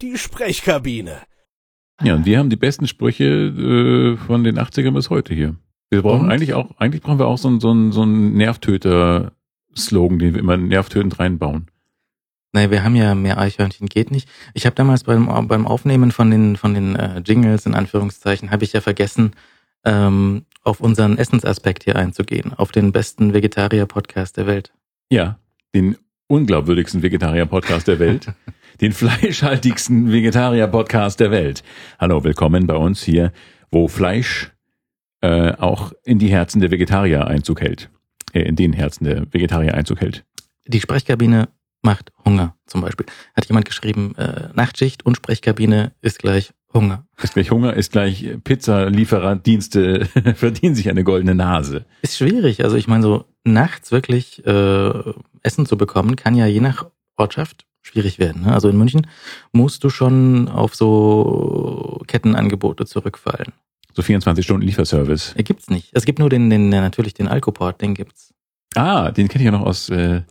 die Sprechkabine. Ja, und wir haben die besten Sprüche von den 80ern bis heute hier. Wir brauchen eigentlich brauchen wir auch so einen Nervtöter-Slogan, den wir immer nervtötend reinbauen. Naja, wir haben ja mehr Eichhörnchen geht nicht. Ich habe damals beim Aufnehmen von den Jingles, in Anführungszeichen, habe ich ja vergessen, auf unseren Essensaspekt hier einzugehen, auf den besten Vegetarier-Podcast der Welt. Ja, den unglaubwürdigsten Vegetarier-Podcast der Welt. Den fleischhaltigsten Vegetarier-Podcast der Welt. Hallo, willkommen bei uns hier, wo Fleisch auch in die Herzen der Vegetarier Einzug hält. In den Herzen der Vegetarier Einzug hält. Die Sprechkabine macht Hunger, zum Beispiel. Hat jemand geschrieben, Nachtschicht und Sprechkabine ist gleich Hunger. Ist gleich Hunger, ist gleich Pizzaliefererdienste verdienen sich eine goldene Nase. Ist schwierig. Also ich meine, so nachts wirklich Essen zu bekommen, kann ja je nach Ortschaft schwierig werden. Ne? Also in München musst du schon auf so Kettenangebote zurückfallen. So 24 Stunden Lieferservice. Gibt's nicht. Es gibt nur natürlich den Alcoport, den gibt's. Ah, den kenne ich ja noch aus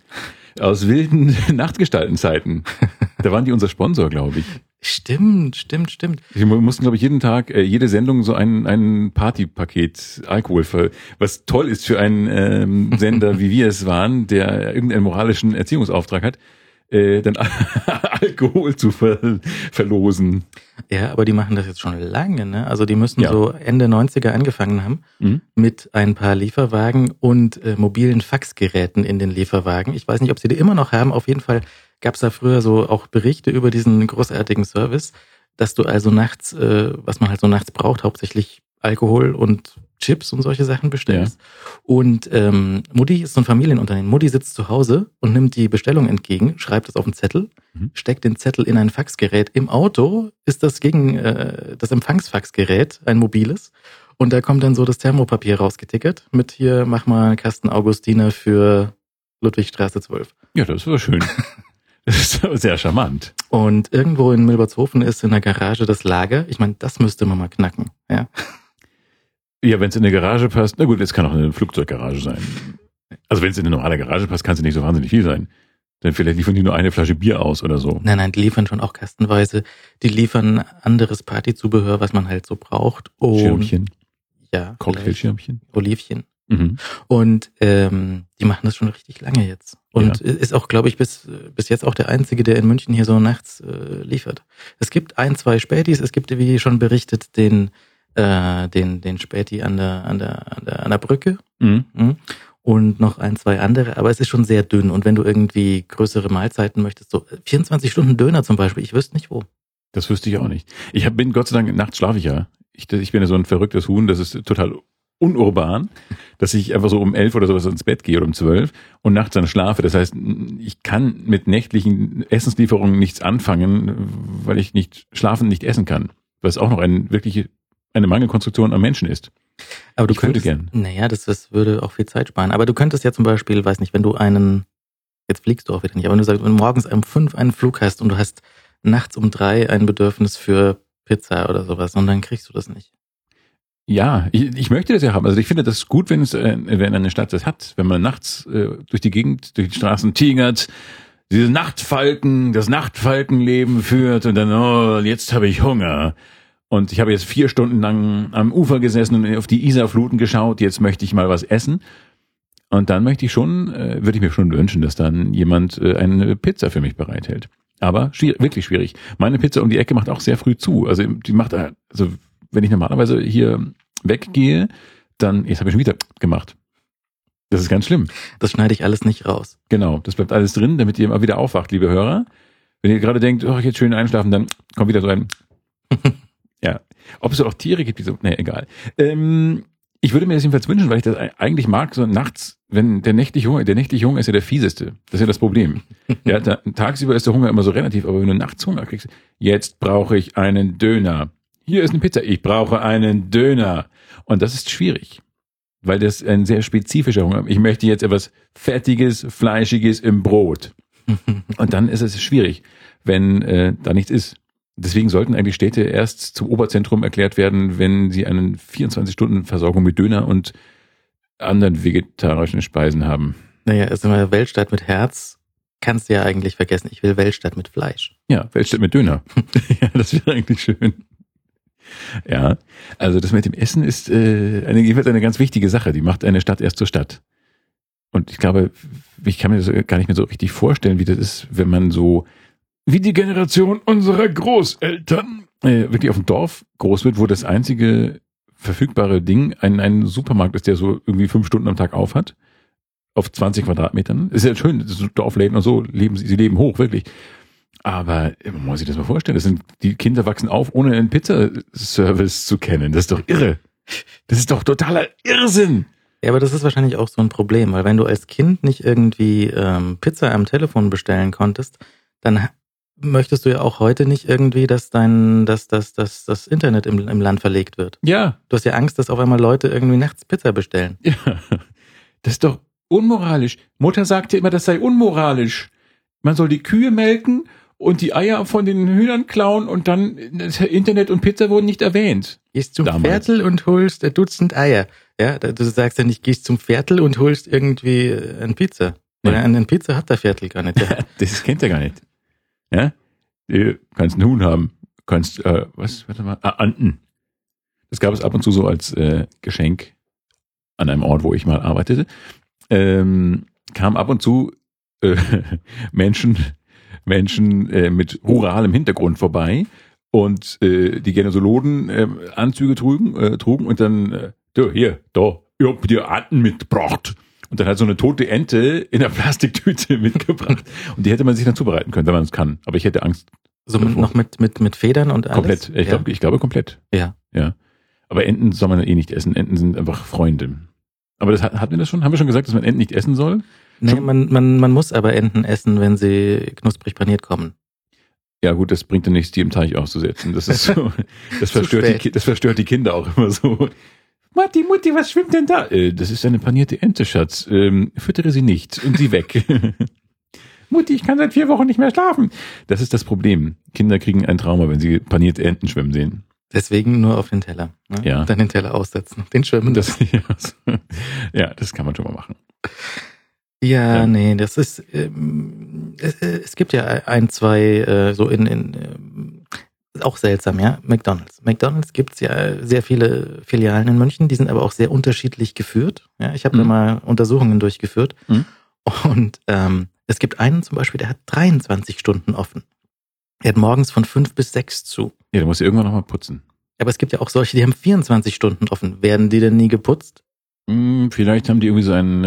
wilden Nachtgestaltenzeiten. Da waren die unser Sponsor, glaube ich. Stimmt. Wir mussten, glaube ich, jeden Tag, jede Sendung so ein Partypaket Alkohol, was toll ist für einen Sender, wie wir es waren, der irgendeinen moralischen Erziehungsauftrag hat, dann Alkohol zu verlosen. Ja, aber die machen das jetzt schon lange, ne? Also die müssen so Ende 90er angefangen haben mit ein paar Lieferwagen und mobilen Faxgeräten in den Lieferwagen. Ich weiß nicht, ob sie die immer noch haben. Auf jeden Fall gab es da früher so auch Berichte über diesen großartigen Service, dass du also nachts, was man halt so nachts braucht, hauptsächlich Alkohol und Chips und solche Sachen bestellst. Ja. Und Mutti ist so ein Familienunternehmen. Mutti sitzt zu Hause und nimmt die Bestellung entgegen, schreibt es auf einen Zettel, steckt den Zettel in ein Faxgerät. Im Auto ist das das Empfangsfaxgerät, ein mobiles. Und da kommt dann so das Thermopapier rausgetickert mit hier, mach mal einen Kasten Augustiner für Ludwigstraße 12. Ja, das war schön. Das ist sehr charmant. Und irgendwo in Milbertshofen ist in der Garage das Lager. Ich meine, das müsste man mal knacken, ja. Ja, wenn es in eine Garage passt, na gut, es kann auch eine Flugzeuggarage sein. Also wenn es in eine normale Garage passt, kann es nicht so wahnsinnig viel sein. Dann vielleicht liefern die nur eine Flasche Bier aus oder so. Nein, die liefern schon auch kastenweise. Die liefern anderes Partyzubehör, was man halt so braucht. Und Schirmchen. Ja. Cocktailschirmchen. Olivchen. Und die machen das schon richtig lange jetzt. Und ist auch, glaube ich, bis jetzt auch der Einzige, der in München hier so nachts liefert. Es gibt 1, 2 Spätis, es gibt, wie schon berichtet, den Späti an der Brücke und noch 1, 2 andere, aber es ist schon sehr dünn und wenn du irgendwie größere Mahlzeiten möchtest, so 24 Stunden Döner zum Beispiel, ich wüsste nicht wo. Das wüsste ich auch nicht. Bin Gott sei Dank, nachts schlafe ich ja. Ich bin ja so ein verrücktes Huhn, das ist total unurban, dass ich einfach so um 11 oder sowas ins Bett gehe oder um 12 und nachts dann schlafe. Das heißt, ich kann mit nächtlichen Essenslieferungen nichts anfangen, weil ich nicht schlafen, nicht essen kann. Was auch noch eine Mangelkonstruktion am Menschen ist. Aber du könntest, naja, das würde auch viel Zeit sparen. Aber du könntest ja zum Beispiel, weiß nicht, wenn du jetzt fliegst du auch wieder nicht, aber wenn du sagst, wenn du morgens um 5 einen Flug hast und du hast nachts um 3 ein Bedürfnis für Pizza oder sowas und dann kriegst du das nicht. Ja, ich möchte das ja haben. Also ich finde das gut, wenn eine Stadt das hat, wenn man nachts durch die Straßen tigert, das Nachtfalkenleben führt und dann, jetzt habe ich Hunger. Und ich habe jetzt 4 Stunden lang am Ufer gesessen und auf die Isarfluten geschaut. Jetzt möchte ich mal was essen. Und dann würde ich mir schon wünschen, dass dann jemand eine Pizza für mich bereithält. Aber wirklich schwierig. Meine Pizza um die Ecke macht auch sehr früh zu. Also wenn ich normalerweise hier weggehe, dann, jetzt habe ich schon wieder gemacht. Das ist ganz schlimm. Das schneide ich alles nicht raus. Genau, das bleibt alles drin, damit ihr mal wieder aufwacht, liebe Hörer. Wenn ihr gerade denkt, jetzt schön einschlafen, dann kommt wieder so ein... Ja, ob es auch Tiere gibt, die so, egal. Ich würde mir das jedenfalls wünschen, weil ich das eigentlich mag, so nachts, wenn der nächtliche Hunger ist ja der fieseste. Das ist ja das Problem. Ja, tagsüber ist der Hunger immer so relativ, aber wenn du nachts Hunger kriegst, jetzt brauche ich einen Döner. Hier ist eine Pizza, ich brauche einen Döner. Und das ist schwierig, weil das ein sehr spezifischer Hunger ist. Ich möchte jetzt etwas Fettiges, Fleischiges im Brot. Und dann ist es schwierig, wenn da nichts ist. Deswegen sollten eigentlich Städte erst zum Oberzentrum erklärt werden, wenn sie eine 24-Stunden-Versorgung mit Döner und anderen vegetarischen Speisen haben. Naja, es ist immer Weltstadt mit Herz kannst du ja eigentlich vergessen. Ich will Weltstadt mit Fleisch. Ja, Weltstadt mit Döner. Ja, das wäre eigentlich schön. Ja, also das mit dem Essen ist jedenfalls eine ganz wichtige Sache. Die macht eine Stadt erst zur Stadt. Und ich glaube, ich kann mir das gar nicht mehr so richtig vorstellen, wie das ist, wenn man so wie die Generation unserer Großeltern wirklich auf dem Dorf groß wird, wo das einzige verfügbare Ding ein Supermarkt ist, der so irgendwie 5 Stunden am Tag auf hat. Auf 20 Quadratmetern. Ist ja schön, das ist Dorfläden und so, sie leben hoch, wirklich. Aber man muss sich das mal vorstellen, die Kinder wachsen auf, ohne einen Pizzaservice zu kennen. Das ist doch irre. Das ist doch totaler Irrsinn. Ja, aber das ist wahrscheinlich auch so ein Problem, weil wenn du als Kind nicht irgendwie Pizza am Telefon bestellen konntest, dann möchtest du ja auch heute nicht irgendwie, dass das Internet im Land verlegt wird. Ja. Du hast ja Angst, dass auf einmal Leute irgendwie nachts Pizza bestellen. Ja, das ist doch unmoralisch. Mutter sagte immer, das sei unmoralisch. Man soll die Kühe melken und die Eier von den Hühnern klauen und dann das Internet und Pizza wurden nicht erwähnt. Gehst zum Viertel und holst ein Dutzend Eier. Ja, du sagst ja nicht, gehst zum Viertel und holst irgendwie eine Pizza. Weil eine Pizza hat der Viertel gar nicht. Ja. Das kennt er gar nicht. Ja? Du kannst einen Huhn haben. Du kannst, Enten. Das gab es ab und zu so als Geschenk an einem Ort, wo ich mal arbeitete. Kam ab und zu Menschen mit ruralem Hintergrund vorbei und die gerne so Lodenanzüge trugen und dann ich hab dir Enten mitgebracht. Und dann hat so eine tote Ente in der Plastiktüte mitgebracht. Und die hätte man sich dann zubereiten können, wenn man es kann. Aber ich hätte Angst. So noch mit Federn und alles? Komplett. Ich glaube komplett. Ja. Ja. Aber Enten soll man eh nicht essen. Enten sind einfach Freunde. Aber hatten wir das schon? Haben wir schon gesagt, dass man Enten nicht essen soll? Nee, man muss aber Enten essen, wenn sie knusprig paniert kommen. Ja gut, das bringt dann nichts, die im Teich auszusetzen. Das ist so, das verstört die Kinder auch immer so. Mutti, was schwimmt denn da? Das ist eine panierte Ente, Schatz. Füttere sie nicht und sie weg. Mutti, ich kann seit 4 Wochen nicht mehr schlafen. Das ist das Problem. Kinder kriegen ein Trauma, wenn sie panierte Enten schwimmen sehen. Deswegen nur auf den Teller. Ne? Ja. Dann den Teller aussetzen. Den schwimmen. Das kann man schon mal machen. Ja, nee, das ist, es gibt ja 1, 2, so auch seltsam, ja, McDonald's. McDonald's gibt's ja sehr viele Filialen in München, die sind aber auch sehr unterschiedlich geführt. Ja, ich habe da mal Untersuchungen durchgeführt und es gibt einen zum Beispiel, der hat 23 Stunden offen. Er hat morgens von 5 bis 6 zu. Ja, da muss ich irgendwann nochmal putzen. Aber es gibt ja auch solche, die haben 24 Stunden offen. Werden die denn nie geputzt? Vielleicht haben die irgendwie so ein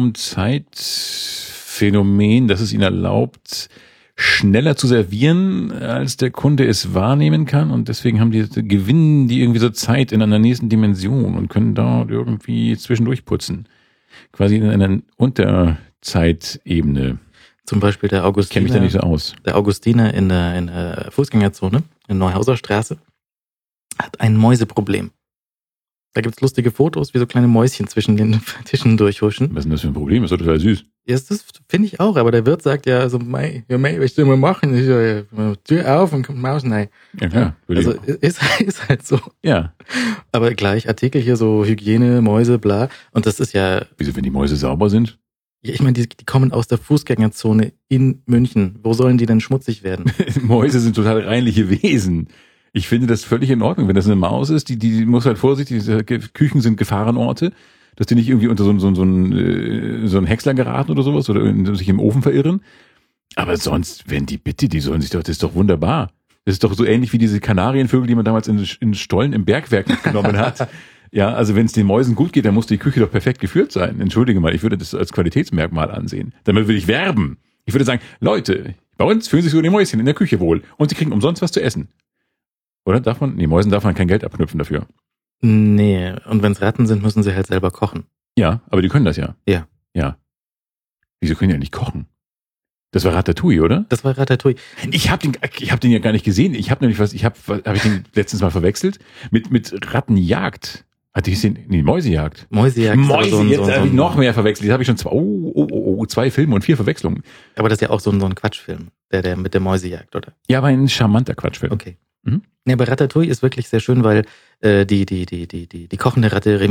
Raumzeitphänomen, das es ihnen erlaubt, schneller zu servieren, als der Kunde es wahrnehmen kann. Und deswegen gewinnen die irgendwie so Zeit in einer nächsten Dimension und können da irgendwie zwischendurch putzen. Quasi in einer Unterzeitebene. Zum Beispiel der Augustiner. Kenne mich da nicht so aus. Der Augustiner in der Fußgängerzone in Neuhauser Straße hat ein Mäuseproblem. Da gibt's lustige Fotos, wie so kleine Mäuschen zwischen den Tischen durchhuschen. Was ist denn das für ein Problem? Das ist doch total süß. Ja, das finde ich auch, aber der Wirt sagt ja so, was soll man machen? Ich so, Tür auf und kommt Maus rein. Ja, klar. Also ist halt so. Ja. Aber gleich Artikel hier so Hygiene, Mäuse, bla. Und das ist ja... Wieso, wenn die Mäuse sauber sind? Ja, ich meine, die kommen aus der Fußgängerzone in München. Wo sollen die denn schmutzig werden? Mäuse sind total reinliche Wesen. Ich finde das völlig in Ordnung. Wenn das eine Maus ist, die muss halt vorsichtig, Küchen sind Gefahrenorte, dass die nicht irgendwie unter so einen Häcksler geraten oder sowas oder sich im Ofen verirren. Aber sonst, die sollen sich doch, das ist doch wunderbar. Das ist doch so ähnlich wie diese Kanarienvögel, die man damals in Stollen im Bergwerk mitgenommen hat. Ja, also wenn es den Mäusen gut geht, dann muss die Küche doch perfekt geführt sein. Entschuldige mal, ich würde das als Qualitätsmerkmal ansehen. Damit würde ich werben. Ich würde sagen, Leute, bei uns fühlen sich so die Mäuschen in der Küche wohl und sie kriegen umsonst was zu essen. Oder Mäusen darf man kein Geld abknüpfen dafür. Nee, und wenn es Ratten sind, müssen sie halt selber kochen. Ja, aber die können das ja. Ja. Ja. Wieso können die ja nicht kochen? Das war Ratatouille, oder? Das war Ratatouille. Ich hab den ja gar nicht gesehen. Ich habe den letztens mal verwechselt mit Rattenjagd. Hatte ich gesehen? Nee, Mäusejagd. Mäusejagd. Jetzt habe ich noch mehr verwechselt. Jetzt habe ich schon 2 Filme und 4 Verwechslungen. Aber das ist ja auch so ein Quatschfilm, der mit der Mäusejagd, oder? Ja, aber ein charmanter Quatschfilm. Okay. Ja, aber Ratatouille ist wirklich sehr schön, weil die kochende Ratte Remy,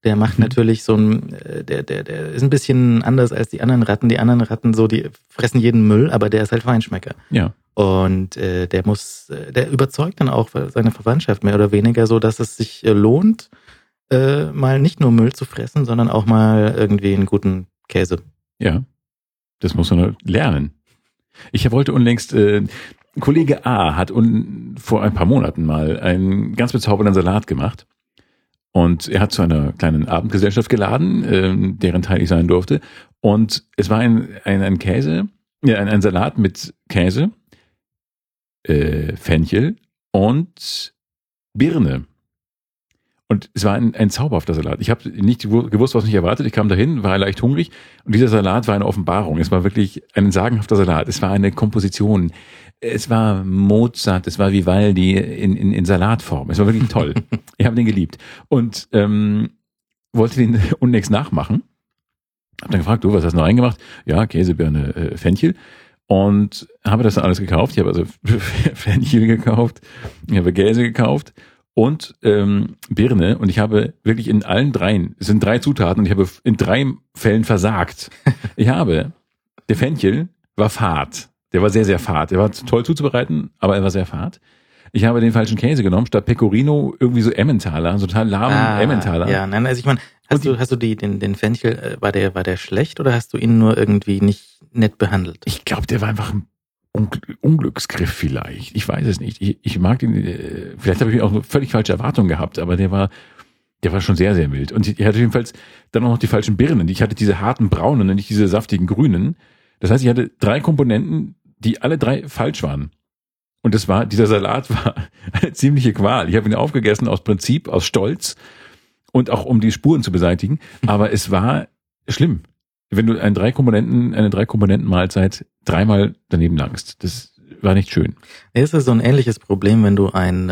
Der macht natürlich so ein, der ist ein bisschen anders als die anderen Ratten. Die anderen Ratten so, die fressen jeden Müll, aber der ist halt Feinschmecker. Ja. Und der überzeugt dann auch seine Verwandtschaft mehr oder weniger so, dass es sich lohnt, mal nicht nur Müll zu fressen, sondern auch mal irgendwie einen guten Käse. Ja, das muss man lernen. Ich wollte unlängst, Kollege A hat vor ein paar Monaten mal einen ganz bezaubernden Salat gemacht. Und er hat zu einer kleinen Abendgesellschaft geladen, deren Teil ich sein durfte. Und es war ein Käse, ein Salat mit Käse, Fenchel und Birne. Und es war ein zauberhafter Salat. Ich habe nicht gewusst, was mich erwartet. Ich kam dahin, war leicht hungrig. Und dieser Salat war eine Offenbarung. Es war wirklich ein sagenhafter Salat. Es war eine Komposition. Es war Mozart, es war Vivaldi in Salatform. Es war wirklich toll. Ich habe den geliebt. Und wollte den unlängst nachmachen. Hab dann gefragt, du, was hast du noch reingemacht? Ja, Käse, Birne, Fenchel. Und habe das dann alles gekauft. Ich habe also Fenchel gekauft, ich habe Käse gekauft und Birne. Und ich habe wirklich in allen dreien, es sind 3 Zutaten, und ich habe in 3 Fällen versagt. Der Fenchel war fad. Der war sehr, sehr fad. Der war toll zuzubereiten, aber er war sehr fad. Ich habe den falschen Käse genommen, statt Pecorino irgendwie so Emmentaler, so total lahmen Emmentaler. Ja, nein, also ich meine, hast du den Fenchel, war der schlecht oder hast du ihn nur irgendwie nicht nett behandelt? Ich glaube, der war einfach ein Unglücksgriff vielleicht. Ich weiß es nicht. Ich mag den, vielleicht habe ich auch völlig falsche Erwartungen gehabt, aber der war schon sehr, sehr mild. Und ich hatte jedenfalls dann auch noch die falschen Birnen. Ich hatte diese harten braunen und nicht diese saftigen grünen. Das heißt, ich hatte 3 Komponenten, die alle 3 falsch waren. Und dieser Salat war eine ziemliche Qual. Ich habe ihn aufgegessen aus Prinzip, aus Stolz und auch um die Spuren zu beseitigen. Aber es war schlimm, wenn du eine 3-Komponenten-Mahlzeit 3-mal daneben langst. Das war nicht schön. Es ist so ein ähnliches Problem, wenn du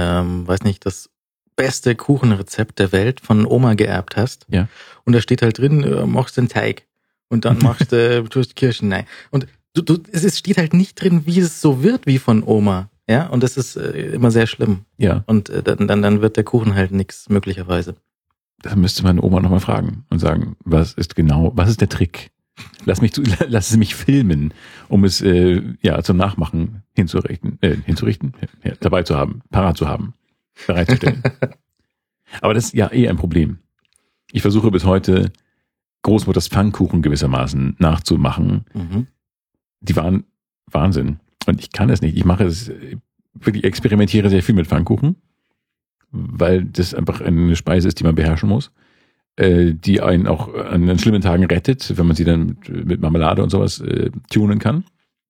das beste Kuchenrezept der Welt von Oma geerbt hast. Ja. Und da steht halt drin, machst den Teig. Und dann machst du Kirschen rein. Und es steht halt nicht drin, wie es so wird wie von Oma. Ja, und das ist immer sehr schlimm. Ja. Und dann wird der Kuchen halt nix möglicherweise. Da müsste meine Oma nochmal fragen und sagen, was ist der Trick? Lass es mich filmen, um es zum Nachmachen hinzurichten, dabei zu haben, parat zu haben, bereitzustellen. Aber das ist ja ein Problem. Ich versuche bis heute Großmutters Pfannkuchen gewissermaßen nachzumachen. Mhm. Die waren Wahnsinn. Und ich kann es nicht. Ich experimentiere sehr viel mit Pfannkuchen, weil das einfach eine Speise ist, die man beherrschen muss, die einen auch an den schlimmen Tagen rettet, wenn man sie dann mit Marmelade und sowas tunen kann.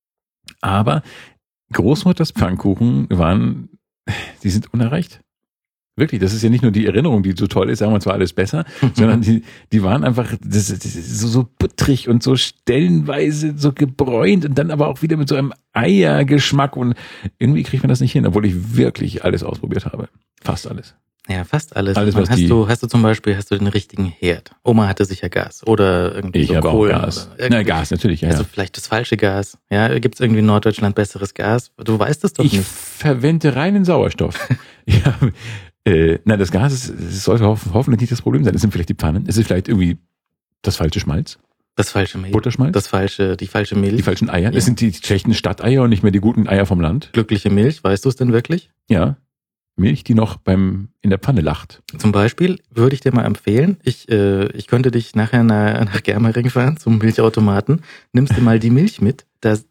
Aber Großmutters Pfannkuchen die sind unerreicht. Wirklich, das ist ja nicht nur die Erinnerung, die so toll ist, sagen wir zwar alles besser, sondern die waren einfach so buttrig und so stellenweise so gebräunt und dann aber auch wieder mit so einem Eiergeschmack und irgendwie kriegt man das nicht hin, obwohl ich wirklich alles ausprobiert habe. Fast alles. Ja, fast alles. Alles, was hast du zum Beispiel den richtigen Herd? Oma hatte sicher Gas oder irgendwie so Kohlen. Auch Gas. Nein, Gas, natürlich. Ja, also vielleicht das falsche Gas. Ja, gibt es irgendwie in Norddeutschland besseres Gas? Du weißt das doch nicht. Ich verwende reinen Sauerstoff. Ja. Das Gas sollte hoffentlich nicht das Problem sein. Es sind vielleicht die Pfannen. Es ist vielleicht irgendwie das falsche Schmalz. Das falsche Mehl. Butterschmalz. Die falsche Milch. Die falschen Eier. Ja. Es sind die schlechten Stadteier und nicht mehr die guten Eier vom Land. Glückliche Milch, weißt du es denn wirklich? Ja. Milch, die noch in der Pfanne lacht. Zum Beispiel würde ich dir mal empfehlen, ich könnte dich nachher nach Germering fahren zum Milchautomaten. Nimmst du mal die Milch mit.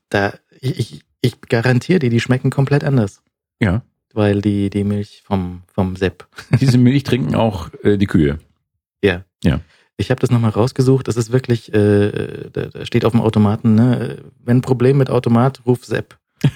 Ich garantiere dir, die schmecken komplett anders. Ja. Weil die Milch vom Sepp. Diese Milch trinken auch die Kühe. Ja. Ja. Ich habe das nochmal rausgesucht. Das ist wirklich, da steht auf dem Automaten, ne? Wenn ein Problem mit Automat, ruf Sepp.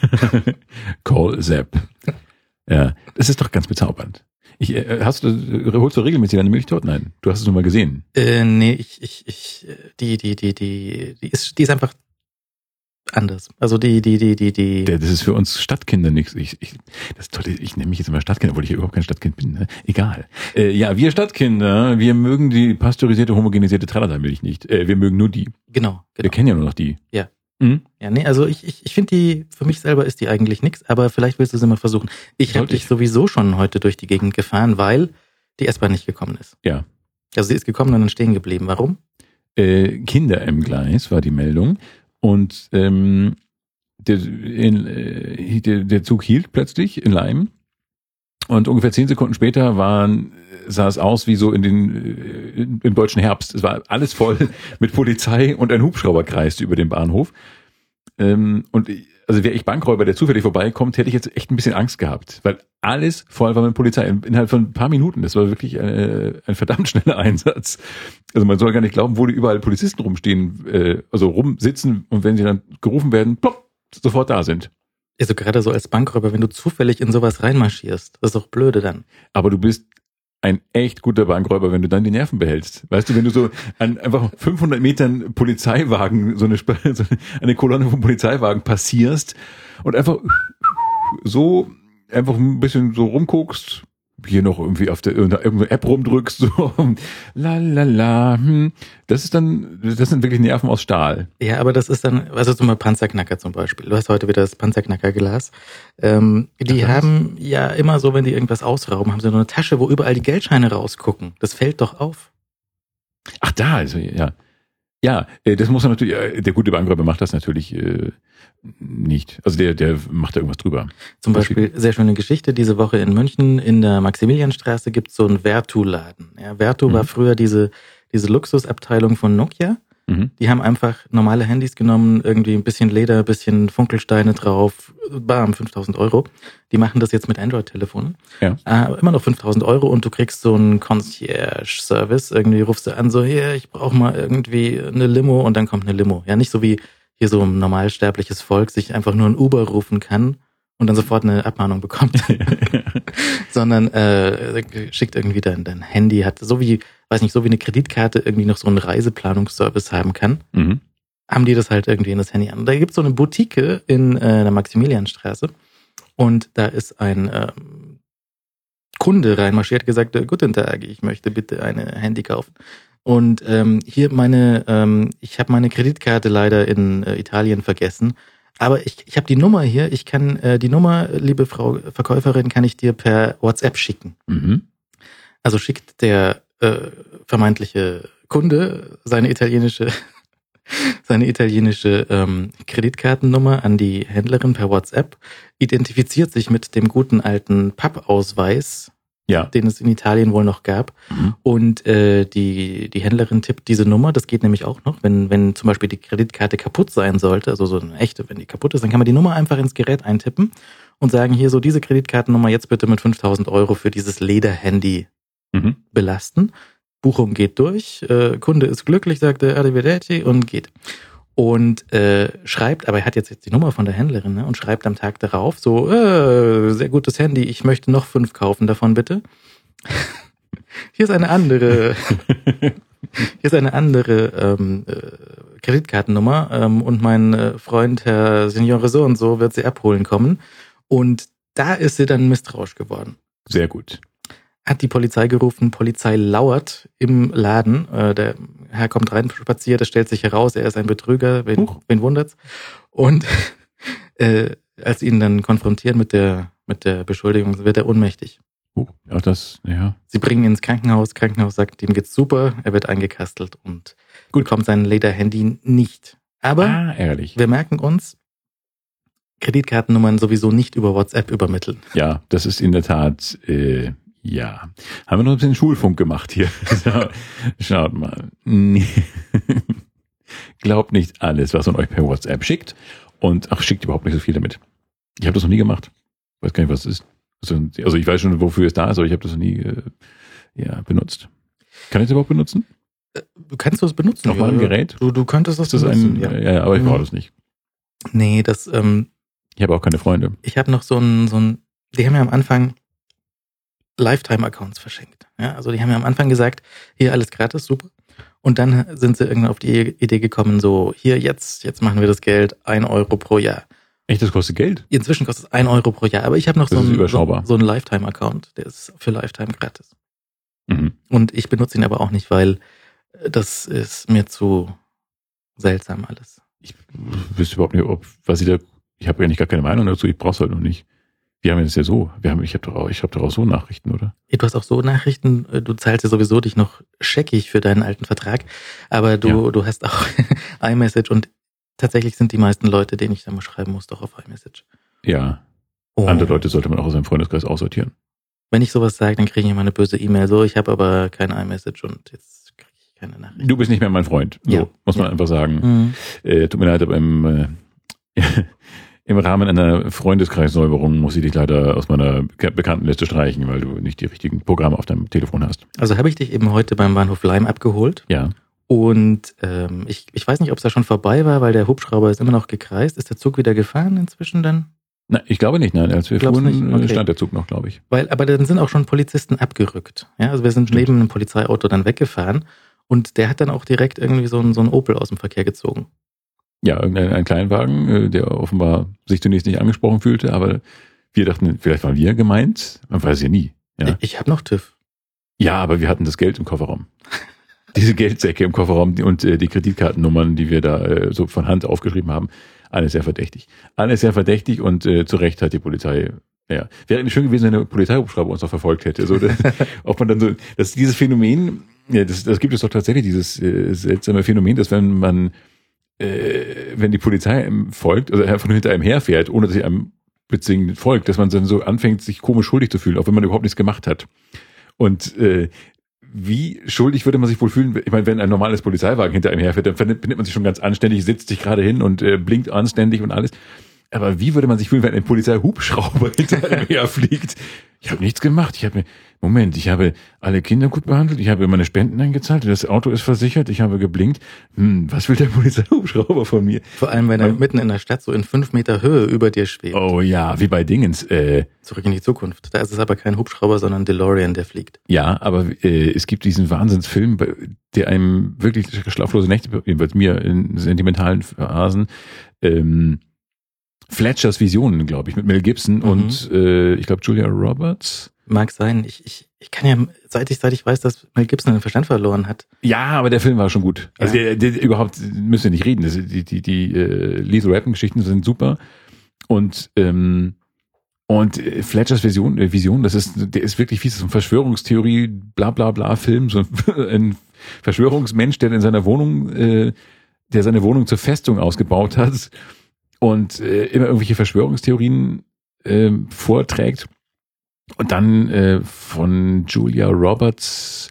Call Sepp. Ja, das ist doch ganz bezaubernd. Holst du regelmäßig deine Milch dort? Nein, du hast es nur mal gesehen. Nee, die ist einfach anders. Also die. Das ist für uns Stadtkinder nichts. Das Tolle, ich nenne mich jetzt immer Stadtkind, obwohl ich überhaupt kein Stadtkind bin. Ne? Egal. Wir Stadtkinder, wir mögen die pasteurisierte, homogenisierte Tralala-Milch nicht. Wir mögen nur die. Genau. Wir kennen ja nur noch die. Ja. Ja, nee, also ich finde die, für mich selber ist die eigentlich nix, aber vielleicht willst du sie mal versuchen. Ich habe dich sowieso schon heute durch die Gegend gefahren, weil die S-Bahn nicht gekommen ist. Ja. Also sie ist gekommen und dann stehen geblieben. Warum? Kinder im Gleis war die Meldung. Und der Zug hielt plötzlich in Leim. Und ungefähr 10 Sekunden später sah es aus wie so im deutschen Herbst. Es war alles voll mit Polizei und ein Hubschrauber kreiste über den Bahnhof. Also wäre ich Bankräuber, der zufällig vorbeikommt, hätte ich jetzt echt ein bisschen Angst gehabt, weil alles voll war mit Polizei innerhalb von ein paar Minuten. Das war wirklich ein verdammt schneller Einsatz. Also man soll gar nicht glauben, wo die überall Polizisten rumstehen, also rumsitzen und wenn sie dann gerufen werden, plopp, sofort da sind. Also gerade so als Bankräuber, wenn du zufällig in sowas reinmarschierst, das ist doch blöde dann. Aber du bist ein echt guter Bankräuber, wenn du dann die Nerven behältst. Weißt du, wenn du so an einfach 500 Metern Polizeiwagen, so eine Kolonne von Polizeiwagen passierst und einfach so einfach ein bisschen so rumguckst, hier noch irgendwie auf irgendeine App rumdrückst, so la. Das sind wirklich Nerven aus Stahl. Ja, aber das ist dann, also zum Beispiel Panzerknacker zum Beispiel. Du hast heute wieder das Panzerknackerglas. Die haben ja immer so, wenn die irgendwas ausrauben, haben sie so eine Tasche, wo überall die Geldscheine rausgucken. Das fällt doch auf. Ach da, also ja. Ja, das muss er natürlich, der gute Bankräuber macht das natürlich nicht. Also der macht da irgendwas drüber. Zum Beispiel, sehr schöne Geschichte, diese Woche in München in der Maximilianstraße gibt es so einen Vertu-Laden. Ja, Vertu war früher diese Luxusabteilung von Nokia. Die haben einfach normale Handys genommen, irgendwie ein bisschen Leder, ein bisschen Funkelsteine drauf, bam, 5.000 €. Die machen das jetzt mit Android-Telefonen. Ja. Immer noch 5.000 € und du kriegst so einen Concierge-Service. Irgendwie rufst du an, so, hier, ich brauche mal irgendwie eine Limo und dann kommt eine Limo. Ja, nicht so wie hier so ein normalsterbliches Volk sich einfach nur ein Uber rufen kann und dann sofort eine Abmahnung bekommt. Sondern schickt irgendwie dein Handy, hat so wie eine Kreditkarte irgendwie noch so einen Reiseplanungsservice haben kann, haben die das halt irgendwie in das Handy an. Und da gibt's so eine Boutique in der Maximilianstraße und da ist ein Kunde reinmarschiert, gesagt, guten Tag, ich möchte bitte ein Handy kaufen. Und hier ich habe meine Kreditkarte leider in Italien vergessen. Aber ich habe die Nummer hier. Ich kann die Nummer, liebe Frau Verkäuferin, kann ich dir per WhatsApp schicken. Also schickt der vermeintliche Kunde seine italienische Kreditkartennummer an die Händlerin per WhatsApp, identifiziert sich mit dem guten alten Pappausweis, den es in Italien wohl noch gab. Und die Händlerin tippt diese Nummer, das geht nämlich auch noch, wenn zum Beispiel die Kreditkarte kaputt sein sollte, also so eine echte, wenn die kaputt ist, dann kann man die Nummer einfach ins Gerät eintippen und sagen, hier so diese Kreditkartennummer jetzt bitte mit 5.000 € für dieses Lederhandy belasten. Buchung geht durch, Kunde ist glücklich, sagt Arrivederci und geht. Und schreibt, aber er hat jetzt die Nummer von der Händlerin, ne, und schreibt am Tag darauf so, sehr gutes Handy, ich möchte noch 5 kaufen davon, bitte. Hier ist eine andere Kreditkartennummer und mein Freund, Herr Signore so und so, wird sie abholen kommen. Und da ist sie dann misstrauisch geworden. Sehr gut. Hat die Polizei gerufen, Polizei lauert im Laden, der Herr kommt rein, spaziert, es stellt sich heraus, er ist ein Betrüger, wen wundert's? Und als sie ihn dann konfrontieren mit der Beschuldigung, wird er ohnmächtig. Ja. Sie bringen ihn ins Krankenhaus sagt, ihm geht's super, er wird eingekastelt und bekommt sein Lederhandy nicht. Aber ärgerlich. Wir merken uns, Kreditkartennummern sowieso nicht über WhatsApp übermitteln. Ja, das ist in der Tat... Ja, haben wir noch ein bisschen Schulfunk gemacht hier. Schaut mal. Glaubt nicht alles, was man euch per WhatsApp schickt. Und schickt überhaupt nicht so viel damit. Ich habe das noch nie gemacht. Weiß gar nicht, was es ist. Also ich weiß schon, wofür es da ist, aber ich habe das noch nie benutzt. Kann ich das überhaupt benutzen? Du kannst das benutzen. Auf meinem Gerät? Du könntest das benutzen. Ja, aber ich brauche das nicht. Nee, ich habe auch keine Freunde. Ich habe noch die haben ja am Anfang Lifetime-Accounts verschenkt. Ja, also die haben ja am Anfang gesagt, hier alles gratis, super. Und dann sind sie irgendwann auf die Idee gekommen, so hier jetzt machen wir das Geld 1 € pro Jahr. Echt, das kostet Geld? Inzwischen kostet es 1 € pro Jahr, aber ich habe noch so einen Lifetime-Account, der ist für Lifetime gratis. Und ich benutze ihn aber auch nicht, weil das ist mir zu seltsam alles. Ich wüsste überhaupt nicht, ich habe eigentlich gar keine Meinung dazu, ich brauche es halt noch nicht. Wir haben jetzt ja so, ich habe doch auch so Nachrichten, oder? Du hast auch so Nachrichten, du zahlst ja sowieso dich noch scheckig für deinen alten Vertrag, aber du hast auch iMessage und tatsächlich sind die meisten Leute, denen ich da mal schreiben muss, doch auf iMessage. Ja. Andere Leute sollte man auch aus seinem Freundeskreis aussortieren. Wenn ich sowas sage, dann kriege ich immer eine böse E-Mail, so, ich habe aber kein iMessage und jetzt kriege ich keine Nachricht. Du bist nicht mehr mein Freund, so muss man einfach sagen. Tut mir leid, aber im Rahmen einer Freundeskreissäuberung muss ich dich leider aus meiner Bekanntenliste streichen, weil du nicht die richtigen Programme auf deinem Telefon hast. Also habe ich dich eben heute beim Bahnhof Leim abgeholt. Ja. Und ich weiß nicht, ob es da schon vorbei war, weil der Hubschrauber ist immer noch gekreist. Ist der Zug wieder gefahren inzwischen dann? Na, ich glaube nicht, nein. Als wir fuhren, okay, stand der Zug noch, glaube ich. Aber dann sind auch schon Polizisten abgerückt. Ja, also wir sind neben einem Polizeiauto dann weggefahren und der hat dann auch direkt irgendwie so einen Opel aus dem Verkehr gezogen. Ja, ein Kleinwagen, der offenbar sich zunächst nicht angesprochen fühlte, aber wir dachten, vielleicht waren wir gemeint. Man weiß ja nie. Ja. Ich habe noch TÜV. Ja, aber wir hatten das Geld im Kofferraum. Diese Geldsäcke im Kofferraum und die Kreditkartennummern, die wir da so von Hand aufgeschrieben haben, alles sehr verdächtig. Alles sehr verdächtig und zu Recht hat die Polizei, ja. Wäre eigentlich schön gewesen, wenn der Polizeihubschrauber uns noch verfolgt hätte. So, ob man dann so, dass dieses Phänomen, ja, das gibt es doch tatsächlich, dieses seltsame Phänomen, dass wenn die Polizei einem folgt, also einfach nur hinter einem herfährt, ohne dass sie einem bezwingend folgt, dass man dann so anfängt, sich komisch schuldig zu fühlen, auch wenn man überhaupt nichts gemacht hat. Und wie schuldig würde man sich wohl fühlen? Ich meine, wenn ein normales Polizeiwagen hinter einem herfährt, dann benimmt man sich schon ganz anständig, sitzt sich gerade hin und blinkt anständig und alles. Aber wie würde man sich fühlen, wenn ein Polizeihubschrauber hinter einem herfliegt? Ich habe nichts gemacht. Ich habe alle Kinder gut behandelt, ich habe meine Spenden eingezahlt, das Auto ist versichert, ich habe geblinkt. Was will der Polizeihubschrauber von mir? Vor allem, wenn er mitten in der Stadt so in 5 Meter Höhe über dir schwebt. Oh ja, wie bei Dingens. Zurück in die Zukunft. Da ist es aber kein Hubschrauber, sondern DeLorean, der fliegt. Ja, aber es gibt diesen Wahnsinnsfilm, der einem wirklich schlaflose Nächte, jedenfalls mir in sentimentalen Phasen, Fletchers Visionen, glaube ich, mit Mel Gibson und ich glaube Julia Roberts. Mag sein. Ich kann ja, seit ich weiß, dass Mel Gibson den Verstand verloren hat. Ja, aber der Film war schon gut. Also der überhaupt müssen wir nicht reden. Die Lethal Weapon Geschichten sind super und Fletchers Vision, der ist wirklich fies, so ein Verschwörungstheorie, bla bla bla Film, so ein Verschwörungsmensch, der seine Wohnung zur Festung ausgebaut hat und immer irgendwelche Verschwörungstheorien vorträgt. Und dann von Julia Roberts,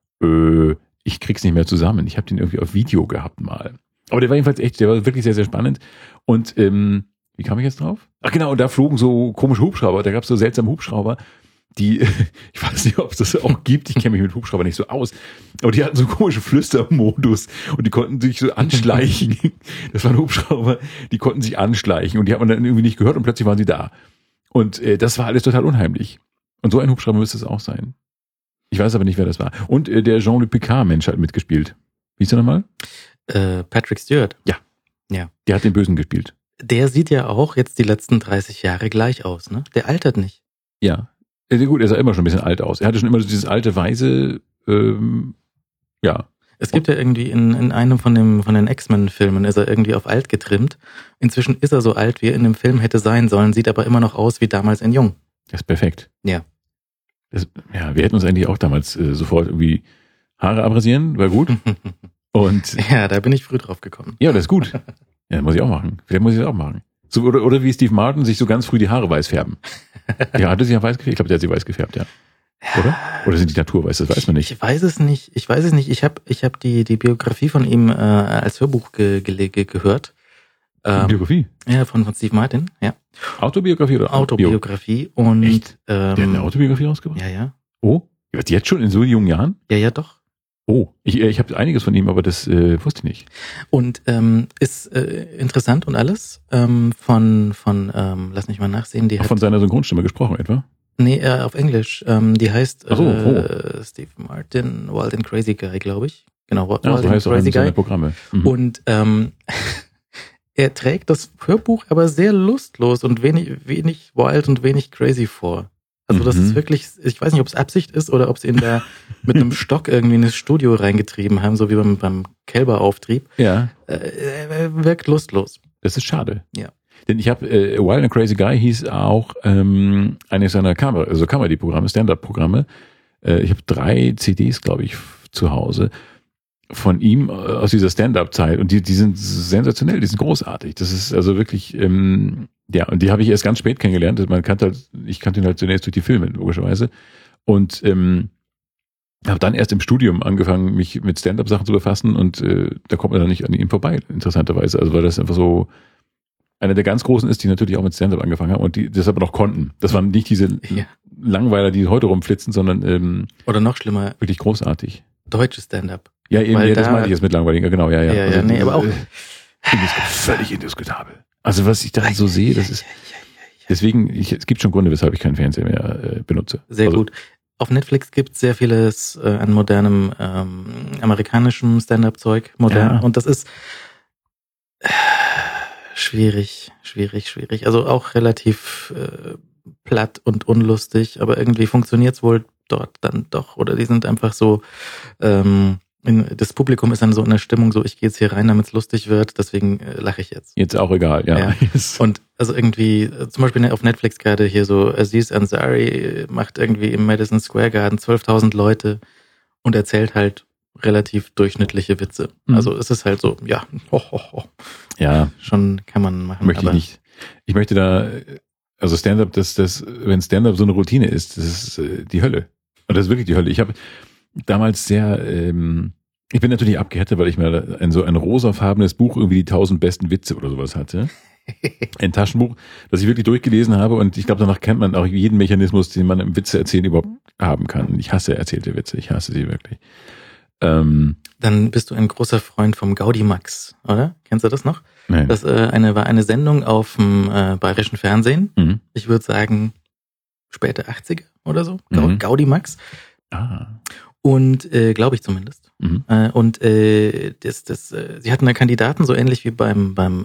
ich krieg's nicht mehr zusammen. Ich habe den irgendwie auf Video gehabt mal. Aber der war jedenfalls der war wirklich sehr, sehr spannend. Und wie kam ich jetzt drauf? Ach genau, und da flogen so komische Hubschrauber. Da gab es so seltsame Hubschrauber, die, ich weiß nicht, ob es das auch gibt, ich kenne mich mit Hubschraubern nicht so aus, aber die hatten so komische Flüstermodus und die konnten sich so anschleichen. Das waren Hubschrauber, die konnten sich anschleichen und die hat man dann irgendwie nicht gehört und plötzlich waren sie da. Und das war alles total unheimlich. Und so ein Hubschrauber müsste es auch sein. Ich weiß aber nicht, wer das war. Und der Jean-Luc Picard-Mensch hat mitgespielt. Wie ist der nochmal? Patrick Stewart. Ja. Der hat den Bösen gespielt. Der sieht ja auch jetzt die letzten 30 Jahre gleich aus, ne? Der altert nicht. Ja. Gut, er sah immer schon ein bisschen alt aus. Er hatte schon immer so dieses alte, weise, ja. Es gibt ja irgendwie in einem von den X-Men-Filmen ist er irgendwie auf alt getrimmt. Inzwischen ist er so alt, wie er in dem Film hätte sein sollen, sieht aber immer noch aus wie damals in Jung. Das ist perfekt. Ja. Wir hätten uns eigentlich auch damals sofort irgendwie Haare abrasieren, war gut. Und ja, da bin ich früh drauf gekommen. Ja, das ist gut. Ja, muss ich auch machen. Vielleicht muss ich das auch machen. So, oder wie Steve Martin sich so ganz früh die Haare weiß färben. Ja, hat er sich ja weiß gefärbt? Ich glaube, der hat sie weiß gefärbt, ja. Oder? Oder sind die naturweiß? Das weiß man nicht. Ich weiß es nicht. Ich hab die Biografie von ihm als Hörbuch gehört. Biografie? Ja, von Steve Martin, ja. Autobiografie oder? Autobiografie. Und, echt? Der hat eine Autobiografie rausgebracht? Ja. Oh? Jetzt schon in so jungen Jahren? Ja, doch. Oh, ich habe einiges von ihm, aber das wusste ich nicht. Und ist interessant und alles von lass mich mal nachsehen. Die hat von seiner Synchronstimme gesprochen etwa? Nee, auf Englisch. Die heißt Steve Martin, Wild and Crazy Guy, glaube ich. Genau, Wild and Crazy Guy. Programme. Und er trägt das Hörbuch aber sehr lustlos und wenig wild und wenig crazy vor. Also das ist wirklich, ich weiß nicht, ob es Absicht ist oder ob sie ihn da mit einem Stock irgendwie in das Studio reingetrieben haben, so wie beim Kälberauftrieb. Ja. Er wirkt lustlos. Das ist schade. Ja. Denn ich habe Wild and Crazy Guy hieß auch eines seiner Comedy-Programme, Stand-Up-Programme. Ich habe 3 CDs, glaube ich, zu Hause von ihm aus dieser Stand-Up-Zeit. Und die sind sensationell, die sind großartig. Das ist also wirklich, und die habe ich erst ganz spät kennengelernt. Ich kannte ihn halt zunächst durch die Filme, logischerweise. Und habe dann erst im Studium angefangen, mich mit Stand-Up-Sachen zu befassen und da kommt man dann nicht an ihm vorbei, interessanterweise. Also weil das einfach so einer der ganz Großen ist, die natürlich auch mit Stand-Up angefangen haben und die das aber noch konnten. Das waren nicht diese Langweiler, die heute rumflitzen, sondern oder noch schlimmer, wirklich großartig. Deutsche Stand-Up. Ja, eben, das meinte ich jetzt mit langweiliger, genau, ja. Also, nee, aber auch völlig indiskutabel. Also was ich da so sehe, das ist deswegen, es gibt schon Gründe, weshalb ich keinen Fernseher mehr benutze. Sehr gut. Auf Netflix gibt es sehr vieles an modernem amerikanischem Stand-Up-Zeug, modern. Ja. Und das ist schwierig. Also auch relativ platt und unlustig, aber irgendwie funktioniert es wohl dort dann doch. Oder die sind einfach so, das Publikum ist dann so in der Stimmung, so ich gehe jetzt hier rein, damit es lustig wird, deswegen lache ich jetzt. Jetzt auch egal, ja. Und also irgendwie, zum Beispiel auf Netflix gerade hier so, Aziz Ansari macht irgendwie im Madison Square Garden 12.000 Leute und erzählt halt relativ durchschnittliche Witze. Also es ist halt so, ja, ja, schon kann man machen. Möchte ich nicht. Ich möchte da, also Stand-Up, wenn Stand-Up so eine Routine ist, das ist die Hölle. Und das ist wirklich die Hölle. Ich habe damals ich bin natürlich abgehärtet, weil ich mir ein rosafarbenes Buch, irgendwie die 1000 besten Witze oder sowas hatte. Ein Taschenbuch, das ich wirklich durchgelesen habe und ich glaube, danach kennt man auch jeden Mechanismus, den man im Witze erzählen überhaupt haben kann. Ich hasse erzählte Witze, ich hasse sie wirklich. Dann bist du ein großer Freund vom Gaudimax, oder? Kennst du das noch? Nein. Das war eine Sendung auf dem bayerischen Fernsehen. Mhm. Ich würde sagen, späte 80er oder so. Gaudimax. Und glaube ich zumindest. Mhm. Und sie hatten da Kandidaten, so ähnlich wie bei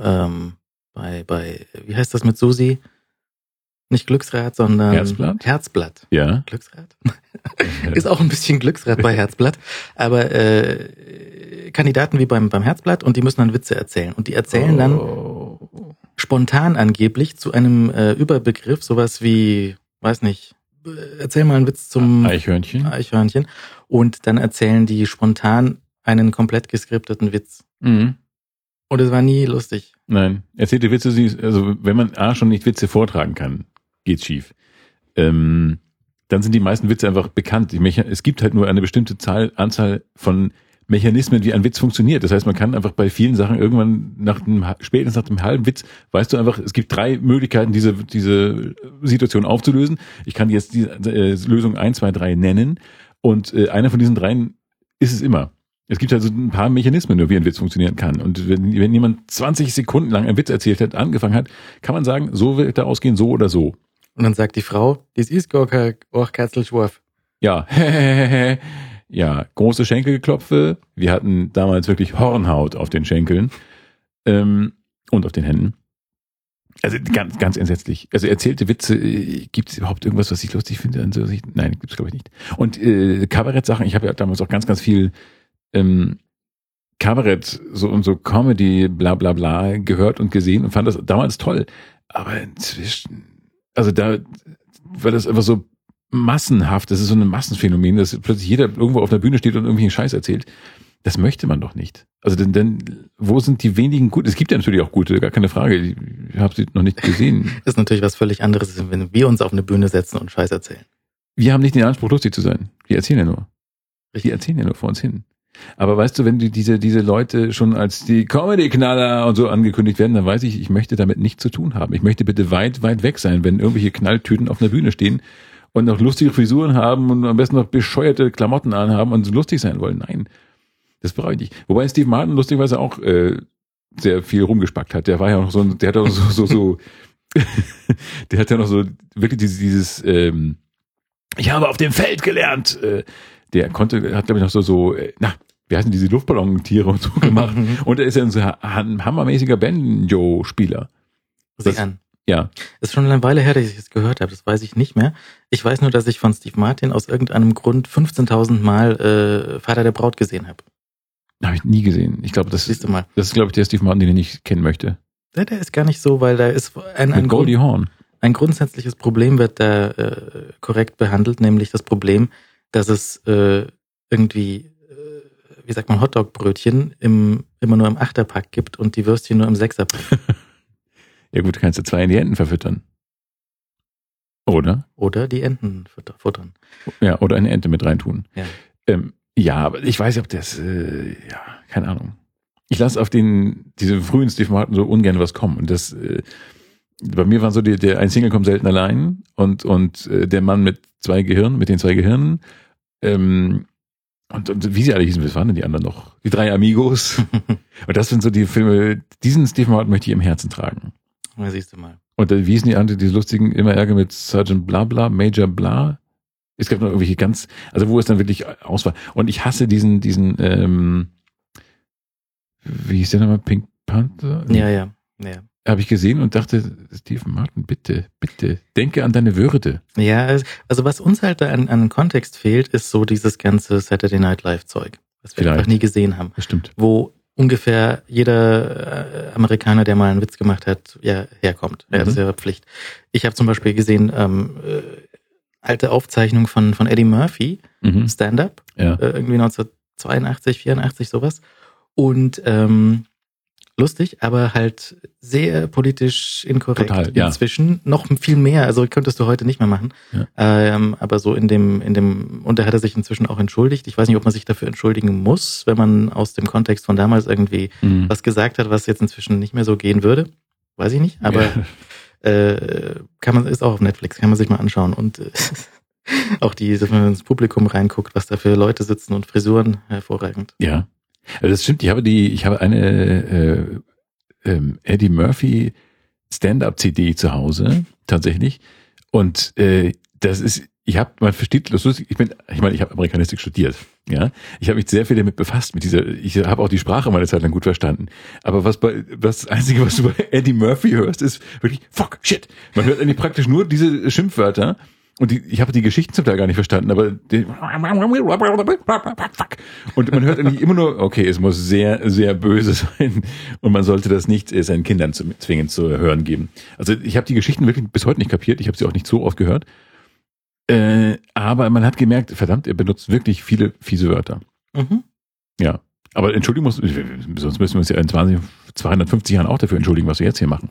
wie heißt das mit Susi? Nicht Glücksrad, sondern Herzblatt. Ja. Glücksrad? Ist auch ein bisschen Glücksrad bei Herzblatt. Aber Kandidaten wie beim Herzblatt und die müssen dann Witze erzählen. Und die erzählen dann spontan angeblich zu einem Überbegriff, sowas wie, weiß nicht, erzähl mal einen Witz zum Eichhörnchen. Und dann erzählen die spontan einen komplett geskripteten Witz. Mhm. Und es war nie lustig. Nein, erzählte Witze, also wenn man schon nicht Witze vortragen kann, geht's schief. Dann sind die meisten Witze einfach bekannt. Es gibt halt nur eine bestimmte Anzahl von Mechanismen, wie ein Witz funktioniert. Das heißt, man kann einfach bei vielen Sachen irgendwann spätestens nach dem halben Witz, weißt du einfach, es gibt 3 Möglichkeiten, diese Situation aufzulösen. Ich kann jetzt die Lösung 1, 2, 3 nennen und einer von diesen 3 ist es immer. Es gibt also ein paar Mechanismen, nur wie ein Witz funktionieren kann. Und wenn jemand 20 Sekunden lang einen Witz erzählt hat, angefangen hat, kann man sagen, so wird er ausgehen, so oder so. Und dann sagt die Frau, das ist gar kein Katzelschwarf. Ja, ja, große Schenkelklopfe. Wir hatten damals wirklich Hornhaut auf den Schenkeln und auf den Händen. Also ganz, ganz entsetzlich. Also erzählte Witze, gibt es überhaupt irgendwas, was ich lustig finde? Nein, gibt es glaube ich nicht. Und Kabarettsachen, ich habe ja damals auch ganz, ganz viel Kabarett so Comedy bla bla bla gehört und gesehen und fand das damals toll. Aber inzwischen, also da war das einfach so massenhaft, das ist so ein Massenphänomen, dass plötzlich jeder irgendwo auf der Bühne steht und irgendwelchen Scheiß erzählt. Das möchte man doch nicht. Also denn wo sind die wenigen guten? Es gibt ja natürlich auch gute, gar keine Frage. Ich habe sie noch nicht gesehen. Das ist natürlich was völlig anderes, wenn wir uns auf eine Bühne setzen und Scheiß erzählen. Wir haben nicht den Anspruch, lustig zu sein. Wir erzählen ja nur. Richtig. Die erzählen ja nur vor uns hin. Aber weißt du, wenn die diese Leute schon als die Comedy-Knaller und so angekündigt werden, dann weiß ich möchte damit nichts zu tun haben. Ich möchte bitte weit, weit weg sein, wenn irgendwelche Knalltüten auf einer Bühne stehen und noch lustige Frisuren haben und am besten noch bescheuerte Klamotten anhaben und so lustig sein wollen. Nein, das brauche ich nicht. Wobei Steve Martin lustigerweise auch sehr viel rumgespackt hat. Der war ja noch so, der hat auch so der hat ja noch so wirklich dieses ich habe auf dem Feld gelernt. Der hat glaube ich noch wie heißen diese Luftballontiere und so gemacht. Und er ist ja ein hammermäßiger Banjo-Spieler. Ja. Das ist schon eine Weile her, dass ich es gehört habe. Das weiß ich nicht mehr. Ich weiß nur, dass ich von Steve Martin aus irgendeinem Grund 15.000 Mal Vater der Braut gesehen habe. Habe ich nie gesehen. Ich glaube, das ist glaube ich der Steve Martin, den ich nicht kennen möchte. Der ist gar nicht so, weil da ist ein Goldie Hawn. Ein grundsätzliches Problem wird da korrekt behandelt, nämlich das Problem, dass es irgendwie, wie sagt man, Hotdog-Brötchen immer nur im 8er-Pack gibt und die Würstchen nur im 6er-Pack. Ja gut, kannst du 2 in die Enten verfüttern. Oder? Oder die Enten futtern. Ja, oder eine Ente mit reintun. Ja, ja, aber ich weiß nicht, ob das, keine Ahnung. Ich lasse auf diese frühen Steve Martin so ungern was kommen. Und das, bei mir war so, ein Single kommt selten allein und der Mann mit den 2 Gehirnen, und wie sie alle hießen, was waren denn die anderen noch? Die 3 Amigos. Und das sind so die Filme, diesen Steve Martin möchte ich im Herzen tragen. Da siehst du mal. Und wie hießen die anderen, diese lustigen, immer Ärger mit Sergeant Blabla, Major Bla? Es gab noch irgendwelche wo es dann wirklich aus war. Und ich hasse diesen, wie hieß der nochmal? Pink Panther? Ja. Habe ich gesehen und dachte, Steve Martin, bitte, denke an deine Würde. Ja, also was uns halt da an Kontext fehlt, ist so dieses ganze Saturday Night Live Zeug, was wir einfach nie gesehen haben. Das stimmt. Wo ungefähr jeder Amerikaner, der mal einen Witz gemacht hat, ja herkommt. Ja, das ist ja Pflicht. Ich habe zum Beispiel gesehen, alte Aufzeichnungen von Eddie Murphy, Stand-up, irgendwie 1982, 84, sowas. Und lustig, aber halt sehr politisch inkorrekt. Total, ja. Inzwischen noch viel mehr, also könntest du heute nicht mehr machen. Ja. Aber so und da hat er sich inzwischen auch entschuldigt. Ich weiß nicht, ob man sich dafür entschuldigen muss, wenn man aus dem Kontext von damals irgendwie was gesagt hat, was jetzt inzwischen nicht mehr so gehen würde. Weiß ich nicht, aber ist auch auf Netflix, kann man sich mal anschauen. Und auch wenn man ins Publikum reinguckt, was da für Leute sitzen und Frisuren, hervorragend. Ja. Also das stimmt, ich habe eine Eddie Murphy Stand-up-CD zu Hause, tatsächlich. Und man versteht, ich habe Amerikanistik studiert, ja. Ich habe mich sehr viel damit befasst, ich habe auch die Sprache meine Zeit lang gut verstanden. Aber das Einzige, was du bei Eddie Murphy hörst, ist wirklich fuck, shit. Man hört eigentlich praktisch nur diese Schimpfwörter. Und ich habe die Geschichten zum Teil gar nicht verstanden, aber und man hört eigentlich immer nur, okay, es muss sehr, sehr böse sein und man sollte das nicht seinen Kindern zwingend zu hören geben. Also ich habe die Geschichten wirklich bis heute nicht kapiert, ich habe sie auch nicht so oft gehört, aber man hat gemerkt, verdammt, er benutzt wirklich viele fiese Wörter. Ja, aber Entschuldigung, sonst müssen wir uns ja in 250 Jahren auch dafür entschuldigen, was wir jetzt hier machen.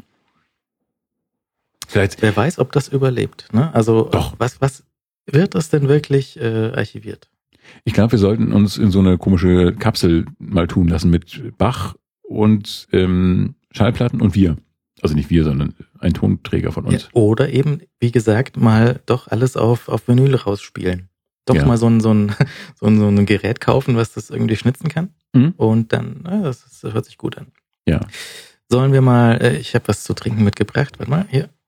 Wer weiß, ob das überlebt. Ne? Also doch. Was wird das denn wirklich archiviert? Ich glaube, wir sollten uns in so eine komische Kapsel mal tun lassen mit Bach und Schallplatten und wir. Also nicht wir, sondern ein Tonträger von uns. Ja, oder eben, wie gesagt, mal doch alles auf Vinyl rausspielen. Doch mal so ein Gerät kaufen, was das irgendwie schnitzen kann. Und dann, das hört sich gut an. Ja. Sollen wir mal, ich habe was zu trinken mitgebracht. Warte mal, hier.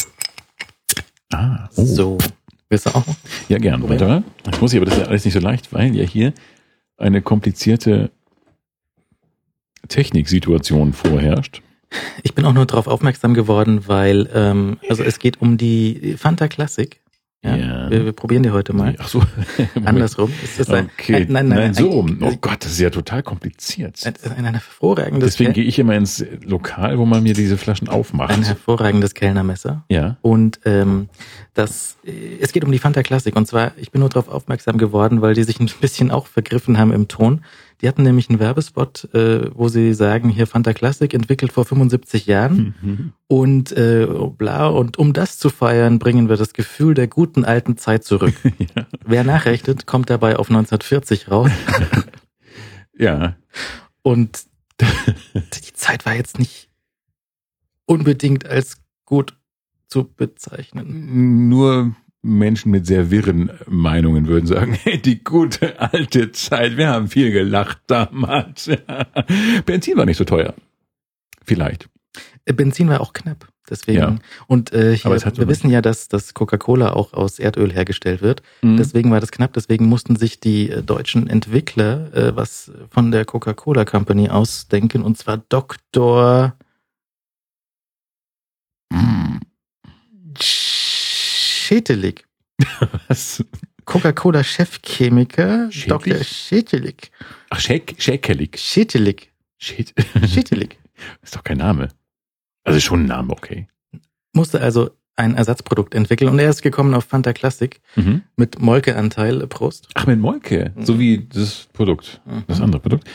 Oh. So, willst du auch noch? Ja, gern. Warte. Das muss ich, aber das ist ja alles nicht so leicht, weil ja hier eine komplizierte Techniksituation vorherrscht. Ich bin auch nur darauf aufmerksam geworden, weil es geht um die Fanta Classic. Ja. Wir probieren die heute mal. Ach so. Andersrum. Okay. Nein, so rum. Oh Gott, das ist ja total kompliziert. Ein hervorragendes. Deswegen gehe ich immer ins Lokal, wo man mir diese Flaschen aufmacht. Ein hervorragendes Kellnermesser. Ja. Und es geht um die Fanta Classic. Und zwar, ich bin nur darauf aufmerksam geworden, weil die sich ein bisschen auch vergriffen haben im Ton. Die hatten nämlich einen Werbespot, wo sie sagen, hier Fanta Classic entwickelt vor 75 Jahren und bla. Und um das zu feiern, bringen wir das Gefühl der guten alten Zeit zurück. Ja. Wer nachrechnet, kommt dabei auf 1940 raus. Ja. Und die Zeit war jetzt nicht unbedingt als gut zu bezeichnen. Nur Menschen mit sehr wirren Meinungen würden sagen, hey, die gute alte Zeit, wir haben viel gelacht damals. Benzin war nicht so teuer. Vielleicht. Benzin war auch knapp, deswegen. Ja. Und wir wissen ja, dass Coca-Cola auch aus Erdöl hergestellt wird. Deswegen war das knapp, deswegen mussten sich die deutschen Entwickler was von der Coca-Cola Company ausdenken, und zwar Dr. Schetelik. Was? Coca-Cola-Chefchemiker Dr. Schetelik. Ach, Schekelik. Schetelik. Schetelik. Schetelik. Ist doch kein Name. Also schon ein Name, okay. Musste also ein Ersatzprodukt entwickeln und er ist gekommen auf Fanta Classic mit Molke-Anteil. Prost. Ach, mit Molke, so wie das Produkt, das andere Produkt.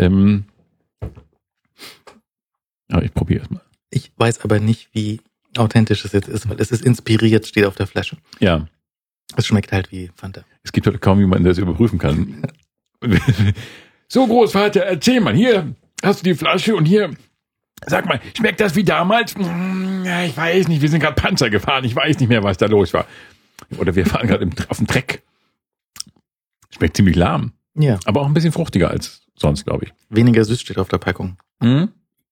Aber ich probiere es mal. Ich weiß aber nicht, wie authentisch es jetzt ist, weil es ist inspiriert, steht auf der Flasche. Ja. Es schmeckt halt wie Fanta. Es gibt halt kaum jemanden, der es überprüfen kann. So, Großvater, erzähl mal, hier hast du die Flasche und hier, sag mal, schmeckt das wie damals? Ja, ich weiß nicht, wir sind gerade Panzer gefahren, ich weiß nicht mehr, was da los war. Oder wir fahren gerade auf dem Treck. Schmeckt ziemlich lahm. Ja. Aber auch ein bisschen fruchtiger als sonst, glaube ich. Weniger süß steht auf der Packung. Halten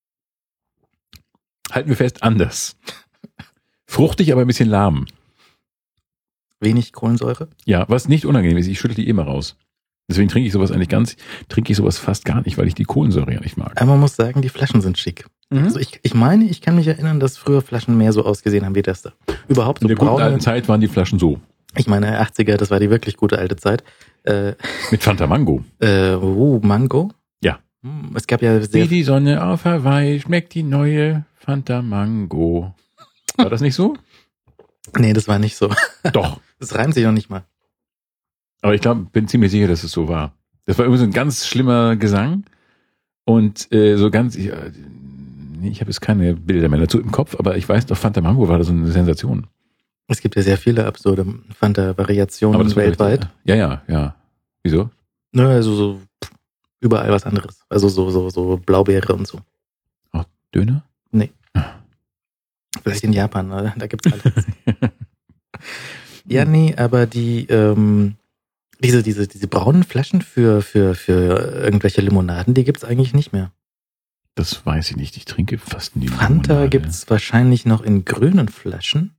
wir fest, anders. Fruchtig, aber ein bisschen lahm. Wenig Kohlensäure? Ja, was nicht unangenehm ist, ich schüttle die immer raus. Deswegen trinke ich sowas fast gar nicht, weil ich die Kohlensäure ja nicht mag. Aber man muss sagen, die Flaschen sind schick. Also ich meine, ich kann mich erinnern, dass früher Flaschen mehr so ausgesehen haben wie das da. Überhaupt so in der guten alten Zeit waren die Flaschen so. Ich meine, 80er, das war die wirklich gute alte Zeit. Mit Fanta Mango. Mango? Ja. Es gab ja sehr... Wie die Sonne auf Hawaii schmeckt die neue Fanta Mango. War das nicht so? Nee, das war nicht so. Doch. Das reimt sich noch nicht mal. Aber ich bin ziemlich sicher, dass es so war. Das war irgendwie so ein ganz schlimmer Gesang und so ganz, ich habe jetzt keine Bilder mehr dazu im Kopf, aber ich weiß doch, Fanta Mango war da so eine Sensation. Es gibt ja sehr viele absurde Fanta-Variationen weltweit. Ja. Wieso? Nö, also so überall was anderes. Also so Blaubeere und so. Auch Döner? Nee. Vielleicht in Japan, oder? Da gibt's alles. Ja, nee, aber diese braunen Flaschen für irgendwelche Limonaden, die gibt's eigentlich nicht mehr. Das weiß ich nicht. Ich trinke fast nie Fanta Limonade. Gibt's wahrscheinlich noch in grünen Flaschen,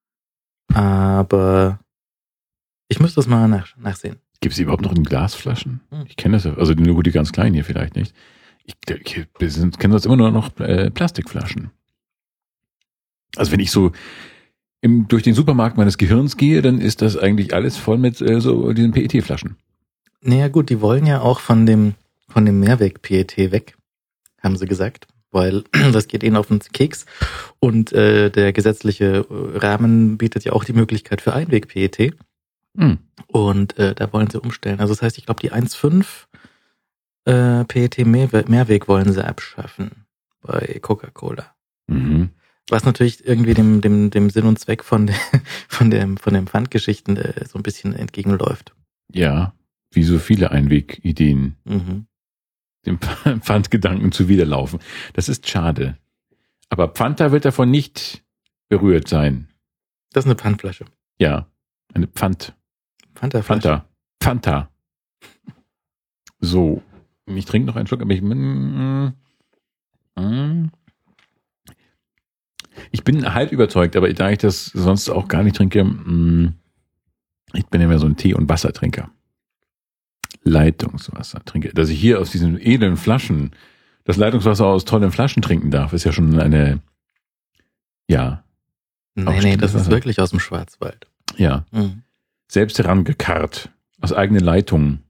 aber ich müsste das mal nachsehen. Gibt es überhaupt noch in Glasflaschen? Ich kenne das ja, also nur die ganz kleinen hier vielleicht nicht. Ich kenne das immer nur noch Plastikflaschen. Also wenn ich so durch den Supermarkt meines Gehirns gehe, dann ist das eigentlich alles voll mit so diesen PET-Flaschen. Naja gut, die wollen ja auch von dem Mehrweg-PET weg, haben sie gesagt, weil das geht ihnen auf den Keks und der gesetzliche Rahmen bietet ja auch die Möglichkeit für Einweg-PET und da wollen sie umstellen. Also das heißt, ich glaube die 1,5 PET Mehrweg wollen sie abschaffen bei Coca-Cola. Mhm. Was natürlich irgendwie dem Sinn und Zweck von den Pfandgeschichten so ein bisschen entgegenläuft. Ja, wie so viele Einwegideen dem Pfandgedanken zuwiderlaufen. Das ist schade. Aber Fanta wird davon nicht berührt sein. Das ist eine Pfandflasche. Ja, eine Fanta-Flasche. Fanta. So, ich trinke noch einen Schluck, aber ich bin halb überzeugt, aber da ich das sonst auch gar nicht trinke, ich bin ja mehr so ein Tee- und Wassertrinker. Leitungswasser trinke. Dass ich hier aus diesen edlen Flaschen das Leitungswasser aus tollen Flaschen trinken darf, ist ja schon eine, ja. Nee, das ist wirklich aus dem Schwarzwald. Ja. Selbst herangekarrt. Aus eigenen Leitungen.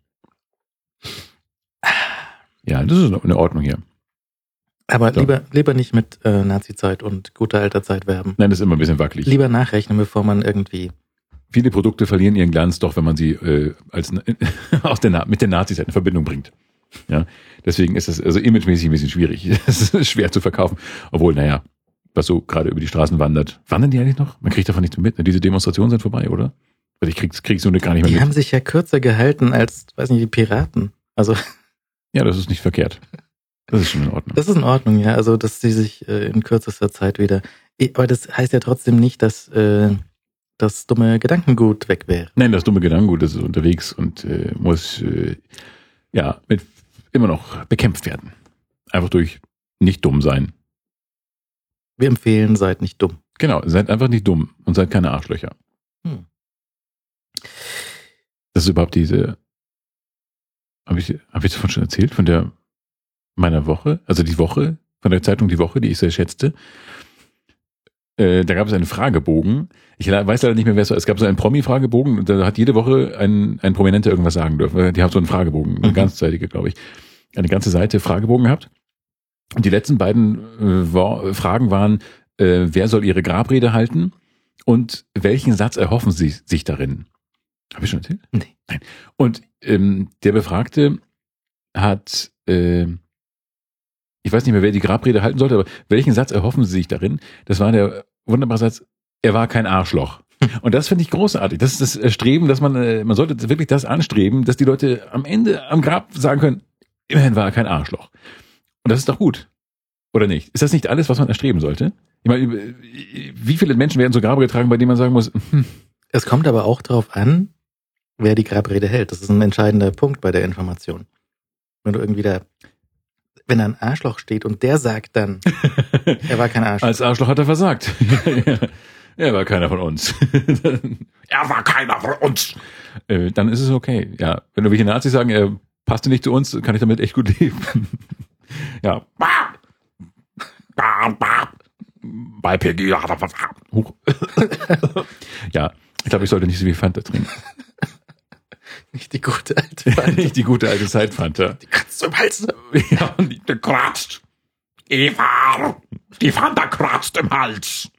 Ja, das ist in Ordnung hier. Aber so. lieber nicht mit Nazi-Zeit und guter alter Zeit werben. Nein, das ist immer ein bisschen wackelig. Lieber nachrechnen, bevor man irgendwie... Viele Produkte verlieren ihren Glanz doch, wenn man sie mit der Nazizeit in Verbindung bringt. Ja, deswegen ist das also imagemäßig ein bisschen schwierig. Es ist schwer zu verkaufen. Obwohl, naja, was so gerade über die Straßen wandert. Wandern die eigentlich noch? Man kriegt davon nichts mehr mit. Diese Demonstrationen sind vorbei, oder? Weil ich krieg's so gar nicht mehr mit. Die haben sich ja kürzer gehalten als, weiß nicht, die Piraten. Also... Ja, das ist nicht verkehrt. Das ist schon in Ordnung. Das ist in Ordnung, ja. Also, dass sie sich in kürzester Zeit wieder... Aber das heißt ja trotzdem nicht, dass das dumme Gedankengut weg wäre. Nein, das dumme Gedankengut ist unterwegs und muss immer noch bekämpft werden. Einfach durch nicht dumm sein. Wir empfehlen, seid nicht dumm. Genau, seid einfach nicht dumm und seid keine Arschlöcher. Das ist überhaupt diese... Habe ich davon schon erzählt? Von meiner Woche? Also die Woche, von der Zeitung Die Woche, die ich sehr schätzte. Da gab es einen Fragebogen. Ich weiß leider nicht mehr, wer es war. Es gab so einen Promi-Fragebogen und da hat jede Woche ein Prominenter irgendwas sagen dürfen. Die haben so einen Fragebogen, eine ganzzeitige, glaube ich. Eine ganze Seite Fragebogen gehabt. Und die letzten beiden Fragen waren, wer soll ihre Grabrede halten und welchen Satz erhoffen sie sich darin? Habe ich schon erzählt? Nee. Nein. Und der Befragte hat, ich weiß nicht mehr, wer die Grabrede halten sollte, aber welchen Satz erhoffen sie sich darin? Das war der wunderbare Satz, er war kein Arschloch. Und das finde ich großartig. Das ist das Streben, dass man sollte wirklich das anstreben, dass die Leute am Ende am Grab sagen können, immerhin war er kein Arschloch. Und das ist doch gut. Oder nicht? Ist das nicht alles, was man erstreben sollte? Ich meine, wie viele Menschen werden zur Grabe getragen, bei denen man sagen muss, Es kommt aber auch darauf an, wer die Grabrede hält. Das ist ein entscheidender Punkt bei der Information. Wenn du irgendwie wenn da ein Arschloch steht und der sagt dann, er war kein Arschloch. Als Arschloch hat er versagt. Er war keiner von uns. Er war keiner von uns. Dann ist es okay. Ja, wenn irgendwelche Nazis sagen, er passte nicht zu uns, kann ich damit echt gut leben. Ja. Bei Pegida hat er versagt. Ja, ich glaube, ich sollte nicht so viel Fanta trinken. Nicht die gute alte Fanta. Nicht die gute alte Zeit-Fanta. Die kratzt im Hals. Ja, die kratzt. Eva, die Fanta kratzt im Hals.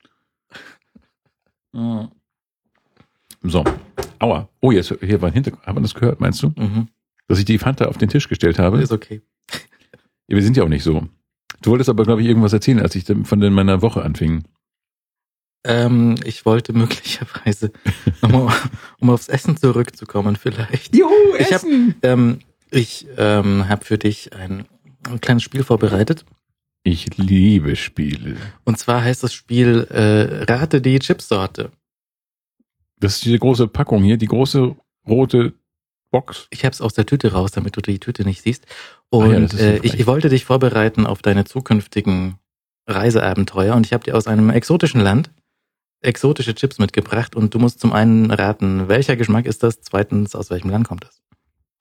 So. Aua. Oh, jetzt hier war ein Hintergrund. Haben wir das gehört, meinst du? Mhm. Dass ich die Fanta auf den Tisch gestellt habe? Ist okay. Ja, wir sind ja auch nicht so. Du wolltest aber, glaube ich, irgendwas erzählen, als ich von meiner Woche anfing. Ich wollte möglicherweise nochmal, um aufs Essen zurückzukommen vielleicht. Juhu, Essen! Ich habe für dich ein kleines Spiel vorbereitet. Ich liebe Spiele. Und zwar heißt das Spiel Rate die Chipsorte. Das ist diese große Packung hier, die große rote Box. Ich habe es aus der Tüte raus, damit du die Tüte nicht siehst. Und ich wollte dich vorbereiten auf deine zukünftigen Reiseabenteuer. Und ich habe dir aus einem exotischen Land exotische Chips mitgebracht. Und du musst zum einen raten, welcher Geschmack ist das? Zweitens, aus welchem Land kommt das?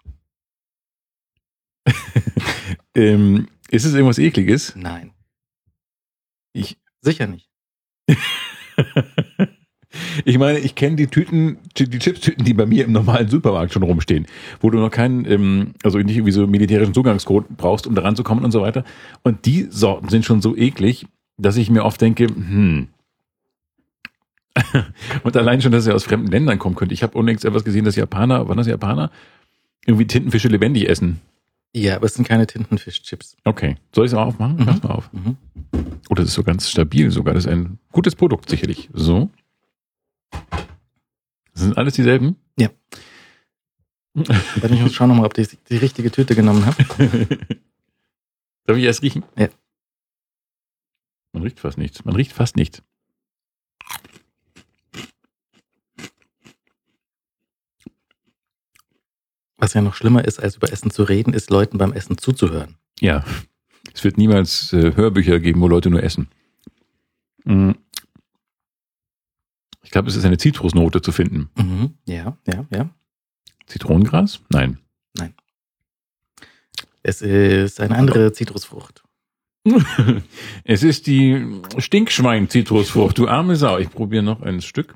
Ist es irgendwas Ekliges? Nein. Sicher nicht. Ich meine, ich kenne die Chips-Tüten, die bei mir im normalen Supermarkt schon rumstehen, wo du noch keinen, also nicht irgendwie so militärischen Zugangscode brauchst, um da ranzukommen und so weiter. Und die Sorten sind schon so eklig, dass ich mir oft denke, Und allein schon, dass er aus fremden Ländern kommen könnte. Ich habe unlängst etwas gesehen, dass Japaner, irgendwie Tintenfische lebendig essen. Ja, aber es sind keine Tintenfischchips. Okay. Soll ich es mal aufmachen? Mach's mal auf. Mhm. Oh, das ist so ganz stabil sogar. Das ist ein gutes Produkt, sicherlich. So. Das sind alles dieselben? Ja. Warte, ich muss schauen nochmal, ob ich die richtige Tüte genommen habe. Darf ich erst riechen? Ja. Man riecht fast nichts. Man riecht fast nichts. Was ja noch schlimmer ist, als über Essen zu reden, ist Leuten beim Essen zuzuhören. Ja. Es wird niemals Hörbücher geben, wo Leute nur essen. Ich glaube, es ist eine Zitrusnote zu finden. Mhm. Ja. Zitronengras? Nein. Es ist eine andere Zitrusfrucht. Es ist die Stinkschwein-Zitrusfrucht, du arme Sau. Ich probiere noch ein Stück.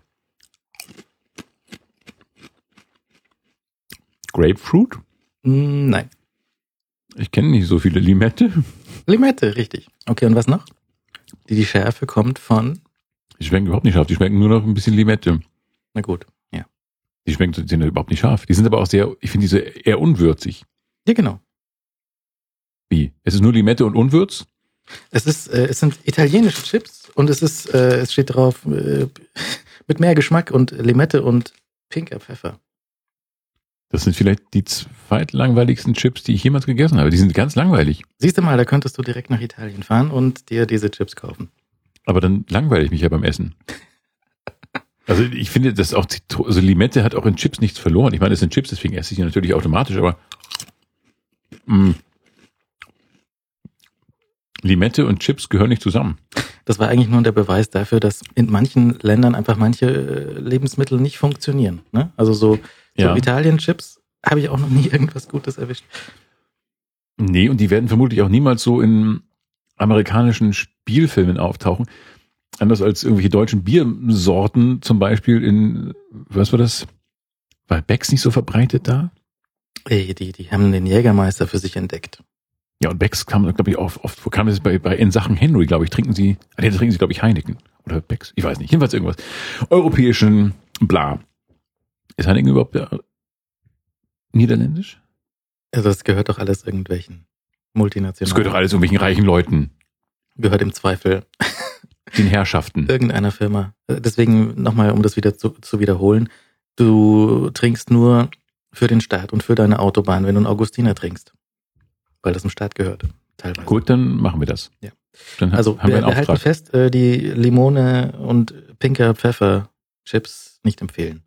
Grapefruit? Nein. Ich kenne nicht so viele. Limette? Limette, richtig. Okay, und was noch? Die Schärfe kommt von... Die schmecken überhaupt nicht scharf. Die schmecken nur noch ein bisschen Limette. Na gut, ja. Die sind überhaupt nicht scharf. Die sind aber auch ich finde diese eher unwürzig. Ja, genau. Wie? Es ist nur Limette und Unwürz? Es sind italienische Chips und es steht drauf mit mehr Geschmack und Limette und pinker Pfeffer. Das sind vielleicht die zweitlangweiligsten Chips, die ich jemals gegessen habe. Die sind ganz langweilig. Siehst du mal, da könntest du direkt nach Italien fahren und dir diese Chips kaufen. Aber dann langweile ich mich ja beim Essen. Also ich finde, dass auch also Limette hat auch in Chips nichts verloren. Ich meine, es sind Chips, deswegen esse ich sie natürlich automatisch, aber Limette und Chips gehören nicht zusammen. Das war eigentlich nur der Beweis dafür, dass in manchen Ländern einfach manche Lebensmittel nicht funktionieren. Ne? Also so Italien-Chips habe ich auch noch nie irgendwas Gutes erwischt. Nee, und die werden vermutlich auch niemals so in amerikanischen Spielfilmen auftauchen. Anders als irgendwelche deutschen Biersorten, zum Beispiel in, was war das? War Becks nicht so verbreitet da? Die haben den Jägermeister für sich entdeckt. Ja, und Becks kam, glaube ich, oft, wo kam es bei in Sachen Henry, glaube ich, trinken sie, glaube ich, Heineken. Oder Becks, ich weiß nicht, jedenfalls irgendwas. Europäischen bla. Ist Heineken überhaupt niederländisch? Also das gehört doch alles irgendwelchen multinationalen. Das gehört doch alles irgendwelchen reichen Leuten. Gehört im Zweifel den Herrschaften. Irgendeiner Firma. Deswegen nochmal, um das wieder zu wiederholen. Du trinkst nur für den Staat und für deine Autobahn, wenn du einen Augustiner trinkst. Weil das dem Staat gehört. Teilweise. Gut, dann machen wir das. Ja. Dann also haben wir einen wir halten fest, die Limone und pinker Pfeffer Chips nicht empfehlen.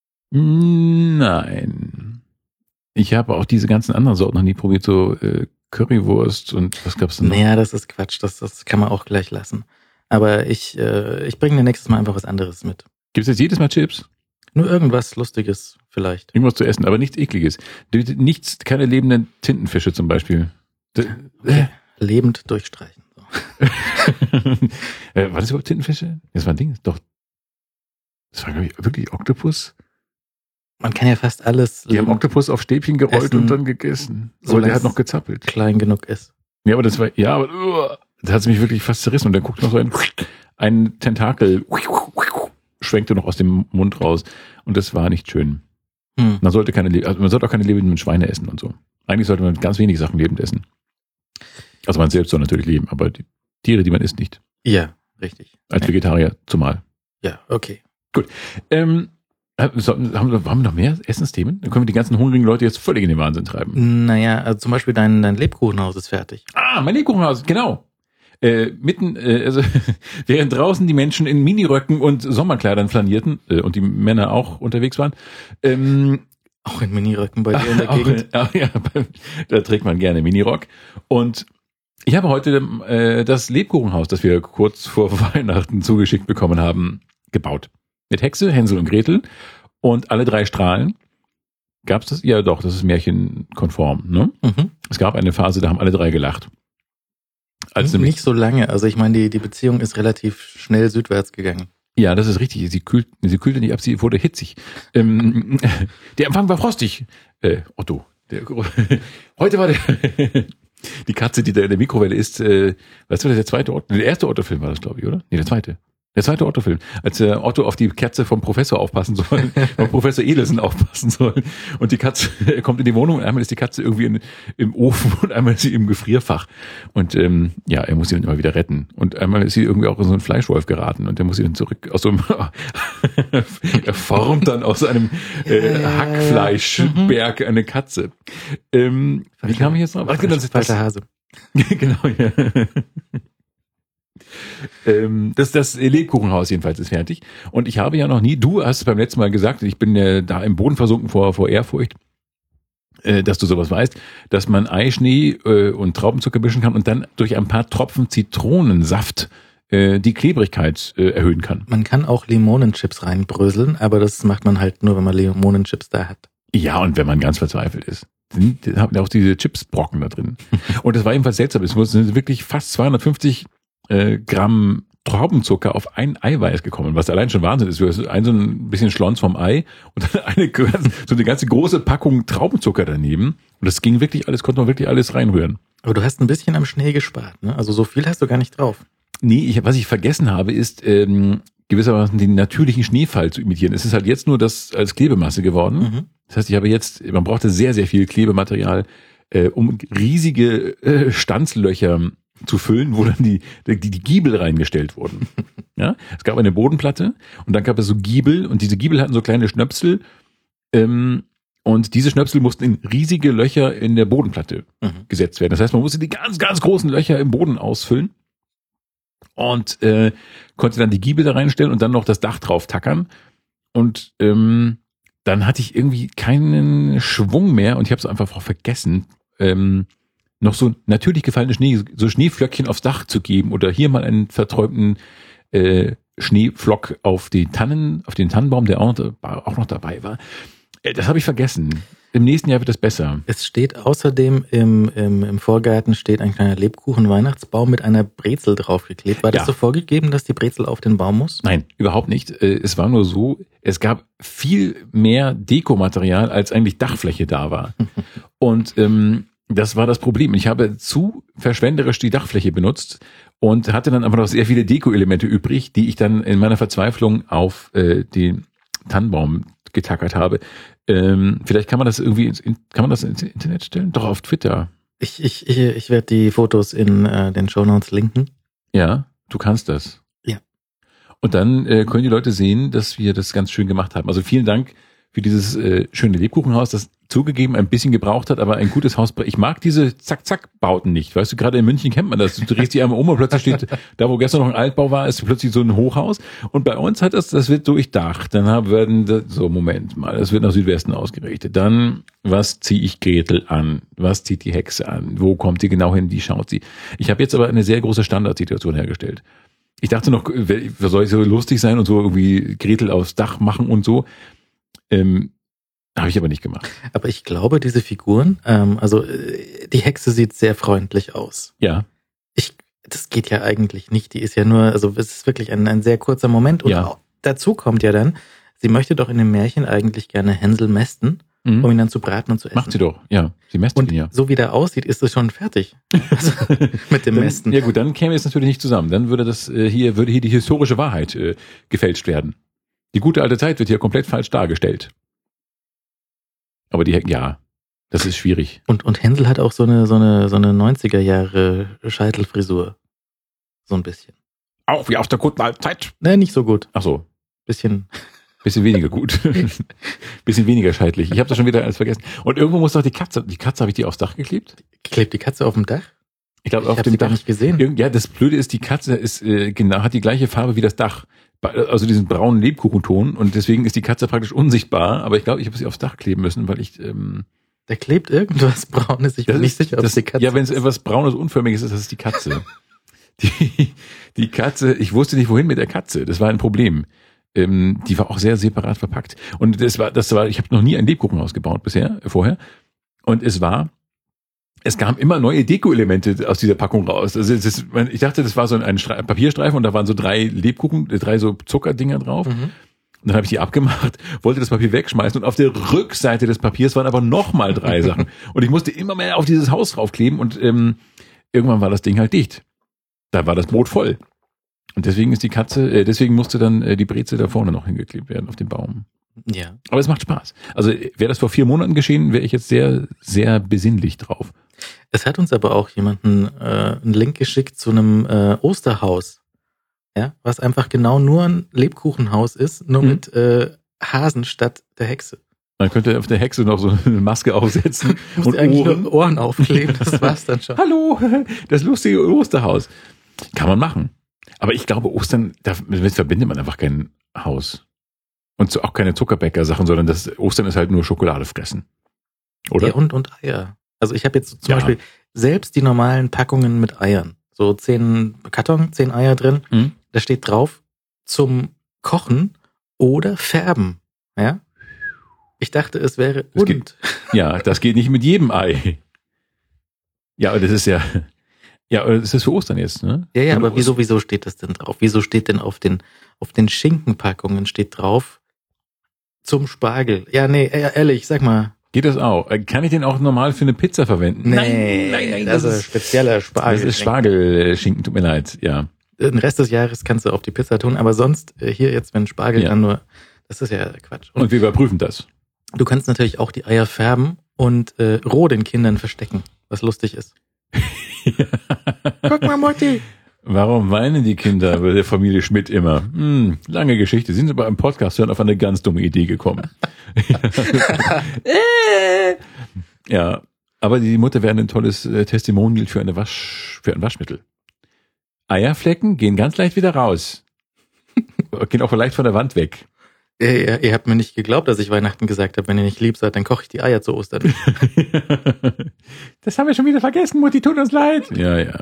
Nein. Ich habe auch diese ganzen anderen Sorten noch nie probiert, so Currywurst und was gab's denn noch? Naja, das ist Quatsch, das kann man auch gleich lassen. Aber ich bringe dir nächstes Mal einfach was anderes mit. Gibt's jetzt jedes Mal Chips? Nur irgendwas Lustiges vielleicht. Irgendwas zu essen, aber nichts Ekliges. Nichts, keine lebenden Tintenfische zum Beispiel. Okay. Lebend durchstreichen. So. War das überhaupt Tintenfische? Das war ein Ding, doch. Das war, glaube ich, wirklich Oktopus. Man kann ja fast alles. Die haben Oktopus auf Stäbchen gerollt essen, und dann gegessen. Aber der hat noch gezappelt. Klein genug ist. Ja, aber das war, da hat es mich wirklich fast zerrissen und dann guckt noch so ein Tentakel, schwenkte noch aus dem Mund raus und das war nicht schön. Man sollte auch keine lebenden Schweine essen und so. Eigentlich sollte man ganz wenig Sachen lebend essen. Also man selbst soll natürlich leben, aber die Tiere, die man isst, nicht. Ja, richtig. Als Vegetarier zumal. Ja, okay. Gut. Haben wir noch mehr Essensthemen? Dann können wir die ganzen hungrigen Leute jetzt völlig in den Wahnsinn treiben. Naja, also zum Beispiel dein Lebkuchenhaus ist fertig. Ah, mein Lebkuchenhaus, genau. Also während draußen die Menschen in Miniröcken und Sommerkleidern flanierten und die Männer auch unterwegs waren. Auch in Miniröcken bei dir in der Gegend? Ja, da trägt man gerne Minirock. Und ich habe heute das Lebkuchenhaus, das wir kurz vor Weihnachten zugeschickt bekommen haben, gebaut. Mit Hexe, Hänsel und Gretel und alle 3 Strahlen. Gab's das? Ja, doch, das ist märchenkonform. Ne? Mhm. Es gab eine Phase, da haben alle 3 gelacht. Also nicht so lange. Also ich meine, die Beziehung ist relativ schnell südwärts gegangen. Ja, das ist richtig. Sie kühlte nicht ab, sie wurde hitzig. Der Empfang war frostig. Otto. Heute war die Katze, die da in der Mikrowelle ist, weißt du, der zweite Otto, der erste Otto-Film war das, glaube ich, oder? Nee, der zweite. Der zweite Otto-Film, als Otto auf die Katze vom Professor aufpassen soll, vom Professor Edelsen aufpassen soll. Und die Katze, er kommt in die Wohnung und einmal ist die Katze irgendwie im Ofen und einmal ist sie im Gefrierfach. Und er muss sie dann immer wieder retten. Und einmal ist sie irgendwie auch in so einen Fleischwolf geraten und der muss sie dann zurück aus so einem er formt dann aus einem Hackfleischberg eine Katze. Wie kam ich jetzt drauf? Ach, genau, das ist falscher Hase. Genau, ja. Das Lebkuchenhaus jedenfalls ist fertig. Und ich habe ja noch nie, du hast beim letzten Mal gesagt, ich bin da im Boden versunken vor Ehrfurcht, dass du sowas weißt, dass man Eischnee und Traubenzucker mischen kann und dann durch ein paar Tropfen Zitronensaft die Klebrigkeit erhöhen kann. Man kann auch Limonenchips reinbröseln, aber das macht man halt nur, wenn man Limonenchips da hat. Ja, und wenn man ganz verzweifelt ist. Haben auch diese Chipsbrocken da drin. Und das war jedenfalls seltsam. Es sind wirklich fast 250 Gramm Traubenzucker auf ein Eiweiß gekommen, was allein schon Wahnsinn ist. Du hast so ein bisschen Schlons vom Ei und dann so eine ganze große Packung Traubenzucker daneben. Und das ging wirklich alles, konnte man wirklich alles reinrühren. Aber du hast ein bisschen am Schnee gespart, ne? Also so viel hast du gar nicht drauf. Nee, was ich vergessen habe, ist gewissermaßen den natürlichen Schneefall zu imitieren. Es ist halt jetzt nur das als Klebemasse geworden. Mhm. Das heißt, man brauchte sehr, sehr viel Klebematerial, um riesige Stanzlöcher zu füllen, wo dann die Giebel reingestellt wurden. Ja, es gab eine Bodenplatte und dann gab es so Giebel und diese Giebel hatten so kleine Schnöpsel und diese Schnöpsel mussten in riesige Löcher in der Bodenplatte gesetzt werden. Das heißt, man musste die ganz, ganz großen Löcher im Boden ausfüllen und konnte dann die Giebel da reinstellen und dann noch das Dach drauf tackern und dann hatte ich irgendwie keinen Schwung mehr und ich habe es einfach vergessen, noch so natürlich gefallene Schneeflöckchen aufs Dach zu geben oder hier mal einen verträumten Schneeflock auf den Tannenbaum, der auch noch dabei war. Das habe ich vergessen. Im nächsten Jahr wird das besser. Es steht außerdem im Vorgarten steht ein kleiner Lebkuchen-Weihnachtsbaum mit einer Brezel draufgeklebt. War das so vorgegeben, dass die Brezel auf den Baum muss? Nein, überhaupt nicht. Es war nur so, es gab viel mehr Dekomaterial, als eigentlich Dachfläche da war. Und Das war das Problem. Ich habe zu verschwenderisch die Dachfläche benutzt und hatte dann aber noch sehr viele Deko-Elemente übrig, die ich dann in meiner Verzweiflung auf den Tannenbaum getackert habe. Vielleicht kann man das irgendwie ins Internet stellen? Doch, auf Twitter. Ich werde die Fotos in den Shownotes linken. Ja, du kannst das. Ja. Und dann können die Leute sehen, dass wir das ganz schön gemacht haben. Also vielen Dank für dieses schöne Lebkuchenhaus, das zugegeben ein bisschen gebraucht hat, aber ein gutes Haus. Ich mag diese Zack-Zack-Bauten nicht. Weißt du, gerade in München kennt man das. Du drehst die einmal um und plötzlich steht, da wo gestern noch ein Altbau war, ist plötzlich so ein Hochhaus. Und bei uns hat das wird durchdacht. Dann Moment mal, das wird nach Südwesten ausgerichtet. Dann, was ziehe ich Gretel an? Was zieht die Hexe an? Wo kommt die genau hin? Wie schaut sie? Ich habe jetzt aber eine sehr große Standardsituation hergestellt. Ich dachte noch, soll ich so lustig sein und so irgendwie Gretel aufs Dach machen und so. Habe ich aber nicht gemacht. Aber ich glaube, diese Figuren, die Hexe sieht sehr freundlich aus. Ja. Das geht ja eigentlich nicht. Die ist ja nur, also es ist wirklich ein sehr kurzer Moment. Und auch dazu kommt ja dann, sie möchte doch in dem Märchen eigentlich gerne Hänsel mästen, um ihn dann zu braten und zu essen. Macht sie doch, ja. Sie mästet ihn ja. So wie der aussieht, ist es schon fertig. Also, mit dem Mästen. Ja gut, dann käme es natürlich nicht zusammen. Dann würde hier die historische Wahrheit gefälscht werden. Die gute alte Zeit wird hier komplett falsch dargestellt. Aber das ist schwierig. Und Hänsel hat auch so eine 90er Jahre Scheitelfrisur. So ein bisschen. Auch wie aus der guten alten Zeit? Nee, nicht so gut. Ach so. Bisschen weniger gut. Bisschen weniger scheitlich. Ich habe das schon wieder alles vergessen. Und irgendwo muss doch die Katze habe ich die aufs Dach geklebt? Klebt die Katze auf dem Dach? Ich glaube, auf dem Dach. Gar nicht gesehen. Ja, das Blöde ist, die Katze ist hat die gleiche Farbe wie das Dach. Also diesen braunen Lebkuchenton, und deswegen ist die Katze praktisch unsichtbar, aber ich glaube, ich habe sie aufs Dach kleben müssen, weil ich da klebt irgendwas Braunes, ich bin nicht sicher, ob es die Katze ist. Ja, wenn es etwas Braunes, Unförmiges ist, das ist die Katze. Die Katze, ich wusste nicht, wohin mit der Katze, das war ein Problem. Die war auch sehr separat verpackt. Und das war, ich habe noch nie ein Lebkuchenhaus gebaut vorher. Und es kamen immer neue Deko-Elemente aus dieser Packung raus. Also ich dachte, das war so ein Papierstreifen und da waren so drei so Zuckerdinger drauf. Mhm. Und dann habe ich die abgemacht, wollte das Papier wegschmeißen und auf der Rückseite des Papiers waren aber nochmal 3 Sachen. Und ich musste immer mehr auf dieses Haus draufkleben und irgendwann war das Ding halt dicht. Da war das Brot voll. Und deswegen musste dann die Brezel da vorne noch hingeklebt werden auf den Baum. Ja. Aber es macht Spaß. Also wäre das vor 4 Monaten geschehen, wäre ich jetzt sehr, sehr besinnlich drauf. Es hat uns aber auch jemanden einen Link geschickt zu einem Osterhaus, ja, was einfach genau nur ein Lebkuchenhaus ist, nur mit Hasen statt der Hexe. Man könnte auf der Hexe noch so eine Maske aufsetzen und eigentlich nur Ohren aufkleben, das war's dann schon. Hallo, das lustige Osterhaus. Kann man machen. Aber ich glaube, Ostern, damit verbindet man einfach kein Haus. Und auch keine Zuckerbäcker-Sachen, sondern das Ostern ist halt nur Schokolade fressen. Oder? Ja, und Eier. Also ich habe jetzt zum Beispiel selbst die normalen Packungen mit Eiern. So 10 Eier drin. Mhm. Da steht drauf, zum Kochen oder Färben. Ja? Ich dachte, es wäre das geht nicht mit jedem Ei. Ja, aber das ist das ist für Ostern jetzt, ne? Ja, aber wieso steht das denn drauf? Wieso steht denn auf den Schinkenpackungen steht drauf, zum Spargel? Ja, nee, ehrlich, sag mal. Geht das auch? Kann ich den auch normal für eine Pizza verwenden? Nein, das ist spezieller Spargel. Das ist Spargelschinken, tut mir leid, ja. Den Rest des Jahres kannst du auf die Pizza tun, aber sonst hier jetzt, wenn Spargel dann nur, das ist ja Quatsch. Und wir überprüfen das. Du kannst natürlich auch die Eier färben und roh den Kindern verstecken, was lustig ist. Ja. Guck mal, Mutti. Warum weinen die Kinder bei der Familie Schmidt immer? Lange Geschichte. Sind sie bei einem Podcast hören auf eine ganz dumme Idee gekommen. Ja, aber die Mutter wäre ein tolles Testimonial für ein Waschmittel. Eierflecken gehen ganz leicht wieder raus. Gehen auch leicht von der Wand weg. Ihr habt mir nicht geglaubt, dass ich Weihnachten gesagt habe, wenn ihr nicht lieb seid, dann koche ich die Eier zu Ostern. Das haben wir schon wieder vergessen, Mutti, tut uns leid. Ja.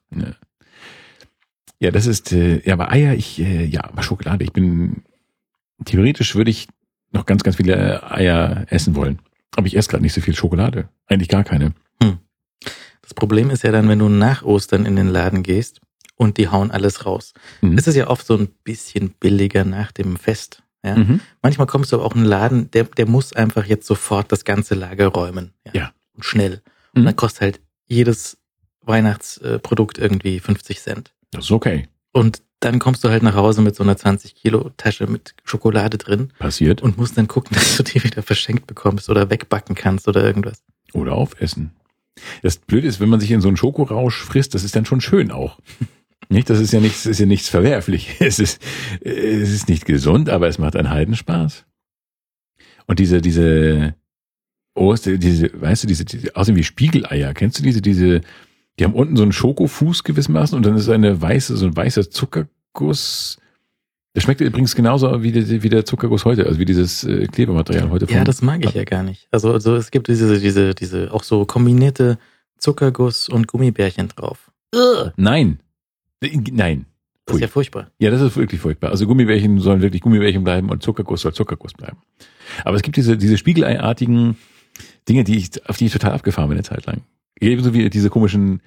Ja, das ist, aber Eier, aber Schokolade. Theoretisch würde ich noch ganz, ganz viele Eier essen wollen. Aber ich esse gerade nicht so viel Schokolade. Eigentlich gar keine. Das Problem ist ja dann, wenn du nach Ostern in den Laden gehst und die hauen alles raus. Es ist ja oft so ein bisschen billiger nach dem Fest. Ja? Manchmal kommst du aber auch in einen Laden, der muss einfach jetzt sofort das ganze Lager räumen. Ja. Und schnell. Und dann kostet halt jedes Weihnachtsprodukt irgendwie 50 Cent. Das ist okay. Und dann kommst du halt nach Hause mit so einer 20-Kilo-Tasche mit Schokolade drin. Passiert. Und musst dann gucken, dass du die wieder verschenkt bekommst oder wegbacken kannst oder irgendwas. Oder aufessen. Das Blöde ist, wenn man sich in so einen Schokorausch frisst, das ist dann schon schön auch. Nicht, das ist ja nichts Verwerfliches. Es ist nicht gesund, aber es macht einen Heidenspaß. Und diese, weißt du, diese aussehen wie Spiegeleier. Kennst du diese, die haben unten so einen Schokofuß gewissermaßen und dann ist so ein weißer Zuckerguss. Das schmeckt übrigens genauso wie der Zuckerguss heute, also wie dieses Klebematerial heute. Ja, das mag ich ja gar nicht. Also es gibt diese auch so kombinierte Zuckerguss und Gummibärchen drauf. Nein. Das ist ja furchtbar. Ja, das ist wirklich furchtbar. Also Gummibärchen sollen wirklich Gummibärchen bleiben und Zuckerguss soll Zuckerguss bleiben. Aber es gibt diese Spiegeleiartigen Dinge, auf die ich total abgefahren bin eine Zeit lang. Ebenso wie diese komischen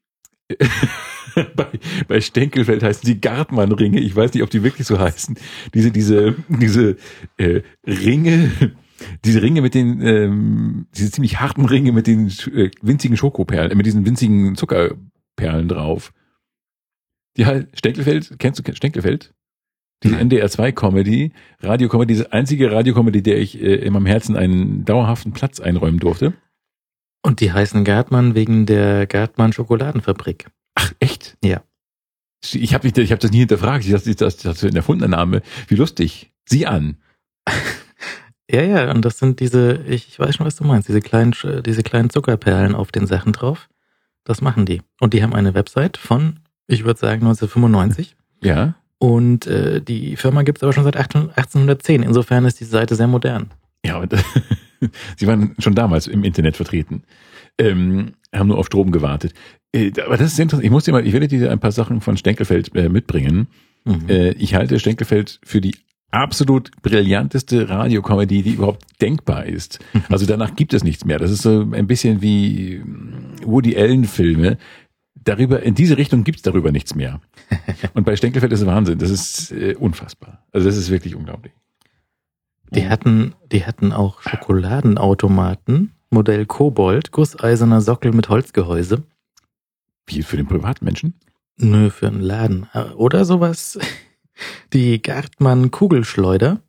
bei Stenkelfeld heißen die Gartmann-Ringe. Ich weiß nicht, ob die wirklich so heißen. Diese Ringe, diese Ringe mit den, diese ziemlich harten Ringe mit den winzigen Schokoperlen, mit diesen winzigen Zuckerperlen drauf. Die halt, Stenkelfeld, kennst du Stenkelfeld? Diese NDR2-Comedy, Radiokomödie, diese einzige Radiokomödie, der ich in meinem Herzen einen dauerhaften Platz einräumen durfte. Und die heißen Gartmann wegen der Gartmann-Schokoladenfabrik. Ach, echt? Ja. Ich hab das nie hinterfragt. Ich dachte, das ist ein erfundener Name. Wie lustig. Sieh an. Ja, und das sind ich weiß schon, was du meinst, diese kleinen Zuckerperlen auf den Sachen drauf. Das machen die. Und die haben eine Website von, ich würde sagen, 1995. Ja. Und die Firma gibt es aber schon seit 1810. Insofern ist die Seite sehr modern. Ja, und sie waren schon damals im Internet vertreten. Haben nur auf Strom gewartet. Aber das ist interessant. Ich werde dir ein paar Sachen von Stenkelfeld mitbringen. Mhm. Ich halte Stenkelfeld für die absolut brillanteste Radiokomödie, die überhaupt denkbar ist. Also danach gibt es nichts mehr. Das ist so ein bisschen wie Woody Allen-Filme. In diese Richtung gibt's darüber nichts mehr. Und bei Stenkelfeld ist es Wahnsinn. Das ist unfassbar. Also das ist wirklich unglaublich. Die hatten auch Schokoladenautomaten, Modell Kobold, gusseiserner Sockel mit Holzgehäuse. Wie für den Privatmenschen? Nö, für einen Laden. Oder sowas. Die Gartmann Kugelschleuder.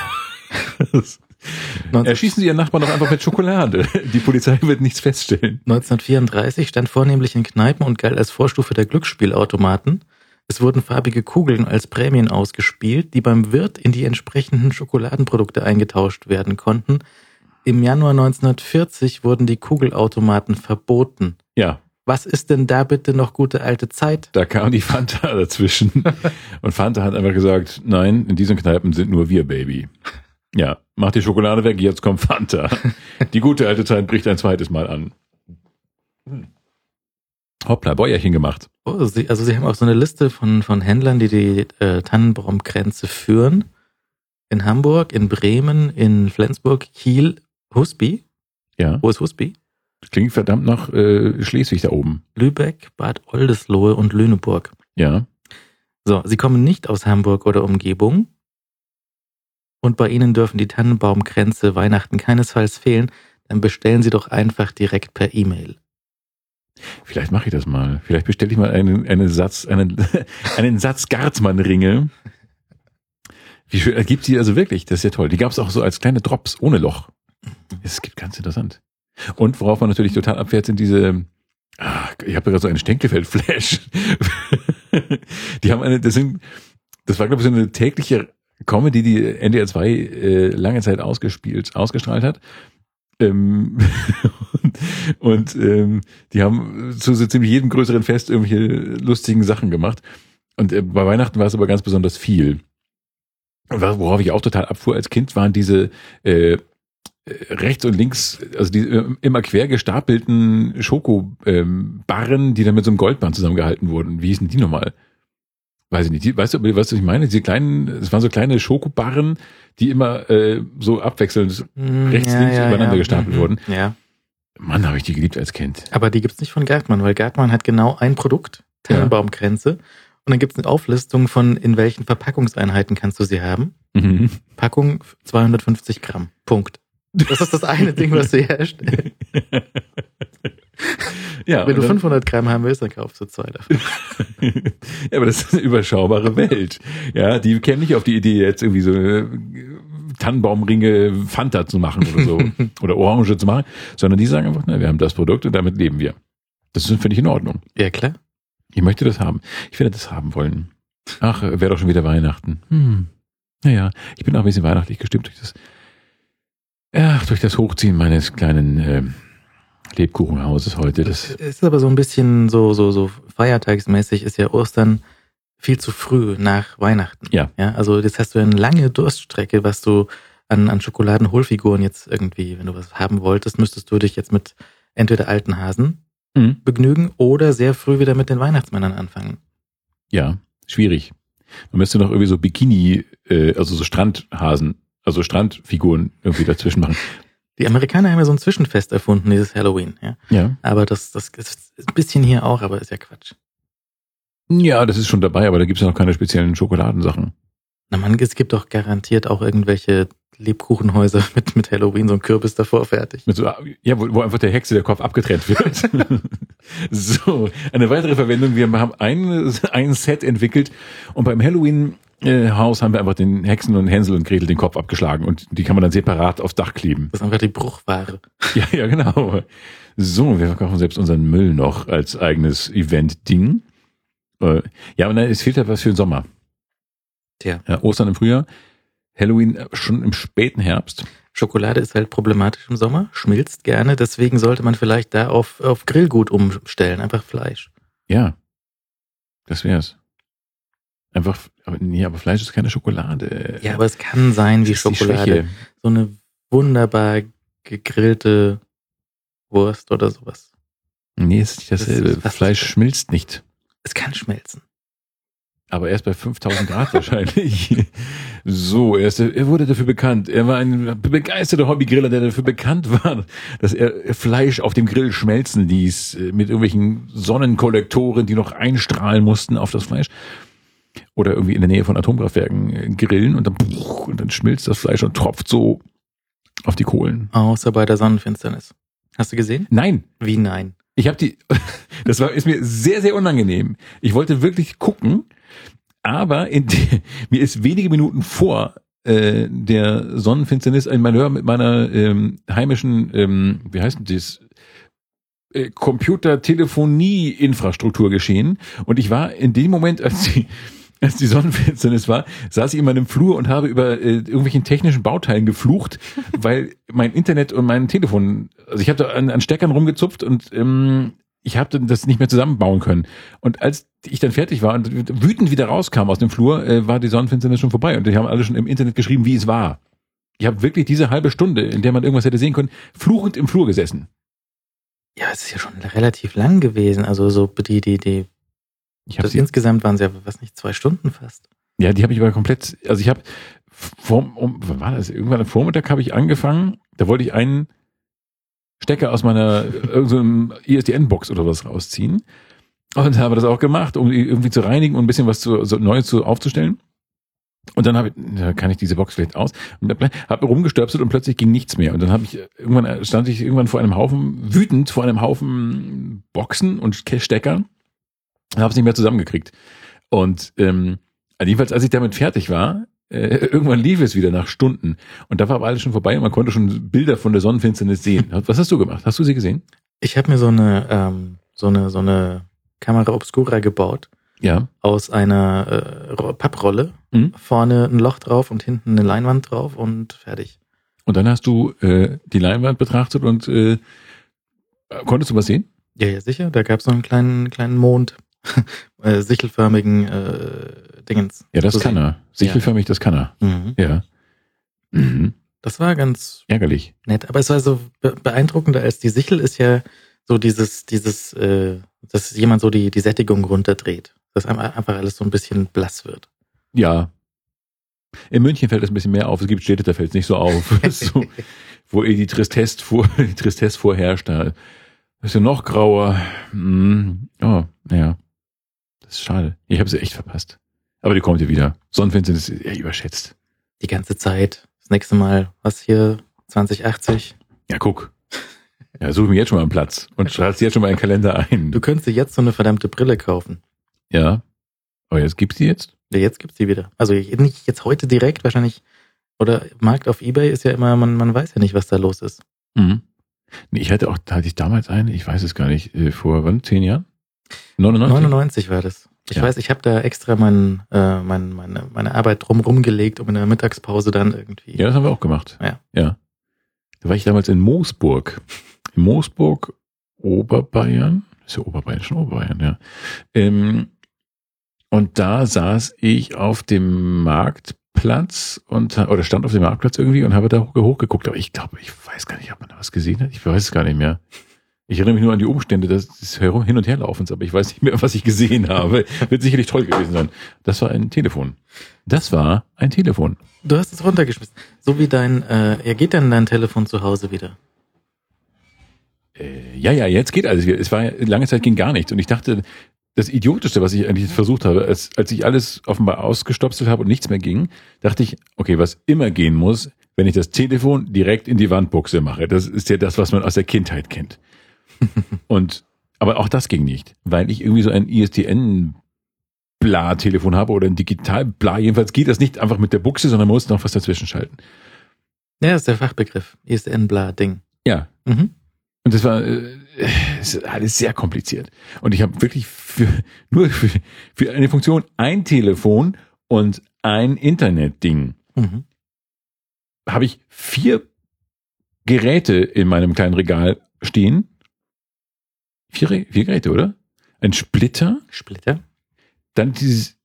Erschießen Sie Ihren Nachbarn doch einfach mit Schokolade. Die Polizei wird nichts feststellen. 1934 stand vornehmlich in Kneipen und galt als Vorstufe der Glücksspielautomaten. Es wurden farbige Kugeln als Prämien ausgespielt, die beim Wirt in die entsprechenden Schokoladenprodukte eingetauscht werden konnten. Im Januar 1940 wurden die Kugelautomaten verboten. Ja. Was ist denn da bitte noch gute alte Zeit? Da kam die Fanta dazwischen. Und Fanta hat einfach gesagt, nein, in diesen Kneipen sind nur wir, Baby. Ja, mach die Schokolade weg, jetzt kommt Fanta. Die gute alte Zeit bricht ein zweites Mal an. Hoppla, Bäuerchen gemacht. Oh, Sie haben auch so eine Liste von Händlern, die Tannenbaumkränze führen. In Hamburg, in Bremen, in Flensburg, Kiel, Husby. Ja. Wo ist Husby? Klingt verdammt nach Schleswig da oben. Lübeck, Bad Oldesloe und Lüneburg. Ja. So, Sie kommen nicht aus Hamburg oder Umgebung. Und bei Ihnen dürfen die Tannenbaumkränze Weihnachten keinesfalls fehlen. Dann bestellen Sie doch einfach direkt per E-Mail. Vielleicht mache ich das mal. Vielleicht bestelle ich mal einen Satz Gartmann-Ringe. Wie schön, gibt die also wirklich, das ist ja toll. Die gab es auch so als kleine Drops ohne Loch. Es gibt ganz interessant. Und worauf man natürlich total abfährt, sind diese, ich habe gerade so einen Stenkelfeld-Flash. Die haben das war glaube ich so eine tägliche Comedy, die NDR 2 lange Zeit ausgestrahlt hat. Und die haben zu so ziemlich jedem größeren Fest irgendwelche lustigen Sachen gemacht. Und bei Weihnachten war es aber ganz besonders viel. Und worauf ich auch total abfuhr als Kind, waren diese rechts und links, also die immer quer gestapelten Schokobarren, die dann mit so einem Goldband zusammengehalten wurden. Wie hießen die nochmal? Weiß ich nicht. Weißt du, was ich meine? Es waren so kleine Schokobarren, die immer so abwechselnd rechts, links übereinander gestapelt wurden. Ja. Mann, habe ich die geliebt als Kind. Aber die gibt's nicht von Gartmann, weil Gartmann hat genau ein Produkt, Tannenbaumkränze. Und dann gibt's eine Auflistung von, in welchen Verpackungseinheiten kannst du sie haben. Mhm. Packung 250 Gramm. Punkt. Das ist das eine Ding, was sie herstellen. Ja, wenn du 500 Gramm haben willst, dann kaufst du 2 davon. Ja, aber das ist eine überschaubare Welt. Ja, die kämen nicht auf die Idee, jetzt irgendwie so Tannenbaumringe Fanta zu machen oder so. Oder Orange zu machen. Sondern die sagen einfach, wir haben das Produkt und damit leben wir. Das ist völlig in Ordnung. Ja, klar. Ich möchte das haben. Ich werde das haben wollen. Ach, wäre doch schon wieder Weihnachten. Naja, ich bin auch ein bisschen weihnachtlich gestimmt durch das Hochziehen meines kleinen Lebkuchenhauses heute. Das ist aber so ein bisschen so feiertagsmäßig ist ja Ostern viel zu früh nach Weihnachten. Ja. Also jetzt hast du eine lange Durststrecke, was du an Schokoladenhohlfiguren jetzt irgendwie, wenn du was haben wolltest, müsstest du dich jetzt mit entweder alten Hasen begnügen oder sehr früh wieder mit den Weihnachtsmännern anfangen. Ja, schwierig. Man müsste noch irgendwie so Bikini, also so Strandhasen, also Strandfiguren irgendwie dazwischen machen. Die Amerikaner haben ja so ein Zwischenfest erfunden, dieses Halloween. Ja. Aber das ist ein bisschen hier auch, aber ist ja Quatsch. Ja, das ist schon dabei, aber da gibt es ja noch keine speziellen Schokoladensachen. Na man, es gibt doch garantiert auch irgendwelche Lebkuchenhäuser mit Halloween, so ein Kürbis davor fertig. Ja, wo einfach der Hexe der Kopf abgetrennt wird. So, eine weitere Verwendung. Wir haben ein Set entwickelt und beim Halloween-Haus haben wir einfach den Hexen und Hänsel und Gretel den Kopf abgeschlagen und die kann man dann separat aufs Dach kleben. Das ist einfach die Bruchware. Ja, genau. So, wir verkaufen selbst unseren Müll noch als eigenes Event-Ding. Ja, und dann, es fehlt ja was für den Sommer. Tja. Ja, Ostern im Frühjahr, Halloween schon im späten Herbst. Schokolade ist halt problematisch im Sommer, schmilzt gerne, deswegen sollte man vielleicht da auf Grillgut umstellen, einfach Fleisch. Ja, das wär's. Einfach, aber Fleisch ist keine Schokolade. Ja, aber es kann sein wie Schokolade. So eine wunderbar gegrillte Wurst oder sowas. Nee, ist nicht dasselbe. Fleisch schmilzt nicht. Es kann schmelzen. Aber erst bei 5000 Grad wahrscheinlich. So, er wurde dafür bekannt. Er war ein begeisterter Hobbygriller, der dafür bekannt war, dass er Fleisch auf dem Grill schmelzen ließ, mit irgendwelchen Sonnenkollektoren, die noch einstrahlen mussten auf das Fleisch. Oder irgendwie in der Nähe von Atomkraftwerken grillen und dann schmilzt das Fleisch und tropft so auf die Kohlen. Außer bei der Sonnenfinsternis. Hast du gesehen? Nein. Wie nein? Ist mir sehr, sehr unangenehm. Ich wollte wirklich gucken, aber mir ist wenige Minuten vor der Sonnenfinsternis ein Malheur mit meiner heimischen, wie heißt denn das, Computer-Telefonie-Infrastruktur geschehen. Und ich war in dem Moment, als die Sonnenfinsternis war, saß ich in meinem Flur und habe über irgendwelchen technischen Bauteilen geflucht, weil mein Internet und mein Telefon, also ich habe da an Steckern rumgezupft und ich habe das nicht mehr zusammenbauen können. Und als ich dann fertig war und wütend wieder rauskam aus dem Flur, war die Sonnenfinsternis schon vorbei und die haben alle schon im Internet geschrieben, wie es war. Ich habe wirklich diese halbe Stunde, in der man irgendwas hätte sehen können, fluchend im Flur gesessen. Ja, es ist ja schon relativ lang gewesen. Also so insgesamt waren es ja, 2 Stunden fast. Ja, die habe ich aber komplett, also ich habe wann war das? Irgendwann am Vormittag habe ich angefangen, da wollte ich einen Stecker aus meiner irgendeinem ISDN-Box oder was rausziehen und habe das auch gemacht, um irgendwie zu reinigen und ein bisschen was Neues aufzustellen. Und dann kann ich diese Box vielleicht aus und habe rumgestöpselt und plötzlich ging nichts mehr. Und dann stand ich irgendwann wütend vor einem Haufen Boxen und Steckern und habe es nicht mehr zusammengekriegt. Und jedenfalls, als ich damit fertig war, irgendwann lief es wieder nach Stunden. Und da war aber alles schon vorbei und man konnte schon Bilder von der Sonnenfinsternis sehen. Was hast du gemacht? Hast du sie gesehen? Ich habe mir so eine Kamera Obscura gebaut. Ja. Aus einer Papprolle. Vorne ein Loch drauf und hinten eine Leinwand drauf und fertig. Und dann hast du die Leinwand betrachtet und konntest du was sehen? Ja, sicher. Da gab es noch einen kleinen Mond. Sichelförmigen Dingens. Ja, das kann er. Sichelförmig, das kann er. Mhm. Ja. Mhm. Das war ganz ärgerlich. Nett. Aber es war so beeindruckender als die Sichel ist ja so dass jemand so die Sättigung runterdreht. Dass einfach alles so ein bisschen blass wird. Ja. In München fällt es ein bisschen mehr auf. Es gibt Städte, da fällt es nicht so auf. So, wo die Tristesse vorherrscht. Da ist ja noch grauer. Oh, naja. Das ist schade. Ich habe sie echt verpasst. Aber die kommt ja wieder. Sonnenfinsternis ist eher überschätzt. Die ganze Zeit. Das nächste Mal, was hier? 2080? Ja, guck. Ja, suche mir jetzt schon mal einen Platz und schreibe jetzt schon mal einen Kalender ein. Du könntest dir jetzt so eine verdammte Brille kaufen. Ja. Aber jetzt gibt's die jetzt? Ja, jetzt gibt's die wieder. Also nicht jetzt heute direkt, wahrscheinlich. Oder Markt auf eBay ist ja immer, man weiß ja nicht, was da los ist. Mhm. Nee, hatte ich damals eine, ich weiß es gar nicht, vor wann? 10 Jahren? 99 war das. Ich Ja. weiß, ich habe da extra meine Arbeit drumherum gelegt, um in der Mittagspause dann irgendwie. Ja, das haben wir auch gemacht. Ja. Da war ich damals in Moosburg. In Moosburg, Oberbayern. Ist ja Oberbayern, schon Oberbayern, ja. Und da saß ich auf dem Marktplatz oder stand auf dem Marktplatz irgendwie und habe da hochgeguckt. Aber ich glaube, ich weiß gar nicht, ob man da was gesehen hat. Ich weiß es gar nicht mehr. Ich erinnere mich nur an die Umstände des Hin- und Herlaufens, aber ich weiß nicht mehr, was ich gesehen habe. Wird sicherlich toll gewesen sein. Das war ein Telefon. Du hast es runtergeschmissen. So wie geht dann dein Telefon zu Hause wieder? Ja, jetzt geht alles wieder. Es war lange Zeit ging gar nichts. Und ich dachte, das Idiotischste, was ich eigentlich versucht habe, als ich alles offenbar ausgestopselt habe und nichts mehr ging, dachte ich, okay, was immer gehen muss, wenn ich das Telefon direkt in die Wandbuchse mache. Das ist ja das, was man aus der Kindheit kennt. Aber auch das ging nicht, weil ich irgendwie so ein ISDN-Bla-Telefon habe oder ein Digital-Bla. Jedenfalls geht das nicht einfach mit der Buchse, sondern man muss noch was dazwischen schalten. Ja, das ist der Fachbegriff. ISDN-Bla-Ding. Ja. Mhm. Und das war ist alles sehr kompliziert. Und ich habe wirklich nur für eine Funktion ein Telefon und ein Internet-Ding. Mhm. Habe ich 4 Geräte in meinem kleinen Regal stehen. 4 Geräte, oder? Ein Splitter. Dann dieses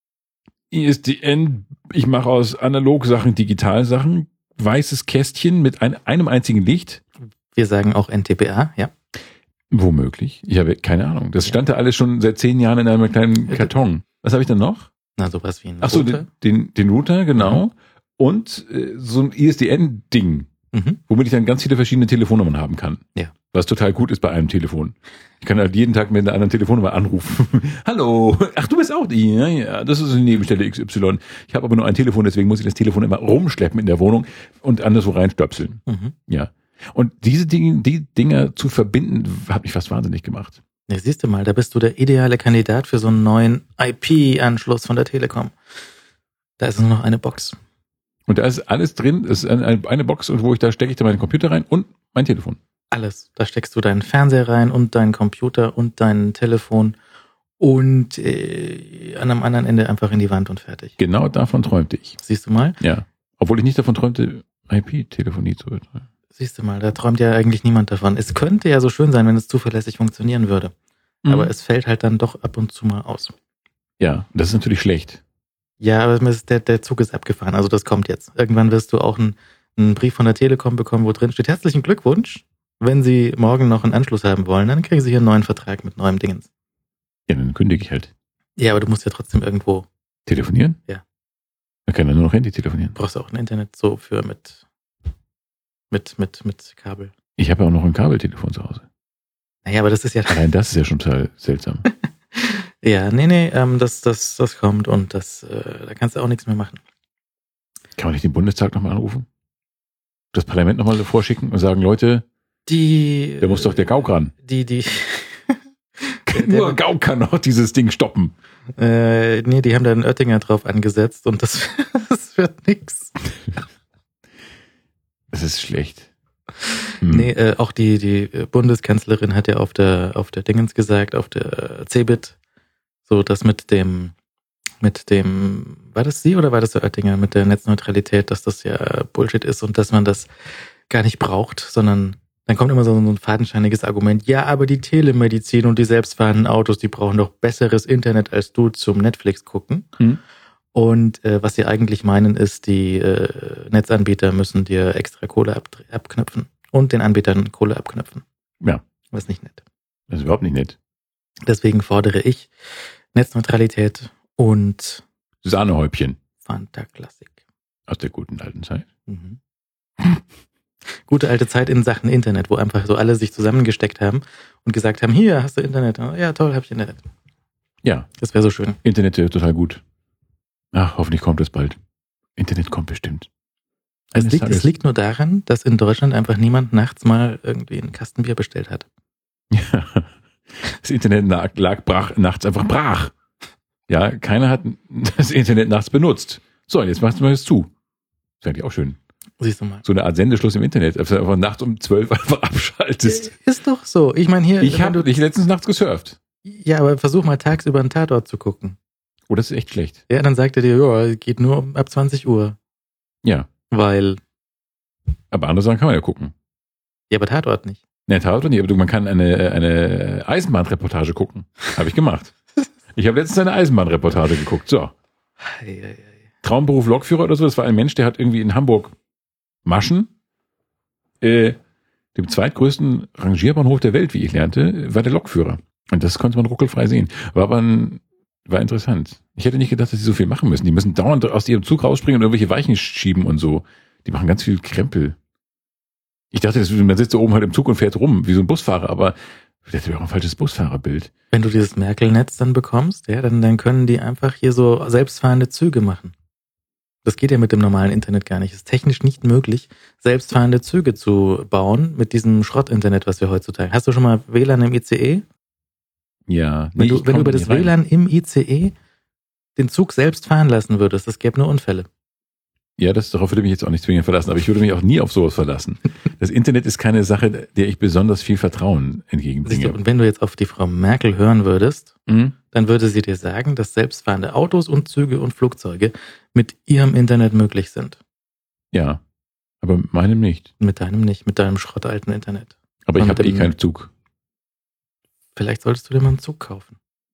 ISDN, ich mache aus Analog-Sachen Digital-Sachen, weißes Kästchen mit einem einzigen Licht. Wir sagen auch NTBA, ja. Womöglich. Ich habe keine Ahnung. Das stand da alles schon seit 10 Jahren in einem kleinen Karton. Was habe ich dann noch? Na, sowas wie ein Ach so, den Router, genau. Mhm. Und so ein ISDN-Ding, womit ich dann ganz viele verschiedene Telefonnummern haben kann. Ja. Was total gut ist bei einem Telefon. Ich kann halt jeden Tag mit einer anderen Telefonnummer anrufen. Hallo, ach, du bist auch die? Ja, das ist eine Nebenstelle XY. Ich habe aber nur ein Telefon, deswegen muss ich das Telefon immer rumschleppen in der Wohnung und anderswo reinstöpseln. Mhm. Ja. Und die Dinger zu verbinden, hat mich fast wahnsinnig gemacht. Ja, siehst du mal, da bist du der ideale Kandidat für so einen neuen IP-Anschluss von der Telekom. Da ist nur noch eine Box. Und da ist alles drin, es ist eine Box, und da stecke ich da meinen Computer rein und mein Telefon. Alles. Da steckst du deinen Fernseher rein und deinen Computer und dein Telefon und an einem anderen Ende einfach in die Wand und fertig. Genau davon träumte ich. Siehst du mal? Ja. Obwohl ich nicht davon träumte, IP-Telefonie zu betreiben. Siehst du mal, da träumt ja eigentlich niemand davon. Es könnte ja so schön sein, wenn es zuverlässig funktionieren würde. Mhm. Aber es fällt halt dann doch ab und zu mal aus. Ja, das ist natürlich schlecht. Ja, aber der Zug ist abgefahren. Also das kommt jetzt. Irgendwann wirst du auch einen Brief von der Telekom bekommen, wo drin steht: Herzlichen Glückwunsch. Wenn Sie morgen noch einen Anschluss haben wollen, dann kriegen Sie hier einen neuen Vertrag mit neuem Dingens. Ja, dann kündige ich halt. Ja, aber du musst ja trotzdem irgendwo telefonieren? Ja. Man kann ja nur noch Handy telefonieren. Brauchst du auch ein Internet so für mit Kabel. Ich habe ja auch noch ein Kabeltelefon zu Hause. Naja, aber das ist ja... Nein, das ist ja schon total seltsam. Ja, nee, das kommt und da kannst du auch nichts mehr machen. Kann man nicht den Bundestag nochmal anrufen? Das Parlament nochmal vorschicken und sagen, Leute, da muss doch der Gauck ran. Nur Gauck kann noch dieses Ding stoppen. Nee, die haben da einen Oettinger drauf angesetzt und das wird nix. Das ist schlecht. Nee, auch die Bundeskanzlerin hat ja auf der Dingens gesagt, auf der CeBIT, so das mit dem, war das sie oder war das der Oettinger, mit der Netzneutralität, dass das ja Bullshit ist und dass man das gar nicht braucht, sondern dann kommt immer so ein fadenscheiniges Argument, ja, aber die Telemedizin und die selbstfahrenden Autos, die brauchen doch besseres Internet als du zum Netflix gucken. Und was sie eigentlich meinen ist, die Netzanbieter müssen dir extra Kohle abknüpfen und den Anbietern Kohle abknüpfen. Ja. Das ist nicht nett. Das ist überhaupt nicht nett. Deswegen fordere ich Netzneutralität und Sahnehäubchen. Fanta Classic. Aus der guten alten Zeit. Mhm. Gute alte Zeit in Sachen Internet, wo einfach so alle sich zusammengesteckt haben und gesagt haben, hier, hast du Internet? Ja, toll, hab ich Internet. Ja. Das wäre so schön. Internet ist total gut. Ach, hoffentlich kommt es bald. Internet kommt bestimmt. Es liegt nur daran, dass in Deutschland einfach niemand nachts mal irgendwie einen Kasten Bier bestellt hat. Ja, das Internet lag nachts einfach brach. Ja, keiner hat das Internet nachts benutzt. So, und jetzt machst du mal das zu. Das ist eigentlich auch schön. Siehst du mal. So eine Art Sendeschluss im Internet, dass du einfach nachts um 12 einfach abschaltest. Ist doch so. Ich meine hier... Ich habe dich letztens nachts gesurft. Ja, aber versuch mal tagsüber einen Tatort zu gucken. Oh, das ist echt schlecht. Ja, dann sagt er dir, ja, geht nur ab 20 Uhr. Ja. Weil... Aber andere Sachen kann man ja gucken. Ja, aber Tatort nicht. Ne, Tatort nicht, aber man kann eine Eisenbahnreportage gucken. Habe ich gemacht. Ich habe letztens eine Eisenbahnreportage geguckt. So. Traumberuf Lokführer oder so. Das war ein Mensch, der hat irgendwie in Hamburg Maschen, dem zweitgrößten Rangierbahnhof der Welt, wie ich lernte, war der Lokführer. Und das konnte man ruckelfrei sehen. War interessant. Ich hätte nicht gedacht, dass sie so viel machen müssen. Die müssen dauernd aus ihrem Zug rausspringen und irgendwelche Weichen schieben und so. Die machen ganz viel Krempel. Ich dachte, man sitzt da oben halt im Zug und fährt rum, wie so ein Busfahrer, aber das ist ja auch ein falsches Busfahrerbild. Wenn du dieses Merkel-Netz dann bekommst, ja, dann können die einfach hier so selbstfahrende Züge machen. Das geht ja mit dem normalen Internet gar nicht. Es ist technisch nicht möglich, selbstfahrende Züge zu bauen mit diesem Schrott-Internet, was wir heutzutage. Hast du schon mal WLAN im ICE? Ja. Wenn du über das WLAN im ICE den Zug selbst fahren lassen würdest, das gäbe nur Unfälle. Ja, darauf würde ich mich jetzt auch nicht zwingend verlassen, aber ich würde mich auch nie auf sowas verlassen. Das Internet ist keine Sache, der ich besonders viel Vertrauen entgegenbringe. Und wenn du jetzt auf die Frau Merkel hören würdest, dann würde sie dir sagen, dass selbstfahrende Autos und Züge und Flugzeuge mit ihrem Internet möglich sind. Ja, aber mit meinem nicht. Mit deinem nicht, mit deinem schrottalten Internet. Aber ich habe keinen Zug. Vielleicht solltest du dir mal einen Zug kaufen.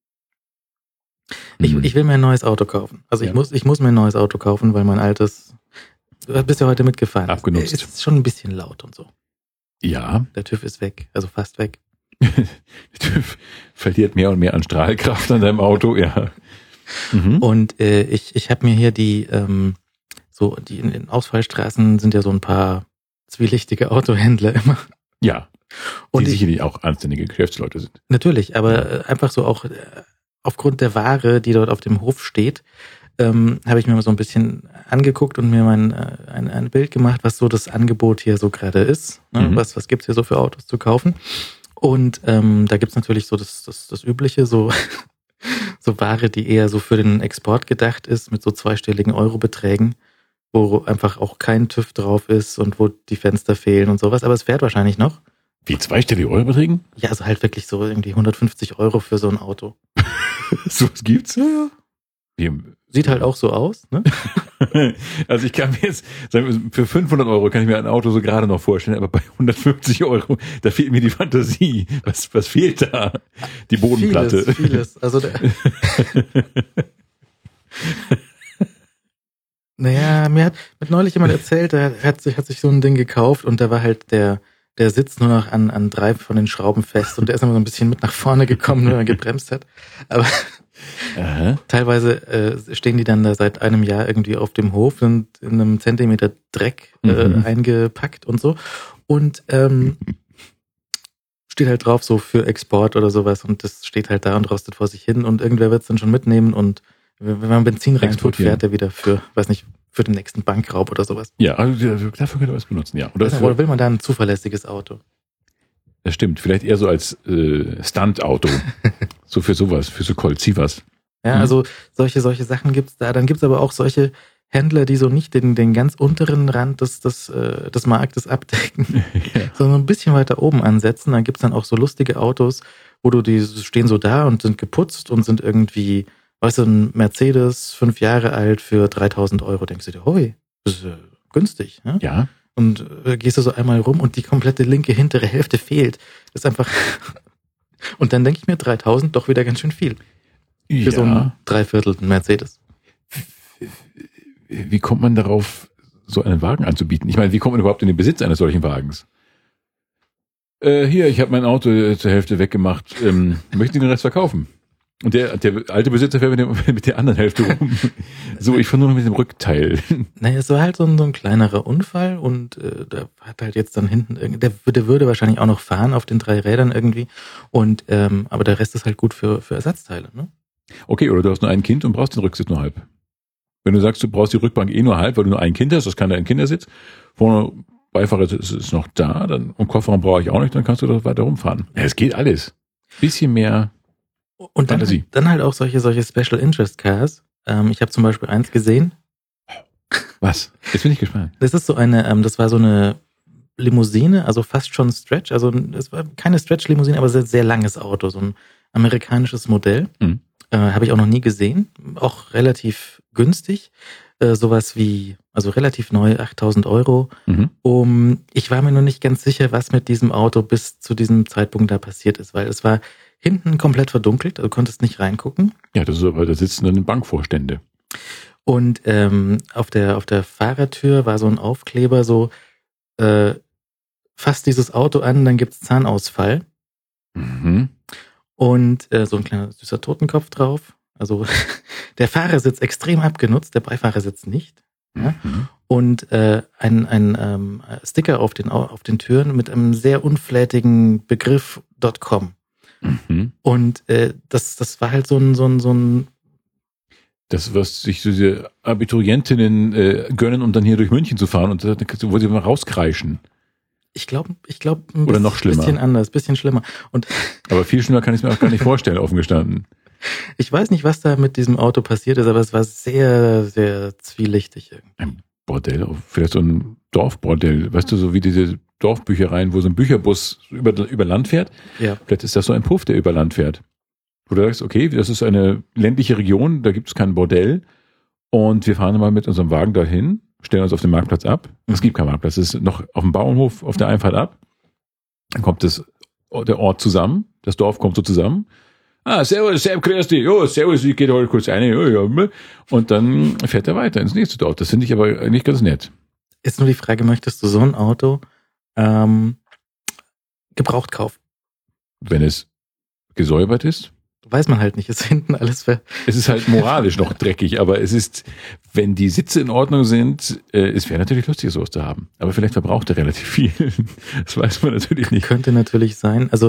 Ich will mir ein neues Auto kaufen. Also ich muss mir ein neues Auto kaufen, weil mein altes, du bist ja heute mitgefahren. Abgenutzt. Ist schon ein bisschen laut und so. Ja. Der TÜV ist weg, also fast weg. Der TÜV verliert mehr und mehr an Strahlkraft an deinem Auto, ja. Mhm. Und ich habe mir hier die in den Ausfallstraßen sind ja so ein paar zwielichtige Autohändler immer. Ja. Die sicherlich auch anständige Geschäftsleute sind. Natürlich, aber einfach so auch aufgrund der Ware, die dort auf dem Hof steht, habe ich mir mal so ein bisschen angeguckt und mir ein Bild gemacht, was so das Angebot hier so gerade ist. Ne? Mhm. Was gibt's hier so für Autos zu kaufen? Und da gibt's natürlich so das Übliche, so Ware, die eher so für den Export gedacht ist, mit so zweistelligen Eurobeträgen, wo einfach auch kein TÜV drauf ist und wo die Fenster fehlen und sowas. Aber es fährt wahrscheinlich noch. Wie, zweistellige Eurobeträgen? Ja, also halt wirklich so irgendwie 150 Euro für so ein Auto. So was gibt's? Ja. Sieht halt auch so aus, ne? Also ich kann mir jetzt sagen, für 500 Euro kann ich mir ein Auto so gerade noch vorstellen, aber bei 150 Euro, da fehlt mir die Fantasie. Was fehlt da? Die Bodenplatte. Vieles. Also naja, mir hat neulich jemand erzählt, der hat sich so ein Ding gekauft und da war halt der sitzt nur noch an 3 von den Schrauben fest und der ist immer so ein bisschen mit nach vorne gekommen, wenn er gebremst hat. Aber teilweise stehen die dann da seit einem Jahr irgendwie auf dem Hof und in einem Zentimeter Dreck eingepackt und so. Und steht halt drauf so für Export oder sowas und das steht halt da und rostet vor sich hin und irgendwer wird es dann schon mitnehmen und wenn man Benzin reintut, fährt er wieder für, weiß nicht, für den nächsten Bankraub oder sowas. Ja, also dafür könnte man es benutzen, ja. Oder will man da ein zuverlässiges Auto? Das stimmt, vielleicht eher so als Stunt-Auto. So für sowas, für so Colt Sievers. Ja, also solche Sachen gibt's da. Dann gibt's aber auch solche Händler, die so nicht den ganz unteren Rand des Marktes abdecken, sondern ein bisschen weiter oben ansetzen. Dann gibt's dann auch so lustige Autos, wo die stehen so da und sind geputzt und sind irgendwie, weißt du, ein Mercedes, 5 Jahre alt für 3.000 Euro. Denkst du dir, hoi, das ist günstig. Ne? Ja. Und gehst du so einmal rum und die komplette linke hintere Hälfte fehlt. Das ist einfach... Und dann denke ich mir, 3.000 doch wieder ganz schön viel. Für so einen dreiviertelten Mercedes. Wie kommt man darauf, so einen Wagen anzubieten? Ich meine, wie kommt man überhaupt in den Besitz eines solchen Wagens? Hier, ich habe mein Auto zur Hälfte weggemacht. Möchten Sie den Rest verkaufen? Und der alte Besitzer fährt mit der anderen Hälfte rum. So, ich fahre nur noch mit dem Rückteil. Naja, es war halt so ein kleinerer Unfall und da hat halt jetzt dann hinten, der würde wahrscheinlich auch noch fahren auf den 3 Rädern irgendwie. Und aber der Rest ist halt gut für Ersatzteile, ne? Okay, oder du hast nur ein Kind und brauchst den Rücksitz nur halb. Wenn du sagst, du brauchst die Rückbank nur halb, weil du nur ein Kind hast, das kann ein Kindersitz, vorne Beifahrer ist noch da, dann und Kofferraum brauche ich auch nicht, dann kannst du das weiter rumfahren. Ja, es geht alles. Bisschen mehr und Fantasie. Dann halt auch solche Special Interest Cars. Ich habe zum Beispiel eins gesehen. Was? Jetzt bin ich gespannt. Das ist so das war so eine Limousine, also fast schon Stretch, also es war keine Stretch-Limousine, aber sehr, sehr langes Auto, so ein amerikanisches Modell. Mhm. Habe ich auch noch nie gesehen, auch relativ günstig. Sowas wie, also relativ neu, 8.000 Euro. Mhm. Ich war mir nur nicht ganz sicher, was mit diesem Auto bis zu diesem Zeitpunkt da passiert ist, weil es war hinten komplett verdunkelt, also konntest nicht reingucken. Ja, das ist aber, da sitzen dann Bankvorstände. Und auf der Fahrertür war so ein Aufkleber, so fasst dieses Auto an, dann gibt's Zahnausfall. Mhm. Und so ein kleiner süßer Totenkopf drauf. Also der Fahrersitz extrem abgenutzt, der Beifahrersitz nicht. Ja? Mhm. Und ein Sticker auf den Türen mit einem sehr unflätigen Begriff .com. Mhm. Und das war halt so ein das, was sich diese Abiturientinnen gönnen, um dann hier durch München zu fahren und wo sie mal rauskreischen. Ich glaube, oder noch schlimmer. Bisschen anders, bisschen schlimmer. Aber viel schlimmer kann ich es mir auch gar nicht vorstellen, offen gestanden. Ich weiß nicht, was da mit diesem Auto passiert ist, aber es war sehr, sehr zwielichtig irgendwie. Ein Bordell, vielleicht so ein Dorfbordell, weißt du, so wie diese Dorfbüchereien, wo so ein Bücherbus über Land fährt. Ja. Vielleicht ist das so ein Puff, der über Land fährt. Wo du sagst, okay, das ist eine ländliche Region, da gibt es kein Bordell und wir fahren mal mit unserem Wagen dahin, stellen uns auf den Marktplatz ab. Es gibt keinen Marktplatz, es ist noch auf dem Bauernhof auf der Einfahrt ab. Dann kommt der Ort zusammen, das Dorf kommt so zusammen. Servus, grüß dich. Jo, servus, ich gehe heute kurz rein. Und dann fährt er weiter ins nächste Dorf. Das finde ich aber eigentlich ganz nett. Ist nur die Frage, möchtest du so ein Auto gebraucht kaufen? Wenn es gesäubert ist? Weiß man halt nicht, ist hinten alles Es ist halt moralisch noch dreckig, aber es ist, wenn die Sitze in Ordnung sind, es wäre natürlich lustig, sowas zu haben. Aber vielleicht verbraucht er relativ viel. Das weiß man natürlich nicht. Könnte natürlich sein. Also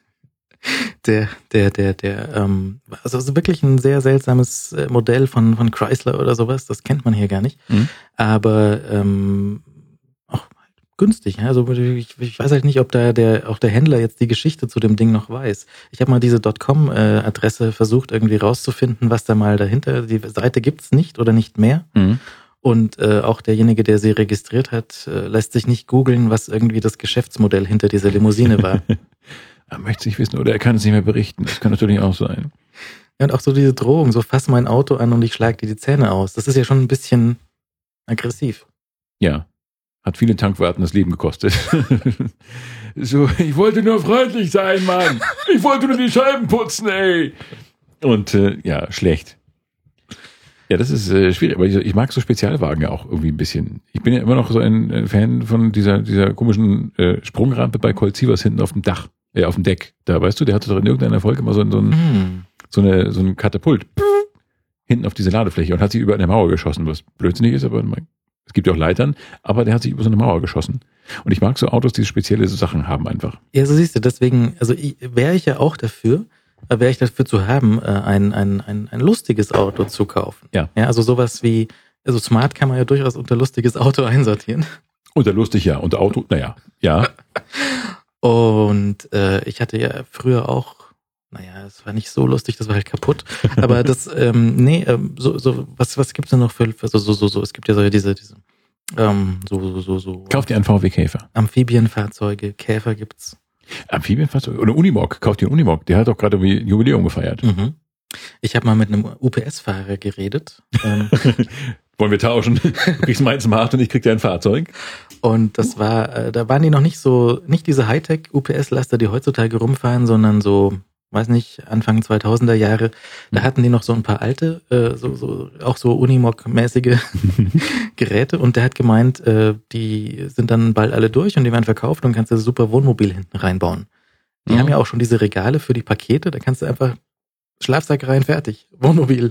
also wirklich ein sehr seltsames Modell von Chrysler oder sowas, das kennt man hier gar nicht. Mhm. Aber auch günstig. Also ich weiß halt nicht, ob da auch der Händler jetzt die Geschichte zu dem Ding noch weiß. Ich habe mal diese .com-Adresse versucht irgendwie rauszufinden, was da mal dahinter, die Seite gibt's nicht oder nicht mehr. Mhm. Und auch derjenige, der sie registriert hat, lässt sich nicht googeln, was irgendwie das Geschäftsmodell hinter dieser Limousine war. Er möchte es nicht wissen oder er kann es nicht mehr berichten. Das kann natürlich auch sein. Ja, und auch so diese Drohung, so fass mein Auto an und ich schlag dir die Zähne aus. Das ist ja schon ein bisschen aggressiv. Ja. Hat viele Tankwarten das Leben gekostet. So, ich wollte nur freundlich sein, Mann. Ich wollte nur die Scheiben putzen, ey. Und ja, schlecht. Ja, das ist schwierig, aber ich mag so Spezialwagen ja auch irgendwie ein bisschen. Ich bin ja immer noch so ein Fan von dieser komischen Sprungrampe bei Colt Sievers hinten auf dem Dach, auf dem Deck. Da, weißt du, der hatte doch in irgendeiner Folge mal so ein Katapult hinten auf diese Ladefläche und hat sie über eine Mauer geschossen, was blödsinnig ist, aber es gibt ja auch Leitern, aber der hat sich über so eine Mauer geschossen. Und ich mag so Autos, die spezielle Sachen haben einfach. Ja, so siehst du, deswegen, also wäre ich ja auch dafür zu haben, ein lustiges Auto zu kaufen. Ja. Ja, also sowas wie, also Smart kann man ja durchaus unter lustiges Auto einsortieren. Unter lustig, ja. Unter Auto, naja, ja. Und ich hatte ja früher auch, es war nicht so lustig, das war halt kaputt. Aber das, was gibt's denn noch für, so, es gibt ja so diese, Kauf dir einen VW Käfer. Amphibienfahrzeuge, Käfer gibt's. Amphibienfahrzeuge? Oder Unimog, kauf dir einen Unimog. Der hat doch gerade ein Jubiläum gefeiert. Mhm. Ich habe mal mit einem UPS-Fahrer geredet. Wollen wir tauschen? Du kriegst mein Smart und ich krieg dir ein Fahrzeug. Und das war, da waren die noch nicht diese Hightech-UPS-Laster, die heutzutage rumfahren, sondern so, weiß nicht, Anfang 2000er Jahre, da hatten die noch so ein paar alte, auch so Unimog-mäßige Geräte und der hat gemeint, die sind dann bald alle durch und die werden verkauft und kannst du super Wohnmobil hinten reinbauen. Die haben ja auch schon diese Regale für die Pakete, da kannst du einfach Schlafsack rein, fertig. Wohnmobil.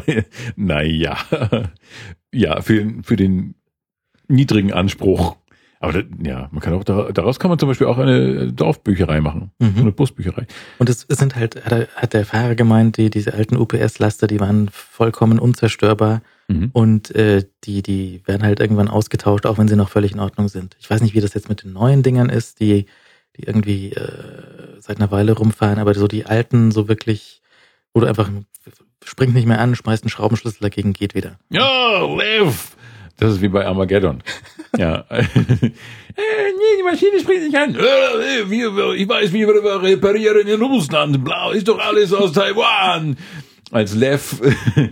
Naja. Ja, für den niedrigen Anspruch. Aber man kann auch daraus kann man zum Beispiel auch eine Dorfbücherei machen, so eine Busbücherei. Und es sind halt, hat der Fahrer gemeint, diese alten UPS-Laster, die waren vollkommen unzerstörbar und die werden halt irgendwann ausgetauscht, auch wenn sie noch völlig in Ordnung sind. Ich weiß nicht, wie das jetzt mit den neuen Dingern ist, die irgendwie seit einer Weile rumfahren, aber so die alten, so wirklich, wo du einfach springt nicht mehr an, schmeißt einen Schraubenschlüssel dagegen, geht wieder. Ja, live! Das ist wie bei Armageddon. Ja. Nee, die Maschine springt nicht an. Ich weiß, wie wir reparieren in Russland. Blau ist doch alles aus Taiwan. Als Lev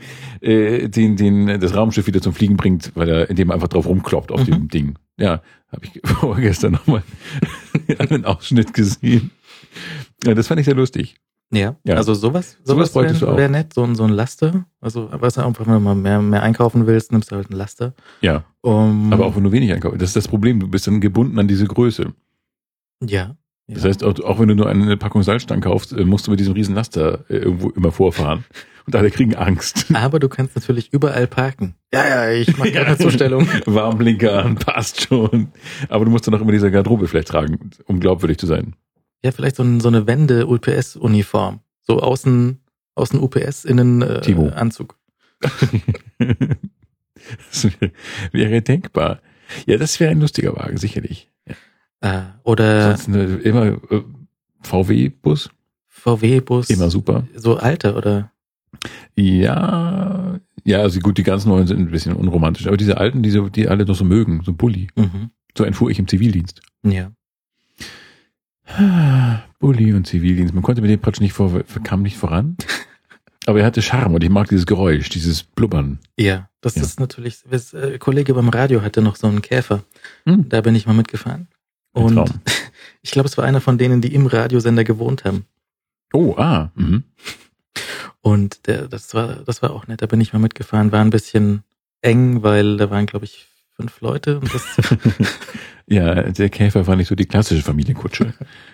das Raumschiff wieder zum Fliegen bringt, indem er einfach drauf rumkloppt auf dem Ding. Ja, habe ich vorgestern nochmal einen Ausschnitt gesehen. Ja, das fand ich sehr lustig. Ja, also sowas wäre nett, so ein Laster. Also, was einfach, wenn du mal mehr einkaufen willst, nimmst du halt einen Laster. Ja. Aber auch wenn du wenig einkaufst. Das ist das Problem. Du bist dann gebunden an diese Größe. Ja. Das heißt, auch wenn du nur eine Packung Salzstangen kaufst, musst du mit diesem riesen Laster irgendwo immer vorfahren. Und alle kriegen Angst. Aber du kannst natürlich überall parken. Ja, ich mache keine Zustellung. Warnblinker an, passt schon. Aber du musst dann auch immer diese Garderobe vielleicht tragen, um glaubwürdig zu sein. Ja, vielleicht so eine Wende-UPS-Uniform. So außen UPS, innen Anzug. Das wäre denkbar. Ja, das wäre ein lustiger Wagen, sicherlich. Ja. Oder sonst immer VW-Bus. VW-Bus. Immer super. So alte, oder? Ja, also gut, die ganz neuen sind ein bisschen unromantisch. Aber diese alten, die alle noch so mögen, so Bulli. So entfuhr ich im Zivildienst. Ja. Bulli und Zivildienst. Man konnte mit dem praktisch kam nicht voran. Aber er hatte Charme und ich mag dieses Geräusch, dieses Blubbern. Ja, das ist natürlich, ein Kollege beim Radio hatte noch so einen Käfer. Da bin ich mal mitgefahren. Und ich glaube, es war einer von denen, die im Radiosender gewohnt haben. Oh, Und das war auch nett, da bin ich mal mitgefahren, war ein bisschen eng, weil da waren, glaube ich, 5 Leute. Und das ja, der Käfer war nicht so die klassische Familienkutsche.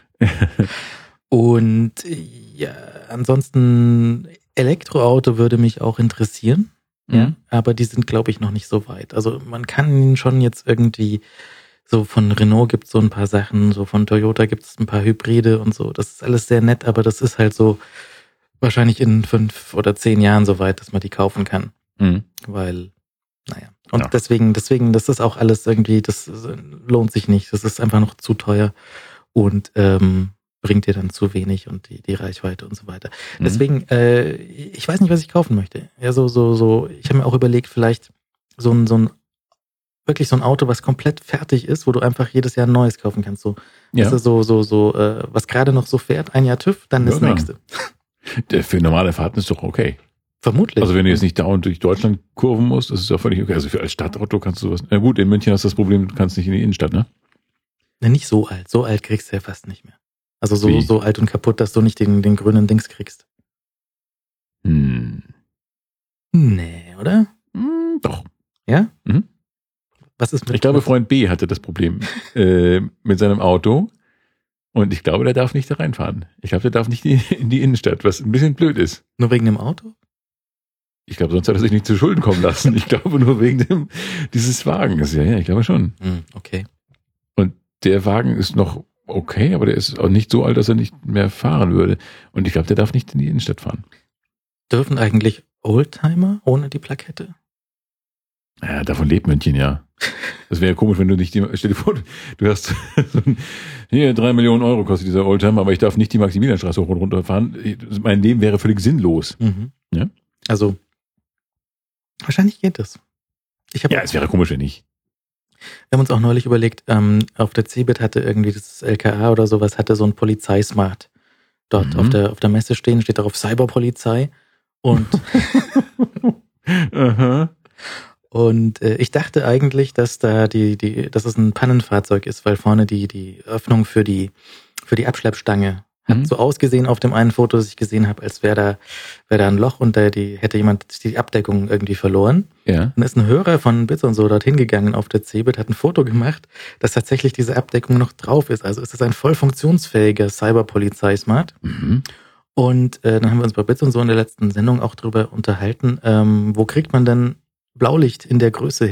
Und ja, ansonsten Elektroauto würde mich auch interessieren. Ja, aber die sind, glaube ich, noch nicht so weit. Also man kann schon jetzt irgendwie, so von Renault gibt es so ein paar Sachen, so von Toyota gibt es ein paar Hybride und so. Das ist alles sehr nett, aber das ist halt so wahrscheinlich in 5 oder 10 Jahren so weit, dass man die kaufen kann. Weil, naja. Und deswegen, das ist auch alles irgendwie, das lohnt sich nicht. Das ist einfach noch zu teuer und bringt dir dann zu wenig und die Reichweite und so weiter. Deswegen, ich weiß nicht, was ich kaufen möchte. Ja, so. Ich habe mir auch überlegt, vielleicht so ein Auto, was komplett fertig ist, wo du einfach jedes Jahr ein neues kaufen kannst. So, das ist was gerade noch so fährt, ein Jahr TÜV, dann das nächste. Für normale Fahrten ist doch okay. Vermutlich. Also wenn du jetzt nicht dauernd durch Deutschland kurven musst, das ist ja völlig okay. Also als Stadtauto kannst du sowas. Na gut, in München hast du das Problem, du kannst nicht in die Innenstadt, ne? Ne, nicht so alt. So alt kriegst du ja fast nicht mehr. Also so alt und kaputt, dass du nicht den grünen Dings kriegst. Nee, oder? Doch. Ja? Was ist mit? Ich glaube, Freund B hatte das Problem mit seinem Auto. Und ich glaube, der darf nicht da reinfahren. Ich glaube, der darf nicht in die Innenstadt, was ein bisschen blöd ist. Nur wegen dem Auto? Ich glaube, sonst hat er sich nicht zu Schulden kommen lassen. Ich glaube nur wegen dieses Wagens. Ja, ich glaube schon. Okay. Und der Wagen ist noch okay, aber der ist auch nicht so alt, dass er nicht mehr fahren würde. Und ich glaube, der darf nicht in die Innenstadt fahren. Dürfen eigentlich Oldtimer ohne die Plakette? Ja, davon lebt München, ja. Das wäre ja komisch, wenn du nicht stell dir vor, du hast hier 3 Millionen Euro kostet dieser Oldtimer, aber ich darf nicht die Maximilianstraße hoch und runter fahren. Mein Leben wäre völlig sinnlos. Ja? Also, wahrscheinlich geht das. Es wäre komisch, wenn nicht. Wir haben uns auch neulich überlegt, auf der CeBIT hatte irgendwie das LKA oder sowas, hatte so ein Polizeismart dort auf der Messe stehen, steht darauf Cyberpolizei und Und ich dachte eigentlich, dass da dass es ein Pannenfahrzeug ist, weil vorne die Öffnung für die Abschleppstange hat so ausgesehen auf dem einen Foto, das ich gesehen habe, als wäre da ein Loch und hätte jemand die Abdeckung irgendwie verloren. Ja. Und ist ein Hörer von Bits und so dorthin gegangen auf der CeBIT, hat ein Foto gemacht, dass tatsächlich diese Abdeckung noch drauf ist. Also ist es ein voll funktionsfähiger Cyberpolizei-Smart. Und dann haben wir uns bei Bits und so in der letzten Sendung auch drüber unterhalten, wo kriegt man denn Blaulicht in der Größe her?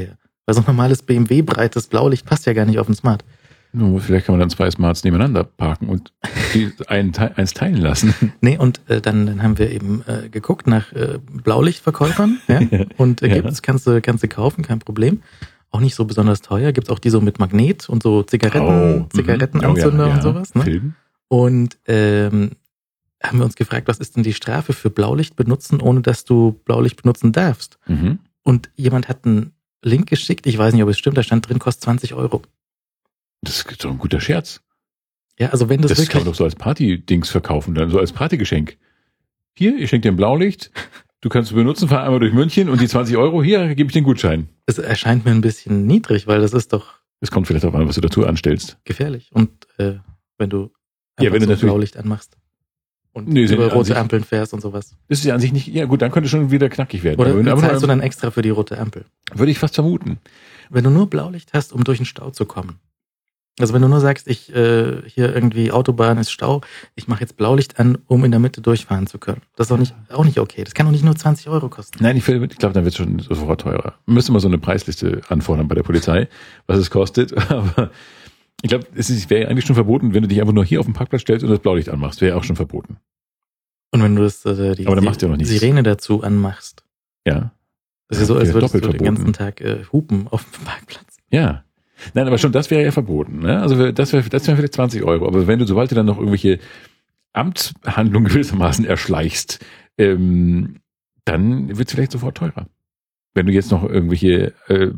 Weil so ein normales BMW-breites Blaulicht passt ja gar nicht auf den Smart. Vielleicht kann man dann 2 Smarts nebeneinander parken und die eins teilen lassen. Nee, und dann haben wir eben geguckt nach Blaulichtverkäufern. Ja? Und kannst du kaufen, kein Problem. Auch nicht so besonders teuer. Gibt's auch die so mit Magnet und so Zigarettenanzünder und sowas. Ne? Film. Und haben wir uns gefragt, was ist denn die Strafe für Blaulicht benutzen, ohne dass du Blaulicht benutzen darfst? Mhm. Und jemand hat einen Link geschickt, ich weiß nicht, ob es stimmt, da stand drin, kostet 20 Euro. Das ist doch ein guter Scherz. Ja, also wenn das kann man doch so als Party-Dings verkaufen, dann so als Partygeschenk. Hier, ich schenke dir ein Blaulicht, du kannst es benutzen, fahr einmal durch München und die 20 Euro, hier gebe ich den Gutschein. Es erscheint mir ein bisschen niedrig, weil das ist doch... Es kommt vielleicht darauf an, was du dazu anstellst. Gefährlich. Und wenn du Blaulicht anmachst und über rote Ampeln fährst und sowas. Das ist ja an sich nicht... Ja gut, dann könnte es schon wieder knackig werden. Oder zahlst du dann extra für die rote Ampel? Würde ich fast vermuten. Wenn du nur Blaulicht hast, um durch den Stau zu kommen. Also wenn du nur sagst, hier irgendwie Autobahn ist Stau, ich mache jetzt Blaulicht an, um in der Mitte durchfahren zu können. Das ist auch nicht okay. Das kann doch nicht nur 20 Euro kosten. Nein, ich glaube, dann wird es schon sofort teurer. Wir müssen mal so eine Preisliste anfordern bei der Polizei, was es kostet. Aber ich glaube, es wäre eigentlich schon verboten, wenn du dich einfach nur hier auf den Parkplatz stellst und das Blaulicht anmachst. Wäre auch schon verboten. Und wenn du das die Sirene dazu anmachst. Ja. Das ist ja so, als würdest du den ganzen Tag hupen auf dem Parkplatz. Ja. Nein, aber schon das wäre ja verboten. Ne? Also das wäre vielleicht 20 Euro. Aber sobald du dann noch irgendwelche Amtshandlungen gewissermaßen erschleichst, dann wird es vielleicht sofort teurer. Wenn du jetzt noch irgendwelche,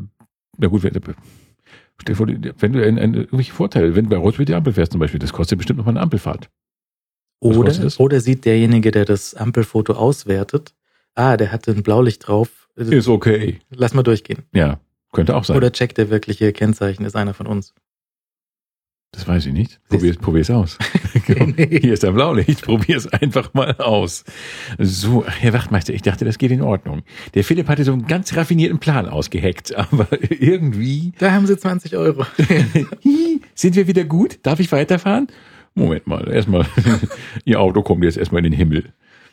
stell dir vor, wenn du irgendwelche Vorteile, wenn du bei Rot über die Ampel fährst zum Beispiel, das kostet bestimmt noch mal eine Ampelfahrt. Oder sieht derjenige, der das Ampelfoto auswertet, der hatte ein Blaulicht drauf. Ist okay. Lass mal durchgehen. Ja. Könnte auch sein. Oder checkt der wirkliche Kennzeichen, ist einer von uns. Das weiß ich nicht. Probier's aus. Hier ist ein Blaulicht, probier's einfach mal aus. So, Herr Wachtmeister, ich dachte, das geht in Ordnung. Der Philipp hatte so einen ganz raffinierten Plan ausgeheckt, aber irgendwie... Da haben Sie 20 Euro. Sind wir wieder gut? Darf ich weiterfahren? Moment mal, erstmal, Ihr Auto kommt jetzt erstmal in den Himmel.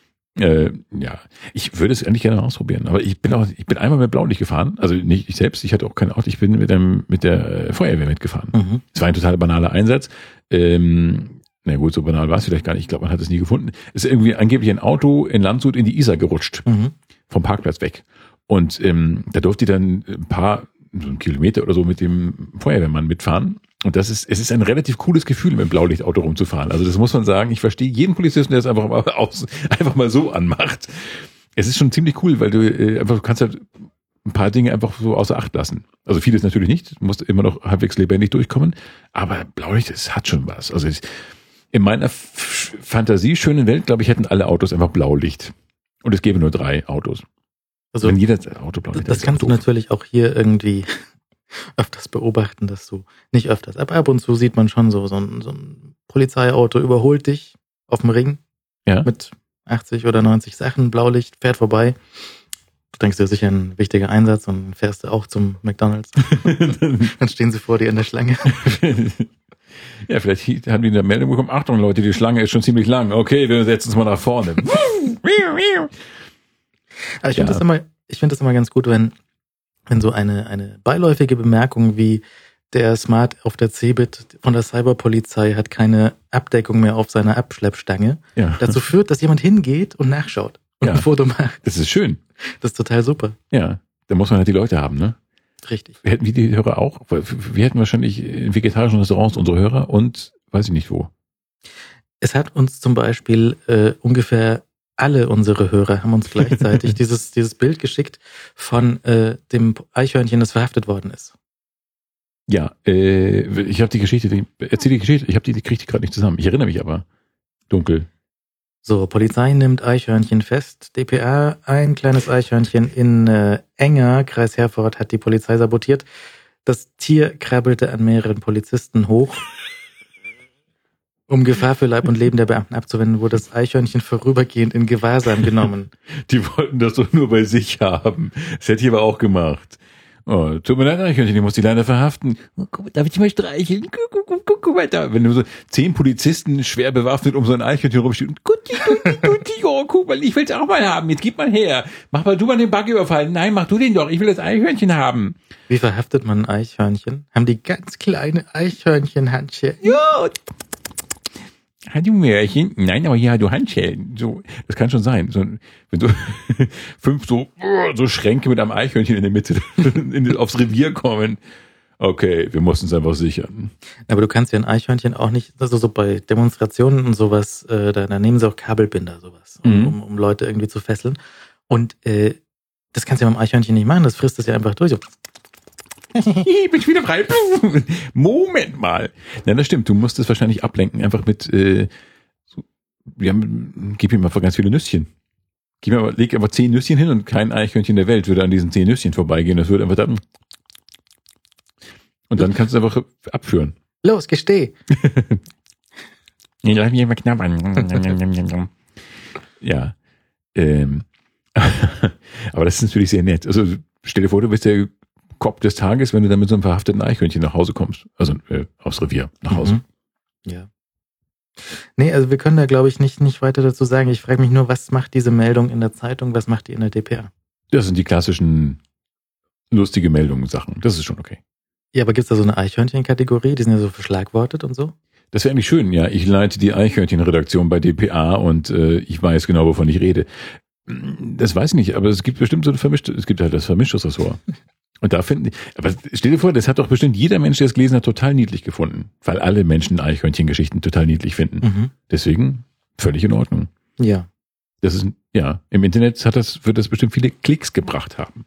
Ich würde es eigentlich gerne ausprobieren, aber ich bin einmal mit Blaulicht gefahren, also nicht ich selbst, ich hatte auch kein Auto, ich bin mit der Feuerwehr mitgefahren. Es war ein total banaler Einsatz. Na gut, so banal war es vielleicht gar nicht, ich glaube, man hat es nie gefunden. Es ist irgendwie angeblich ein Auto in Landshut in die Isar gerutscht, vom Parkplatz weg. Und da durfte ich dann so einen Kilometer oder so mit dem Feuerwehrmann mitfahren. Und es ist ein relativ cooles Gefühl, mit dem Blaulichtauto rumzufahren. Also das muss man sagen. Ich verstehe jeden Polizisten, der es einfach mal so anmacht. Es ist schon ziemlich cool, weil du kannst halt ein paar Dinge einfach so außer Acht lassen. Also vieles natürlich nicht. Du musst immer noch halbwegs lebendig durchkommen. Aber Blaulicht, es hat schon was. Also in meiner fantasieschönen Welt, glaube ich, hätten alle Autos einfach Blaulicht. Und es gäbe nur 3 Autos. Also wenn jeder Auto Blaulicht hat. Das kannst du natürlich auch hier irgendwie öfters beobachten, dass du, nicht öfters, aber ab und zu sieht man schon so ein Polizeiauto überholt dich auf dem Ring mit 80 oder 90 Sachen, Blaulicht, fährt vorbei. Du denkst dir sicher ein wichtiger Einsatz und fährst du auch zum McDonald's. Dann stehen sie vor dir in der Schlange. Ja, vielleicht haben die in der Meldung bekommen, Achtung Leute, die Schlange ist schon ziemlich lang. Okay, wir setzen uns mal nach vorne. Aber ich finde das immer ganz gut, wenn so eine beiläufige Bemerkung wie der Smart auf der Cebit von der Cyberpolizei hat keine Abdeckung mehr auf seiner Abschleppstange, dazu führt, dass jemand hingeht und nachschaut und ein Foto macht. Das ist schön. Das ist total super. Ja, da muss man halt die Leute haben, ne? Richtig. Hätten wir die Hörer auch? Wir hätten wahrscheinlich in vegetarischen Restaurants unsere Hörer und weiß ich nicht wo. Es hat uns zum Beispiel ungefähr alle unsere Hörer haben uns gleichzeitig dieses Bild geschickt von dem Eichhörnchen, das verhaftet worden ist. Ja, ich habe die Geschichte, die kriege ich gerade nicht zusammen. Ich erinnere mich aber dunkel. So, Polizei nimmt Eichhörnchen fest. dpa, ein kleines Eichhörnchen in Enger, Kreis Herford, hat die Polizei sabotiert. Das Tier krabbelte an mehreren Polizisten hoch. Um Gefahr für Leib und Leben der Beamten abzuwenden, wurde das Eichhörnchen vorübergehend in Gewahrsam genommen. Die wollten das doch nur bei sich haben. Das hätte ich aber auch gemacht. Oh, tut mir leid, Eichhörnchen, ich muss die leider verhaften. Oh, guck, darf ich dich mal streicheln? Guck mal da. Wenn du so 10 Polizisten schwer bewaffnet um so ein Eichhörnchen rumstehen und Gutti, oh, guck mal, ich will's auch mal haben. Jetzt gib mal her. Mach mal du mal den Bagger überfallen. Nein, mach du den doch. Ich will das Eichhörnchen haben. Wie verhaftet man ein Eichhörnchen? Haben die ganz kleine Eichhörnchen-Handschellen? Ja. Du Märchen? Nein, aber hier, du Handschellen. So, das kann schon sein. So, wenn so 5 so Schränke mit einem Eichhörnchen in der Mitte aufs Revier kommen. Okay, wir mussten es einfach sichern. Aber du kannst ja ein Eichhörnchen auch nicht, also so bei Demonstrationen und sowas, da nehmen sie auch Kabelbinder, sowas, um Leute irgendwie zu fesseln. Und das kannst du ja beim Eichhörnchen nicht machen, das frisst es ja einfach durch. So. Ich bin wieder frei. Moment mal. Ja, das stimmt. Du musst es wahrscheinlich ablenken. Einfach mit, gib ihm einfach ganz viele Nüsschen. Leg einfach 10 Nüsschen hin und kein Eichhörnchen der Welt würde an diesen 10 Nüsschen vorbeigehen. Das würde einfach dann. Und dann kannst du es einfach abführen. Los, gesteh. Ich lass mich einfach knabbern. Ja. Aber das ist natürlich sehr nett. Also stell dir vor, du bist der Kopf des Tages, wenn du dann mit so einem verhafteten Eichhörnchen nach Hause kommst. Also aufs Revier nach Hause. Ja. Nee, also wir können da, glaube ich, nicht weiter dazu sagen. Ich frage mich nur, was macht diese Meldung in der Zeitung, was macht die in der DPA? Das sind die klassischen lustige Meldungen-Sachen. Das ist schon okay. Ja, aber gibt es da so eine Eichhörnchen-Kategorie? Die sind ja so verschlagwortet und so? Das wäre eigentlich schön, ja. Ich leite die Eichhörnchen-Redaktion bei DPA und ich weiß genau, wovon ich rede. Das weiß ich nicht, aber es gibt bestimmt so es gibt halt das Vermischungsressort. Und da aber stell dir vor, das hat doch bestimmt jeder Mensch, der es gelesen hat, total niedlich gefunden. Weil alle Menschen Eichhörnchen-Geschichten total niedlich finden. Deswegen völlig in Ordnung. Ja. Das ist, ja, im Internet wird das bestimmt viele Klicks gebracht haben.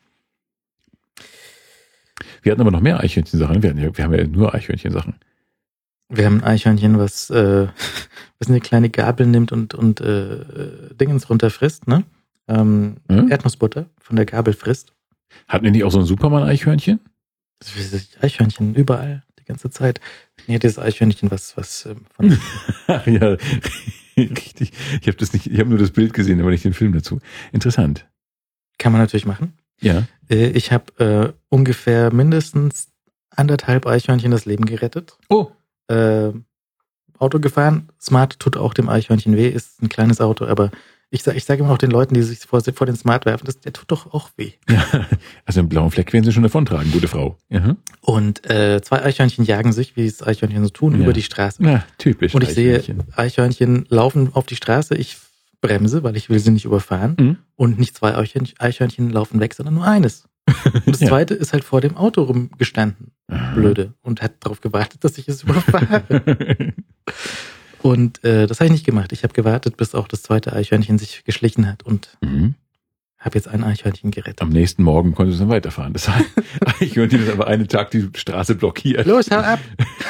Wir hatten aber noch mehr Eichhörnchen-Sachen. Wir haben ja nur Eichhörnchen-Sachen. Wir haben ein Eichhörnchen, was eine kleine Gabel nimmt und Dingens runterfrisst, ne? Erdnussbutter von der Gabel frisst. Hatten wir nicht auch so ein Superman-Eichhörnchen? Eichhörnchen überall, die ganze Zeit. Nee, dieses Eichhörnchen, was von... Ja, richtig. Ich habe nur das Bild gesehen, aber nicht den Film dazu. Interessant. Kann man natürlich machen. Ja. Ich habe ungefähr mindestens 1,5 Eichhörnchen das Leben gerettet. Oh. Auto gefahren. Smart tut auch dem Eichhörnchen weh, ist ein kleines Auto, aber ich sage immer noch den Leuten, die sich vor den Smart werfen, der tut doch auch weh. Ja, also einen blauen Fleck werden sie schon davontragen, gute Frau. Ja. Und 2 Eichhörnchen jagen sich, wie es Eichhörnchen so tun, über die Straße. Ja, typisch. Und ich sehe, Eichhörnchen laufen auf die Straße, ich bremse, weil ich will sie nicht überfahren. Und nicht 2 Eichhörnchen laufen weg, sondern nur eines. Und das zweite ist halt vor dem Auto rumgestanden. Blöde. Und hat darauf gewartet, dass ich es überfahre. Und das habe ich nicht gemacht. Ich habe gewartet, bis auch das zweite Eichhörnchen sich geschlichen hat und habe jetzt ein Eichhörnchen gerettet. Am nächsten Morgen konntest du dann weiterfahren. Das Eichhörnchen ist aber einen Tag die Straße blockiert. Los, hau ab!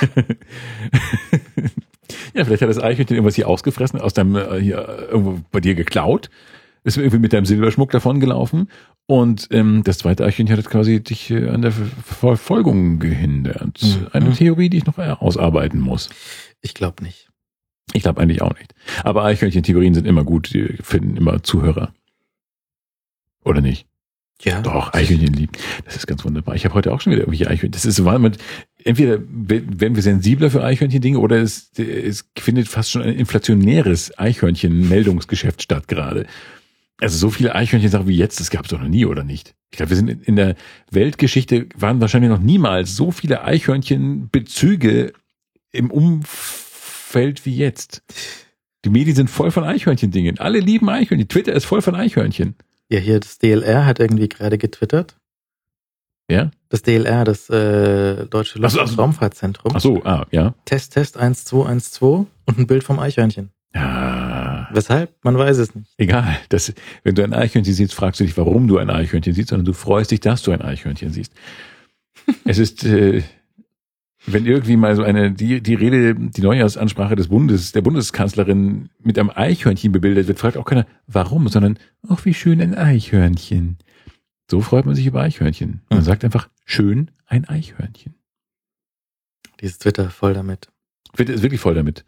Ja, vielleicht hat das Eichhörnchen irgendwas hier ausgefressen, aus deinem hier irgendwo bei dir geklaut, ist irgendwie mit deinem Silberschmuck davon gelaufen und das zweite Eichhörnchen hat quasi dich an der Verfolgung gehindert. Eine Theorie, die ich noch ausarbeiten muss. Ich glaube nicht. Ich glaube eigentlich auch nicht. Aber Eichhörnchen-Theorien sind immer gut, die finden immer Zuhörer. Oder nicht? Ja. Doch, Eichhörnchen lieb. Das ist ganz wunderbar. Ich habe heute auch schon wieder irgendwelche Eichhörnchen. Das ist entweder werden wir sensibler für Eichhörnchen-Dinge oder es findet fast schon ein inflationäres Eichhörnchen-Meldungsgeschäft statt gerade. Also so viele Eichhörnchen-Sachen wie jetzt, das gab es doch noch nie, oder nicht? Ich glaube, wir sind in der Weltgeschichte, waren wahrscheinlich noch niemals so viele Eichhörnchen-Bezüge im Umfeld wie jetzt. Die Medien sind voll von Eichhörnchen-Dingen. Alle lieben Eichhörnchen. Twitter ist voll von Eichhörnchen. Ja, hier das DLR hat irgendwie gerade getwittert. Ja? Das DLR, das Deutsche Luft- und Raumfahrtzentrum. Ach so, ja. Test 1212 und ein Bild vom Eichhörnchen. Ja. Weshalb? Man weiß es nicht. Egal. Wenn du ein Eichhörnchen siehst, fragst du dich, warum du ein Eichhörnchen siehst, sondern du freust dich, dass du ein Eichhörnchen siehst. Es ist, wenn irgendwie mal so die Rede, die Neujahrsansprache der Bundeskanzlerin mit einem Eichhörnchen bebildert wird, fragt auch keiner, warum, sondern, ach, wie schön ein Eichhörnchen. So freut man sich über Eichhörnchen. Man sagt einfach, schön ein Eichhörnchen. Dieses Twitter voll damit. Twitter ist wirklich voll damit.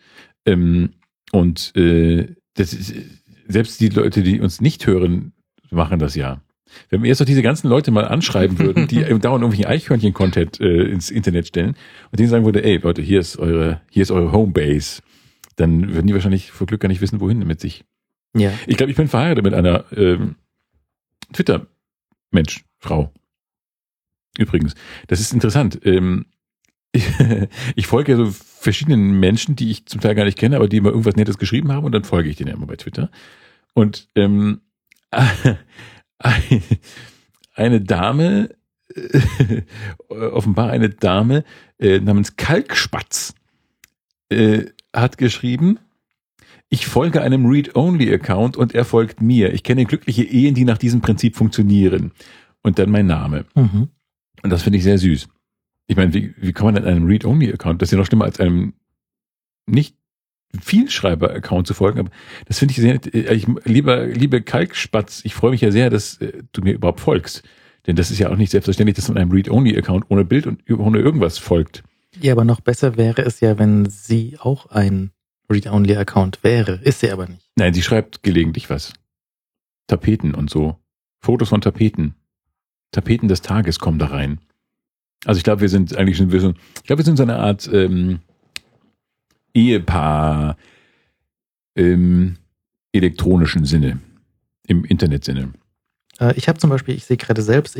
Und selbst die Leute, die uns nicht hören, machen das ja. Wenn wir jetzt doch diese ganzen Leute mal anschreiben würden, die dauernd irgendwelchen Eichhörnchen-Content ins Internet stellen und denen sagen würde, ey Leute, hier ist eure Homebase, dann würden die wahrscheinlich vor Glück gar nicht wissen, wohin mit sich. Ja. Ich glaube, ich bin verheiratet mit einer Frau. Übrigens, das ist interessant. Ich folge ja so verschiedenen Menschen, die ich zum Teil gar nicht kenne, aber die immer irgendwas Nettes geschrieben haben und dann folge ich denen ja immer bei Twitter. Und eine Dame, offenbar eine Dame namens Kalkspatz, hat geschrieben, ich folge einem Read-Only-Account und er folgt mir. Ich kenne glückliche Ehen, die nach diesem Prinzip funktionieren. Und dann mein Name. Mhm. Und das finde ich sehr süß. Ich meine, wie kann man denn einem Read-Only-Account, das ist ja noch schlimmer als einem nicht Vielschreiber-Account zu folgen, aber das finde ich sehr nett. Liebe Kalkspatz, ich freue mich ja sehr, dass du mir überhaupt folgst. Denn das ist ja auch nicht selbstverständlich, dass man einem Read-Only-Account ohne Bild und ohne irgendwas folgt. Ja, aber noch besser wäre es ja, wenn sie auch ein Read-Only-Account wäre. Ist sie aber nicht. Nein, sie schreibt gelegentlich was. Tapeten und so. Fotos von Tapeten. Tapeten des Tages kommen da rein. Also ich glaube, wir sind so eine Art Ehepaar im elektronischen Sinne, im Internetsinne. Ich habe zum Beispiel, ich sehe gerade selbst,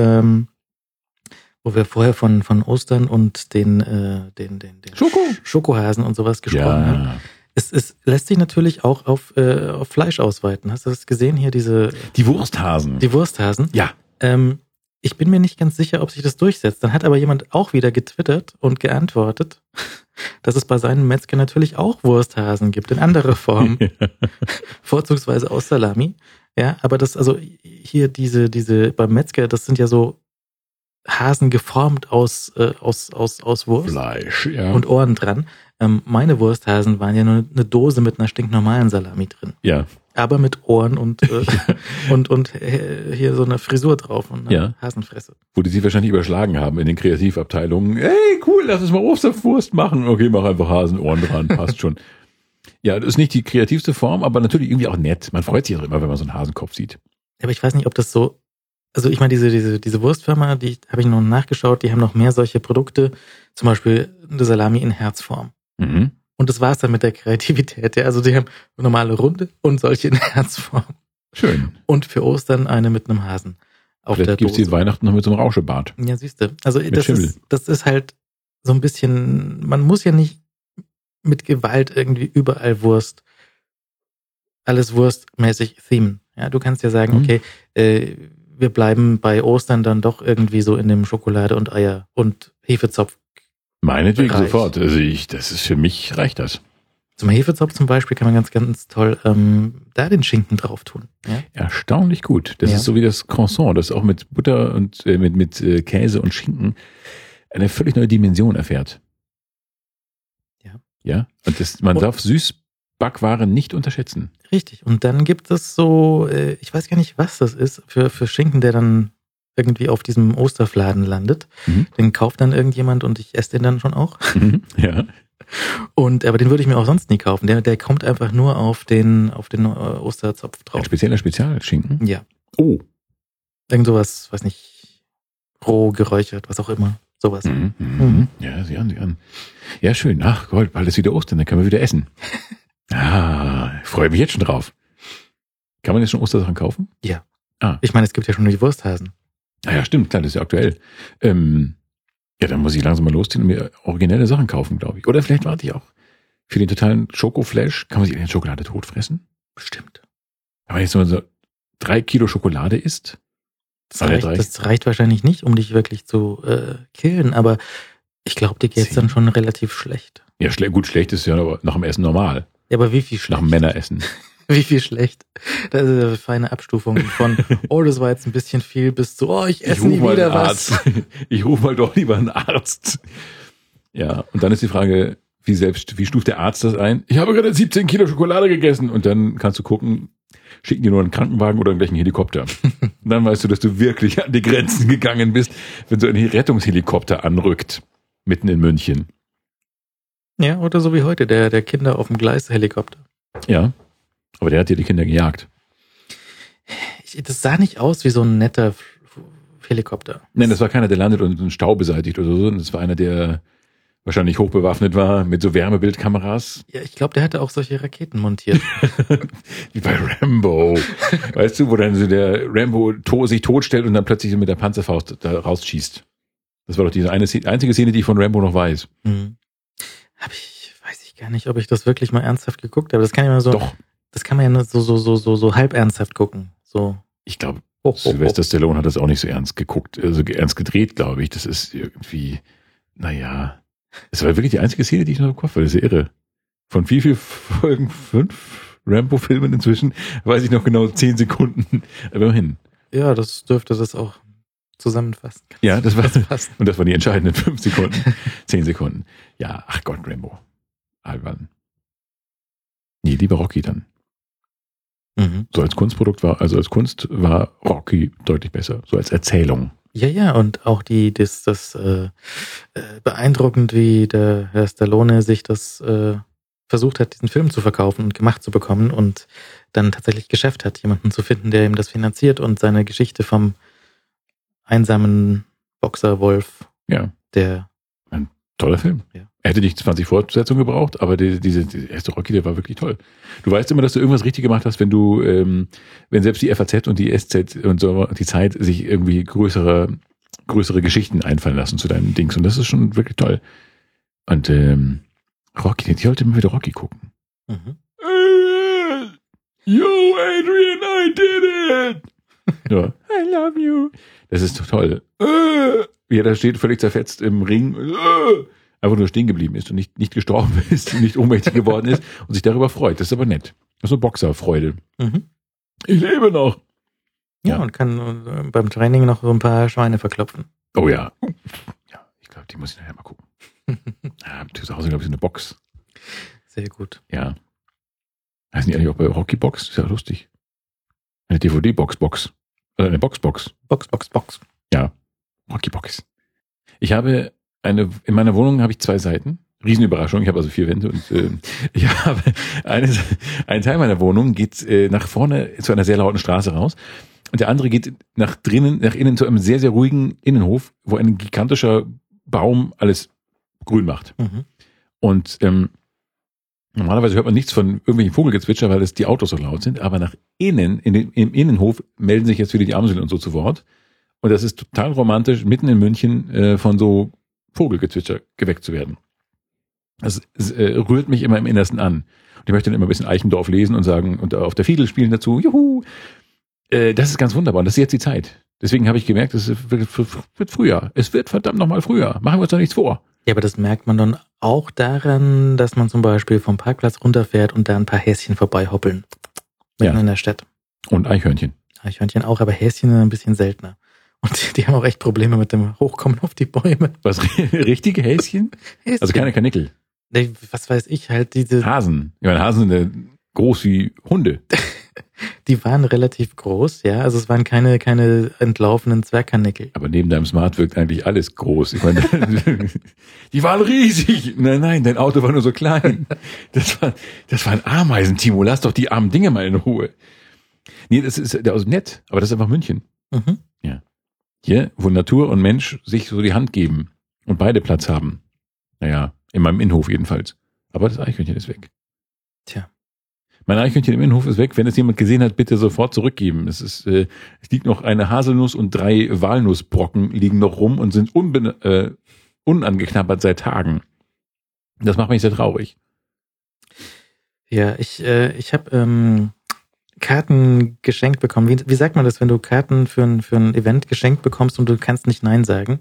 wo wir vorher von Ostern und den Schokohasen und sowas gesprochen haben. Es lässt sich natürlich auch auf Fleisch ausweiten. Hast du das gesehen hier, die Wursthasen? Die Wursthasen? Ja. Ich bin mir nicht ganz sicher, ob sich das durchsetzt. Dann hat aber jemand auch wieder getwittert und geantwortet, dass es bei seinem Metzger natürlich auch Wursthasen gibt, in anderer Form. Vorzugsweise aus Salami. Ja, aber das, also hier diese beim Metzger, das sind ja so Hasen geformt aus Wurst. Fleisch, ja. Und Ohren dran. Meine Wursthasen waren ja nur eine Dose mit einer stinknormalen Salami drin. Ja. Aber mit Ohren und hier so eine Frisur drauf und eine Hasenfresse. Wo die sich wahrscheinlich überschlagen haben in den Kreativabteilungen. Hey, cool, lass uns mal Osterwurst machen. Okay, mach einfach Hasenohren dran, passt schon. Ja, das ist nicht die kreativste Form, aber natürlich irgendwie auch nett. Man freut sich auch immer, wenn man so einen Hasenkopf sieht. Aber ich weiß nicht, ob das so, also ich meine, diese Wurstfirma, die habe ich noch nachgeschaut, die haben noch mehr solche Produkte, zum Beispiel eine Salami in Herzform. Mhm. Und das war's dann mit der Kreativität. Ja. Also die haben eine normale Runde und solche in Herzform. Schön. Und für Ostern eine mit einem Hasen auf Vielleicht der Dose. Gibt's die Weihnachten noch mit so einem Rauschebart. Ja, siehst du. Also das ist halt so ein bisschen, man muss ja nicht mit Gewalt irgendwie überall alles wurstmäßig themen. Ja, du kannst ja sagen, okay, wir bleiben bei Ostern dann doch irgendwie so in dem Schokolade und Eier und Hefezopf. Meinetwegen sofort. Also das ist für mich, reicht das. Zum Hefezopf zum Beispiel kann man ganz, ganz toll da den Schinken drauf tun. Ja? Erstaunlich gut. Das ist so wie das Croissant, das auch mit Butter und mit Käse und Schinken eine völlig neue Dimension erfährt. Ja. Ja. Und man darf Süßbackwaren nicht unterschätzen. Richtig. Und dann gibt es so, ich weiß gar nicht, was das ist, für Schinken, der dann irgendwie auf diesem Osterfladen landet. Mhm. Den kauft dann irgendjemand und ich esse den dann schon auch. Mhm. Ja. Aber den würde ich mir auch sonst nie kaufen. Der kommt einfach nur auf den Osterzopf drauf. Ein spezieller Spezialschinken? Ja. Oh. Irgend sowas, weiß nicht, roh, geräuchert, was auch immer. Sowas. Mhm. Mhm. Ja, sieh an. Ja, schön. Ach Gott, bald ist wieder Ostern, dann können wir wieder essen. Ich freue mich jetzt schon drauf. Kann man jetzt schon Ostersachen kaufen? Ja. Ich meine, es gibt ja schon die Wursthasen. Ja, stimmt, klar, das ist ja aktuell. Ja, dann muss ich langsam mal losziehen und mir originelle Sachen kaufen, glaube ich. Oder vielleicht warte ich auch. Für den totalen Schokoflash kann man sich in der Schokolade totfressen? Bestimmt. Wenn man jetzt so 3 Kilo Schokolade isst? Das reicht wahrscheinlich nicht, um dich wirklich zu killen, aber ich glaube, dir geht's dann schon relativ schlecht. Ja, schlecht ist ja aber nach dem Essen normal. Ja, aber wie viel schlecht? Nach dem Männeressen. Wie viel schlecht? Das ist eine feine Abstufung von, das war jetzt ein bisschen viel, bis zu, ich esse nie wieder was. Ich rufe mal doch lieber einen Arzt. Ja, und dann ist die Frage, wie stuft der Arzt das ein? Ich habe gerade 17 Kilo Schokolade gegessen. Und dann kannst du gucken, schicken die nur einen Krankenwagen oder gleich einen Helikopter. Und dann weißt du, dass du wirklich an die Grenzen gegangen bist, wenn so ein Rettungshelikopter anrückt, mitten in München. Ja, oder so wie heute, der Kinder auf dem Gleis Helikopter. Ja. Aber der hat ja die Kinder gejagt. Das sah nicht aus wie so ein netter Helikopter. Nein, das war keiner, der landet und einen Stau beseitigt oder so. Das war einer, der wahrscheinlich hochbewaffnet war mit so Wärmebildkameras. Ja, ich glaube, der hatte auch solche Raketen montiert. Wie bei Rambo. Weißt du, wo dann so der Rambo sich totstellt und dann plötzlich mit der Panzerfaust da rausschießt. Das war doch diese einzige Szene, die ich von Rambo noch weiß. Weiß ich gar nicht, ob ich das wirklich mal ernsthaft geguckt habe. Das kann ich mal so. Doch. Das kann man ja nur so halb ernsthaft gucken. So. Ich glaube, Sylvester Stallone hat das auch nicht so ernst geguckt, also ernst gedreht, glaube ich. Das ist irgendwie, naja. Es war wirklich die einzige Szene, die ich noch im Kopf habe. Das ist ja irre. Von wie viel Folgen? 5 Rambo-Filmen inzwischen? Weiß ich noch genau 10 Sekunden. Aber immerhin. Ja, das dürfte das auch zusammenfassen. Ja, das war, und das waren die entscheidenden 5 Sekunden. 10 Sekunden. Ja, ach Gott, Rambo. Albern. Nee, lieber Rocky dann. So als Kunstprodukt als Kunst war Rocky deutlich besser. So als Erzählung. Ja, und auch das beeindruckend, wie der Herr Stallone sich das versucht hat, diesen Film zu verkaufen und gemacht zu bekommen und dann tatsächlich geschafft hat, jemanden zu finden, der ihm das finanziert und seine Geschichte vom einsamen Boxerwolf. Ja. Ein toller Film. Ja. Er hätte nicht 20 Fortsetzungen gebraucht, aber diese erste Rocky, der war wirklich toll. Du weißt immer, dass du irgendwas richtig gemacht hast, wenn wenn selbst die FAZ und die SZ und so die Zeit sich irgendwie größere Geschichten einfallen lassen zu deinem Dings. Und das ist schon wirklich toll. Und Rocky, ich wollte immer wieder Rocky gucken. Yo, Adrian, I did it! Ja, I love you. Das ist toll. Wie er da steht, völlig zerfetzt im Ring. Einfach nur stehen geblieben ist und nicht gestorben ist und nicht ohnmächtig geworden ist und sich darüber freut. Das ist aber nett. Das ist so Boxerfreude. Ich lebe noch. Ja, und kann beim Training noch so ein paar Schweine verklopfen. Oh ja. Ja, ich glaube, die muss ich nachher mal gucken. Zu Hause, glaube ich, ist eine Box. Sehr gut. Ja. Heißen die eigentlich auch bei Rocky Box? Ist ja lustig. Eine DVD-Box. Oder eine Box. Box. Ja. Rocky Box. In meiner Wohnung habe ich 2 Seiten. Riesenüberraschung. Ich habe also 4 Wände und ich habe ein Teil meiner Wohnung geht nach vorne zu einer sehr lauten Straße raus und der andere geht nach innen zu einem sehr, sehr ruhigen Innenhof, wo ein gigantischer Baum alles grün macht. Und normalerweise hört man nichts von irgendwelchen Vogelgezwitscher, weil die Autos so laut sind, aber nach innen, im Innenhof melden sich jetzt wieder die Amseln und so zu Wort. Und das ist total romantisch, mitten in München von so Vogelgezwitscher geweckt zu werden. Das rührt mich immer im Innersten an. Und ich möchte dann immer ein bisschen Eichendorff lesen und sagen, und auf der Fiedel spielen dazu, juhu. Das ist ganz wunderbar und das ist jetzt die Zeit. Deswegen habe ich gemerkt, es wird Frühjahr. Es wird verdammt nochmal Frühjahr. Machen wir uns doch nichts vor. Ja, aber das merkt man dann auch daran, dass man zum Beispiel vom Parkplatz runterfährt und da ein paar Häschen vorbeihoppeln. Mitten in der Stadt. Und Eichhörnchen. Eichhörnchen auch, aber Häschen sind ein bisschen seltener. Und die haben auch echt Probleme mit dem Hochkommen auf die Bäume. Was, richtige Häschen? Also keine Kanickel. Nee, was weiß ich, halt diese... Hasen. Ich meine, Hasen sind groß wie Hunde. Die waren relativ groß, ja. Also es waren keine entlaufenen Zwergkanickel. Aber neben deinem Smart wirkt eigentlich alles groß. Ich meine, die waren riesig. Nein, dein Auto war nur so klein. Das war ein Ameisen, Timo. Lass doch die armen Dinge mal in Ruhe. Nee, das ist nett, aber das ist einfach München. Ja. Hier, wo Natur und Mensch sich so die Hand geben und beide Platz haben. Naja, in meinem Innenhof jedenfalls. Aber das Eichhörnchen ist weg. Tja. Mein Eichhörnchen im Innenhof ist weg. Wenn es jemand gesehen hat, bitte sofort zurückgeben. Es liegt noch eine Haselnuss und 3 Walnussbrocken liegen noch rum und sind unangeknabbert seit Tagen. Das macht mich sehr traurig. Ja, ich habe Karten geschenkt bekommen. Wie sagt man das, wenn du Karten für ein Event geschenkt bekommst und du kannst nicht Nein sagen?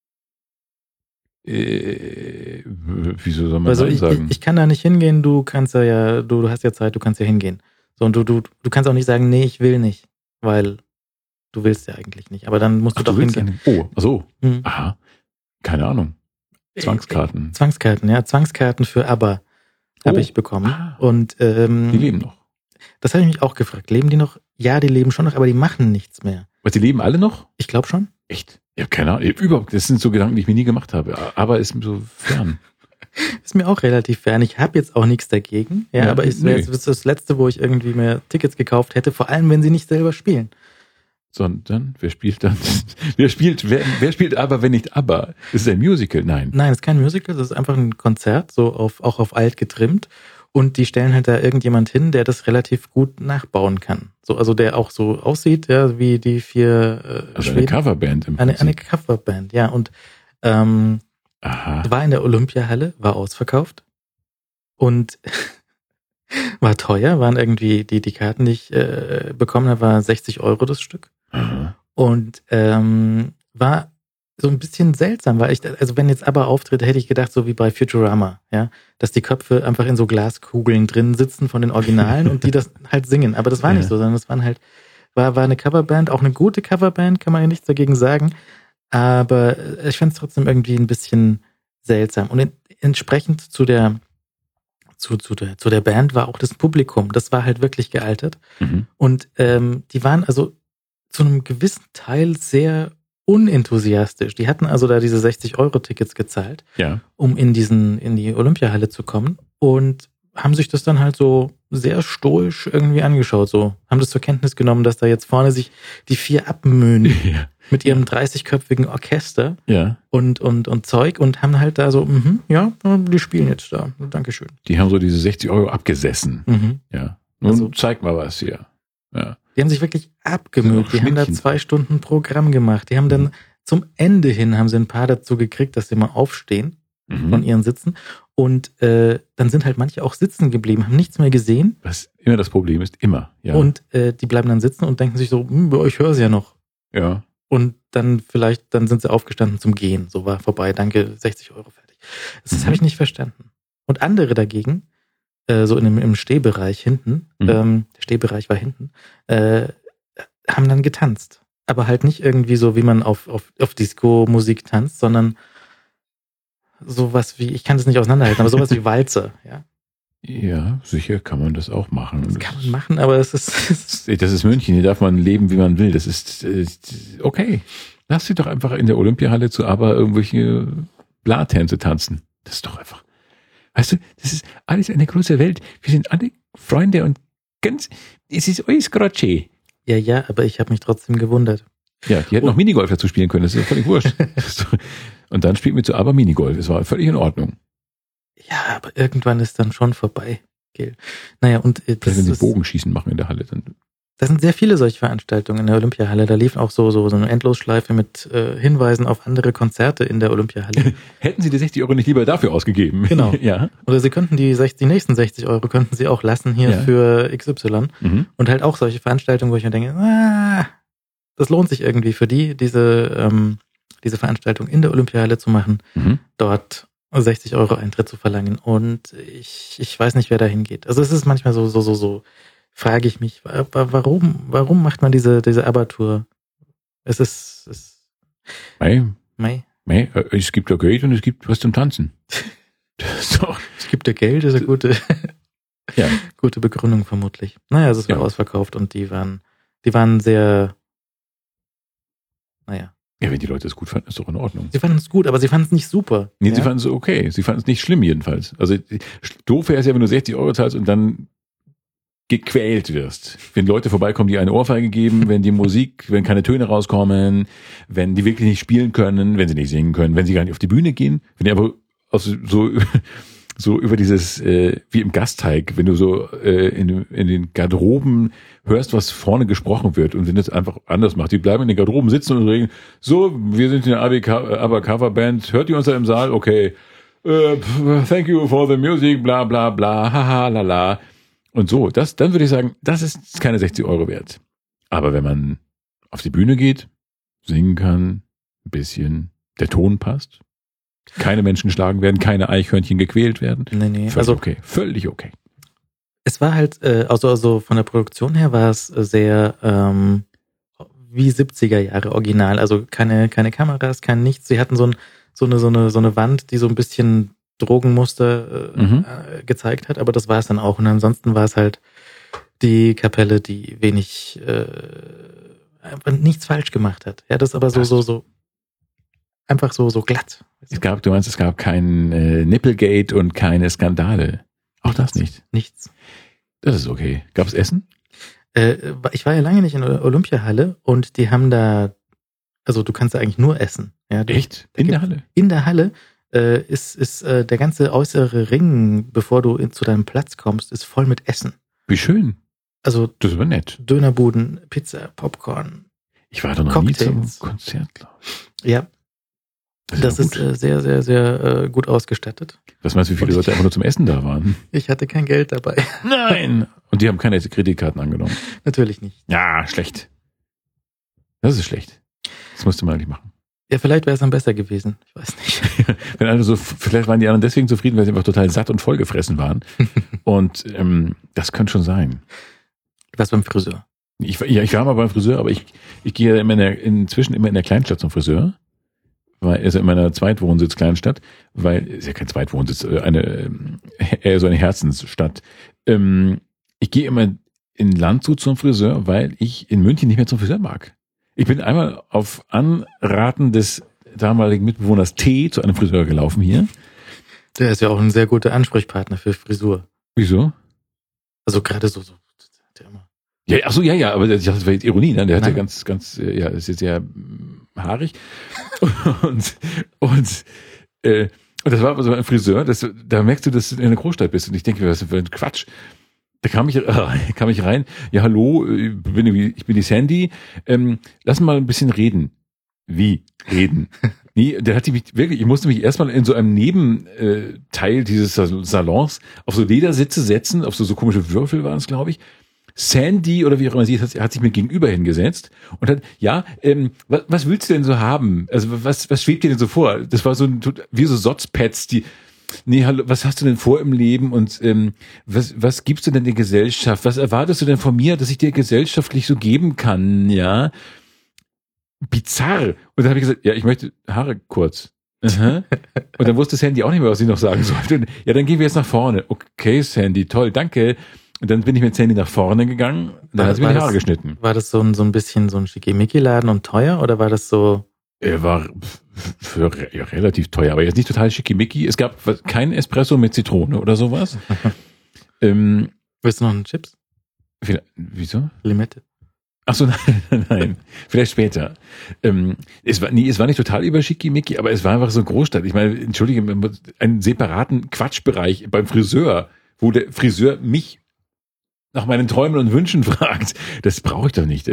Wieso soll man Nein sagen? Ich kann da nicht hingehen, du kannst du hast ja Zeit, du kannst ja hingehen. So, und du kannst auch nicht sagen, nee, ich will nicht, weil du willst ja eigentlich nicht. Aber dann musst du doch hingehen. Ach so. Aha. Keine Ahnung. Zwangskarten. Zwangskarten für ABBA habe ich bekommen. Und die leben noch. Das habe ich mich auch gefragt. Leben die noch? Ja, die leben schon noch, aber die machen nichts mehr. Was, die leben alle noch? Ich glaube schon. Echt? Ja, keine Ahnung. Überhaupt, das sind so Gedanken, die ich mir nie gemacht habe. Aber ist mir so fern. Ist mir auch relativ fern. Ich habe jetzt auch nichts dagegen. Ja, aber es wäre jetzt das Letzte, wo ich irgendwie mehr Tickets gekauft hätte. Vor allem, wenn sie nicht selber spielen. sondern wer spielt aber, wenn nicht aber? Ist es ein Musical? Nein. Nein, es ist kein Musical, das ist einfach ein Konzert, so auch auf alt getrimmt. Und die stellen halt da irgendjemand hin, der das relativ gut nachbauen kann. So, also der auch so aussieht, ja, wie die 4 also Schweden. Eine Coverband im Prinzip. Eine Coverband, ja. Und war in der Olympiahalle, war ausverkauft und war teuer, waren irgendwie die Karten, die ich bekommen habe, war 60 € das Stück. Aha. Und war so ein bisschen seltsam, weil also wenn jetzt aber auftritt, hätte ich gedacht, so wie bei Futurama, ja, dass die Köpfe einfach in so Glaskugeln drin sitzen von den Originalen und die das halt singen. Aber das war nicht so, sondern das waren halt, war eine Coverband, auch eine gute Coverband, kann man ja nichts dagegen sagen. Aber ich fand es trotzdem irgendwie ein bisschen seltsam. Und entsprechend zu der Band war auch das Publikum. Das war halt wirklich gealtert. Mhm. Und die waren also zu einem gewissen Teil sehr unenthusiastisch. Die hatten also da diese 60-€ gezahlt, um in die Olympiahalle zu kommen und haben sich das dann halt so sehr stoisch irgendwie angeschaut. So haben das zur Kenntnis genommen, dass da jetzt vorne sich die 4 abmühen mit ihrem 30-köpfigen Orchester und Zeug und haben halt da so, die spielen jetzt da. Dankeschön. Die haben so diese 60 € abgesessen. Mhm. Ja. Nun also, zeig mal was hier. Ja. Die haben sich wirklich abgemüht. Die haben da 2 Stunden Programm gemacht. Die haben dann zum Ende hin haben sie ein paar dazu gekriegt, dass sie mal aufstehen von ihren Sitzen. Und dann sind halt manche auch sitzen geblieben, haben nichts mehr gesehen. Was immer das Problem ist, immer. Ja. Und die bleiben dann sitzen und denken sich so, ich höre sie ja noch. Ja. Und dann sind sie aufgestanden zum Gehen. So war vorbei, danke, 60 € fertig. Das habe ich nicht verstanden. Und andere dagegen, so im Stehbereich hinten, der Stehbereich war hinten, haben dann getanzt. Aber halt nicht irgendwie so, wie man auf Disco-Musik tanzt, sondern sowas wie, ich kann das nicht auseinanderhalten, aber sowas wie Walzer, ja. Ja, sicher kann man das auch machen. Das kann man machen, aber es ist... Das ist München, hier darf man leben, wie man will. Das ist okay. Lass sie doch einfach in der Olympiahalle zu aber irgendwelche Blatänze tanzen. Das ist doch einfach... Weißt du, das ist alles eine große Welt. Wir sind alle Freunde und es ist alles gerade schön. Ja, aber ich habe mich trotzdem gewundert. Ja, die hätten noch Minigolf dazu spielen können, das ist ja völlig wurscht. Und dann spielt mir zu aber Minigolf, das war völlig in Ordnung. Ja, aber irgendwann ist dann schon vorbei, Gil. Naja, und das wenn sie Bogenschießen machen in der Halle, dann... Das sind sehr viele solche Veranstaltungen in der Olympiahalle. Da lief auch so eine Endlosschleife mit Hinweisen auf andere Konzerte in der Olympiahalle. Hätten Sie die 60 € nicht lieber dafür ausgegeben? Genau. Ja. Oder Sie könnten die nächsten 60 € könnten Sie auch lassen hier für XY. Mhm. Und halt auch solche Veranstaltungen, wo ich mir denke, das lohnt sich irgendwie für diese Veranstaltung in der Olympiahalle zu machen, dort 60 € Eintritt zu verlangen. Und ich weiß nicht, wer da hingeht. Also es ist manchmal so frage ich mich, warum macht man diese Abertour? Es gibt ja Geld und es gibt was zum Tanzen. So. Es gibt ja Geld, ist eine gute Begründung vermutlich. Naja, es war ausverkauft und die waren sehr, Ja, wenn die Leute es gut fanden, ist doch in Ordnung. Sie fanden es gut, aber sie fanden es nicht super. Nee, sie fanden es okay. Sie fanden es nicht schlimm jedenfalls. Also doof wäre es ja, wenn du 60 € zahlst und dann gequält wirst. Wenn Leute vorbeikommen, die eine Ohrfeige geben, wenn keine Töne rauskommen, wenn die wirklich nicht spielen können, wenn sie nicht singen können, wenn sie gar nicht auf die Bühne gehen, wenn die aber so über dieses, wie im Gasteig, wenn du so in den Garderoben hörst, was vorne gesprochen wird und wenn das einfach anders macht. Die bleiben in den Garderoben sitzen und reden, so, wir sind eine Aber-Cover-Band, hört ihr uns da im Saal? Okay, thank you for the music, bla bla bla, haha, lala. Und so, dann würde ich sagen, das ist keine 60 € wert. Aber wenn man auf die Bühne geht, singen kann, ein bisschen, der Ton passt, keine Menschen geschlagen werden, keine Eichhörnchen gequält werden. Nee. Völlig okay. Es war halt, also von der Produktion her war es sehr wie 70er Jahre original. Also keine Kameras, kein nichts. Sie hatten so eine Wand, die so ein bisschen Drogenmuster gezeigt hat, aber das war es dann auch. Und ansonsten war es halt die Kapelle, die wenig nichts falsch gemacht hat. Ja, das aber so einfach so glatt. Es gab kein Nipplegate und keine Skandale. Auch das nicht. Nichts. Das ist okay. Gab es Essen? Ich war ja lange nicht in der Olympiahalle und die haben da, also du kannst da eigentlich nur essen. Ja, echt? In der Halle? In der Halle ist der ganze äußere Ring, bevor du zu deinem Platz kommst, ist voll mit Essen. Wie schön. Also das ist aber nett. Dönerbuden, Pizza, Popcorn. Ich war da noch nie zum Konzert, glaube ich. Ja. Das ist sehr, sehr, sehr gut ausgestattet. Was meinst du, wie viele Leute einfach nur zum Essen da waren? Ich hatte kein Geld dabei. Nein! Und die haben keine Kreditkarten angenommen? Natürlich nicht. Ja, schlecht. Das ist schlecht. Das musste man eigentlich machen. Ja, vielleicht wäre es dann besser gewesen. Ich weiß nicht. Wenn alle so, vielleicht waren die anderen deswegen zufrieden, weil sie einfach total satt und vollgefressen waren. Und das könnte schon sein. Du warst beim Friseur. Ich war mal beim Friseur, aber ich gehe inzwischen immer in der Kleinstadt zum Friseur. Also in meiner Zweitwohnsitz Kleinstadt, weil, ist ja kein Zweitwohnsitz, eher so eine Herzensstadt. Ich gehe immer in Landshut zum Friseur, weil ich in München nicht mehr zum Friseur mag. Ich bin einmal auf Anraten des damaligen Mitbewohners T zu einem Friseur gelaufen hier. Der ist ja auch ein sehr guter Ansprechpartner für Frisur. Wieso? Also gerade so der immer. Ja, ach so, ja, aber das war jetzt Ironie, ne? Der hat ja ganz, ist jetzt sehr haarig. Und das war aber so ein Friseur, da merkst du, dass du in einer Großstadt bist. Und ich denke, was für ein Quatsch. Da kam ich rein. Ja, hallo, ich bin die Sandy. Lass mal ein bisschen reden. Wie reden? Nee, der hat mich wirklich, ich musste mich erstmal in so einem Nebenteil dieses Salons auf so Ledersitze setzen, auf so komische Würfel waren es, glaube ich. Sandy oder wie auch immer sie ist, hat sich mir gegenüber hingesetzt und hat, was willst du denn so haben? Also was schwebt dir denn so vor? Das war so wie so Sotzpads, hallo, was hast du denn vor im Leben und was gibst du denn der Gesellschaft? Was erwartest du denn von mir, dass ich dir gesellschaftlich so geben kann, ja? Bizarr. Und dann habe ich gesagt, ja, ich möchte Haare kurz. Aha. Und dann wusste Sandy auch nicht mehr, was sie noch sagen sollte. Und, ja, dann gehen wir jetzt nach vorne. Okay, Sandy, toll, danke. Und dann bin ich mit Sandy nach vorne gegangen. Dann hat sie mir die Haare geschnitten. War das so ein bisschen so ein Schickimicki-Laden und teuer oder war das so? Er war relativ teuer, aber jetzt nicht total schickimicki. Es gab kein Espresso mit Zitrone oder sowas. Willst du noch einen Chips? Wieso? Limette. Ach so, nein. Vielleicht später. Es war nicht total über schickimicki, aber es war einfach so eine Großstadt. Ich meine, entschuldige, einen separaten Quatschbereich beim Friseur, wo der Friseur mich nach meinen Träumen und Wünschen fragt. Das brauche ich doch nicht.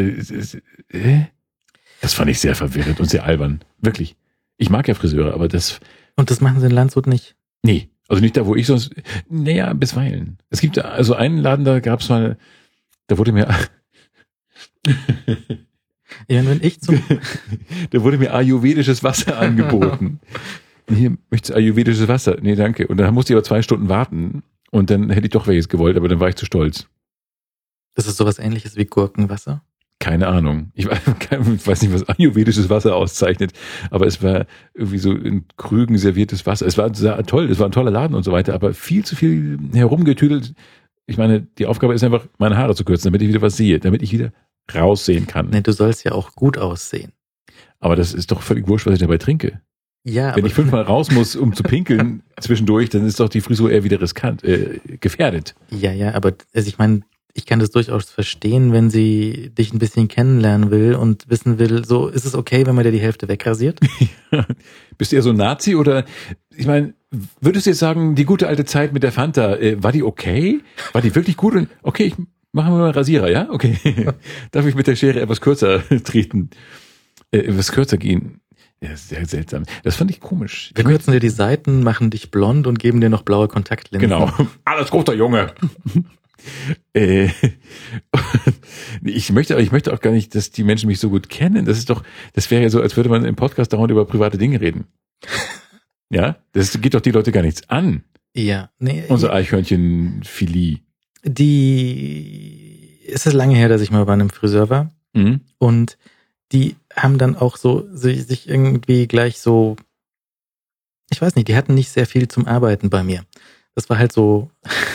Das fand ich sehr verwirrend und sehr albern. Wirklich. Ich mag ja Friseure, aber das... Und das machen sie in Landshut nicht? Nee. Also nicht da, wo ich sonst... Naja, bisweilen. Es gibt also einen Laden, da gab's mal... Da wurde mir... Ja, wenn ich da wurde mir ayurvedisches Wasser angeboten. Hier, möchtest du ayurvedisches Wasser? Nee, danke. Und dann musste ich aber 2 Stunden warten. Und dann hätte ich doch welches gewollt, aber dann war ich zu stolz. Das ist sowas Ähnliches wie Gurkenwasser? Keine Ahnung. Ich weiß nicht, was ayurvedisches Wasser auszeichnet, aber es war irgendwie so in Krügen serviertes Wasser. Es war sehr toll, es war ein toller Laden und so weiter, aber viel zu viel herumgetüdelt. Ich meine, die Aufgabe ist einfach, meine Haare zu kürzen, damit ich wieder was sehe, damit ich wieder raussehen kann. Nee, du sollst ja auch gut aussehen. Aber das ist doch völlig wurscht, was ich dabei trinke. Ja, wenn ich 5-mal raus muss, um zu pinkeln zwischendurch, dann ist doch die Frisur eher wieder riskant, gefährdet. Ja, aber also ich meine, ich kann das durchaus verstehen, wenn sie dich ein bisschen kennenlernen will und wissen will, so ist es okay, wenn man dir die Hälfte wegrasiert? Bist du eher so ein Nazi oder, ich meine, würdest du jetzt sagen, die gute alte Zeit mit der Fanta, war die okay? War die wirklich gut? Okay, ich mache mal einen Rasierer, ja? Okay. Darf ich mit der Schere etwas kürzer treten? Etwas kürzer gehen? Ja, sehr seltsam. Das fand ich komisch. Wir kürzen dir die Seiten, machen dich blond und geben dir noch blaue Kontaktlinsen. Genau. Alles guter Junge. Ich möchte auch gar nicht, dass die Menschen mich so gut kennen. Das wäre ja so, als würde man im Podcast dauernd über private Dinge reden. Ja? Das geht doch die Leute gar nichts an. Ja. Nee, unser Eichhörnchen-Filie. Es ist lange her, dass ich mal bei einem Friseur war. Mhm. Und die haben dann auch so sich irgendwie gleich so, ich weiß nicht, die hatten nicht sehr viel zum Arbeiten bei mir. Das war halt so...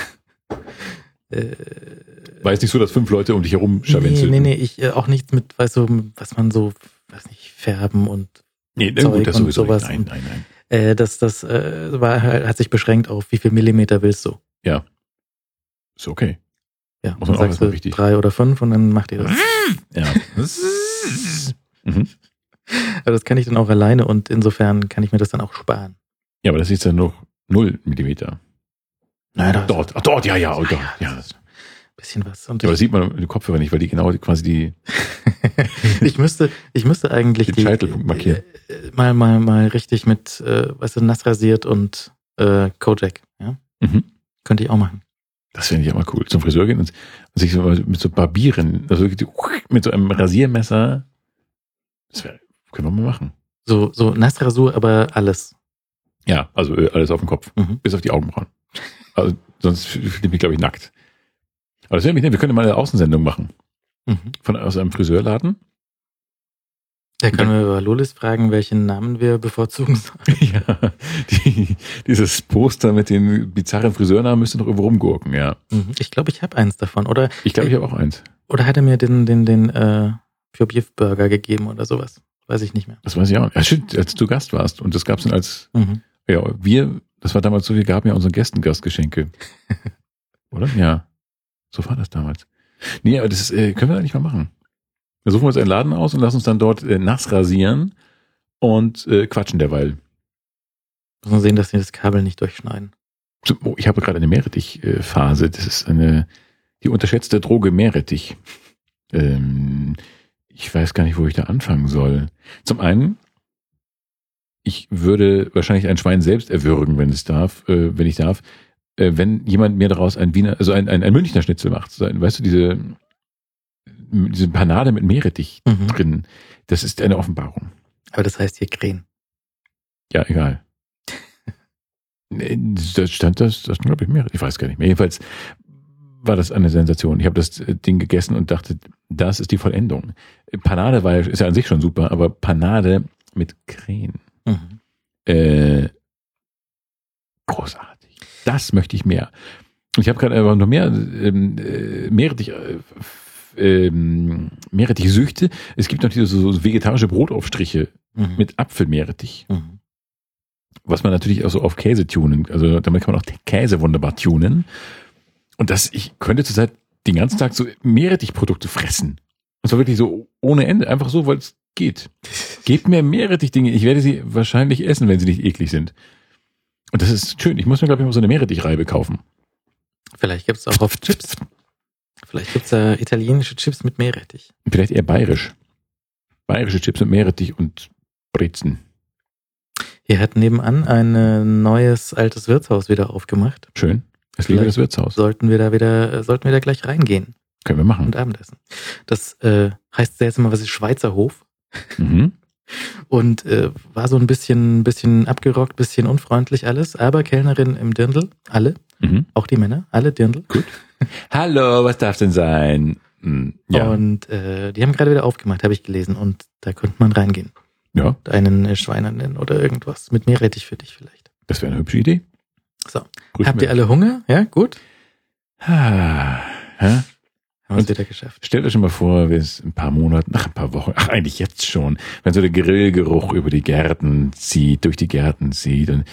War es nicht so, dass 5 Leute um dich herum scharwenzelten? Nee, ich auch nichts mit, weißt du, was man so, weiß nicht, färben und Zeug gut, das und sowas. Nein. Das war halt, hat sich beschränkt auf wie viel Millimeter willst du? Ja. Ist okay. Ja, muss man auch sagst du richtig. 3 oder 5 und dann macht ihr das. Ja. Mhm. Aber das kann ich dann auch alleine und insofern kann ich mir das dann auch sparen. Ja, aber das ist ja noch 0 Millimeter. Naja, dort, ja. Bisschen was. Und ja, aber das sieht man im Kopfhörer nicht, weil die genau quasi die ich müsste eigentlich den Scheitelpunkt markieren. Mal richtig mit, nass rasiert und Kojak. Ja? Mhm. Könnte ich auch machen. Das finde ich auch mal cool. Zum Friseur gehen und sich so mit so Barbieren, also mit so einem Rasiermesser, können wir mal machen. So Nassrasur, aber alles. Ja, also alles auf dem Kopf, bis auf die Augenbrauen. Also sonst fühle ich mich, glaube ich, nackt. Aber das wäre mich nicht. Wir können mal eine Außensendung machen. Aus einem Friseurladen. Da können wir über Lolis fragen, welchen Namen wir bevorzugen sollen. Ja, dieses Poster mit den bizarren Friseurnamen müsste noch irgendwo rumgurken, ja. Ich glaube, ich habe eins davon, oder? Ich glaube, ich habe auch eins. Oder hat er mir den Für-Bief-Burger gegeben oder sowas? Weiß ich nicht mehr. Das weiß ich auch. Ja, stimmt, als du Gast warst. Und das gab es dann als, das war damals so, wir gaben ja unseren Gästen Gastgeschenke. Oder? Ja. So war das damals. Nee, aber das können wir eigentlich mal machen. Wir suchen uns einen Laden aus und lassen uns dann dort nass rasieren und quatschen derweil. Muss man sehen, dass sie das Kabel nicht durchschneiden. Ich habe gerade eine Meerrettich-Phase. Das ist die unterschätzte Droge Meerrettich. Ich weiß gar nicht, wo ich da anfangen soll. Zum einen, ich würde wahrscheinlich ein Schwein selbst erwürgen, wenn ich darf, wenn jemand mir daraus ein Münchner Schnitzel macht. Weißt du, diese Panade mit Meerrettich drin, das ist eine Offenbarung. Aber das heißt hier Krähen. Ja, egal. Da stand glaube ich, Meerrettich. Ich weiß gar nicht mehr. Jedenfalls war das eine Sensation. Ich habe das Ding gegessen und dachte, das ist die Vollendung. Panade ist ja an sich schon super, aber Panade mit Krähen. Großartig. Das möchte ich mehr. Und ich habe gerade aber noch mehr Meerrettich-Süchte. Es gibt natürlich so vegetarische Brotaufstriche mit Apfelmeerrettich. Was man natürlich auch so auf Käse tunen. Also damit kann man auch Käse wunderbar tunen. Und ich könnte zurzeit den ganzen Tag so Meerrettichprodukte fressen. Und zwar wirklich so ohne Ende. Einfach so, weil es geht. Gebt mir Meerrettich-Dinge. Ich werde sie wahrscheinlich essen, wenn sie nicht eklig sind. Und das ist schön. Ich muss mir, glaube ich, mal so eine Meerrettich-Reibe kaufen. Vielleicht gibt es auch auf Chips. Vielleicht gibt es da italienische Chips mit Meerrettich. Vielleicht eher bayerisch. Bayerische Chips mit Meerrettich und Brezen. Hier hat nebenan ein neues altes Wirtshaus wieder aufgemacht. Schön. Es liebe das Wirtshaus. Sollten wir da gleich reingehen. Können wir machen. Und Abendessen. Das heißt jetzt mal, was ist Schweizer Hof? Und war so ein bisschen abgerockt, bisschen unfreundlich alles, aber Kellnerin im Dirndl, alle, auch die Männer, alle Dirndl. Gut. Hallo, was darf denn sein? Ja. Und die haben gerade wieder aufgemacht, habe ich gelesen, und da könnte man reingehen. Ja. Und einen Schweiner nennen oder irgendwas mit Meerrettich für dich vielleicht. Das wäre eine hübsche Idee. So. Habt ihr alle Hunger? Ja, gut. Haben wir es wieder geschafft. Stellt euch schon mal vor, wie es ein paar Monaten, nach ein paar Wochen, eigentlich jetzt schon, wenn so der Grillgeruch über die Gärten zieht, durch die Gärten zieht und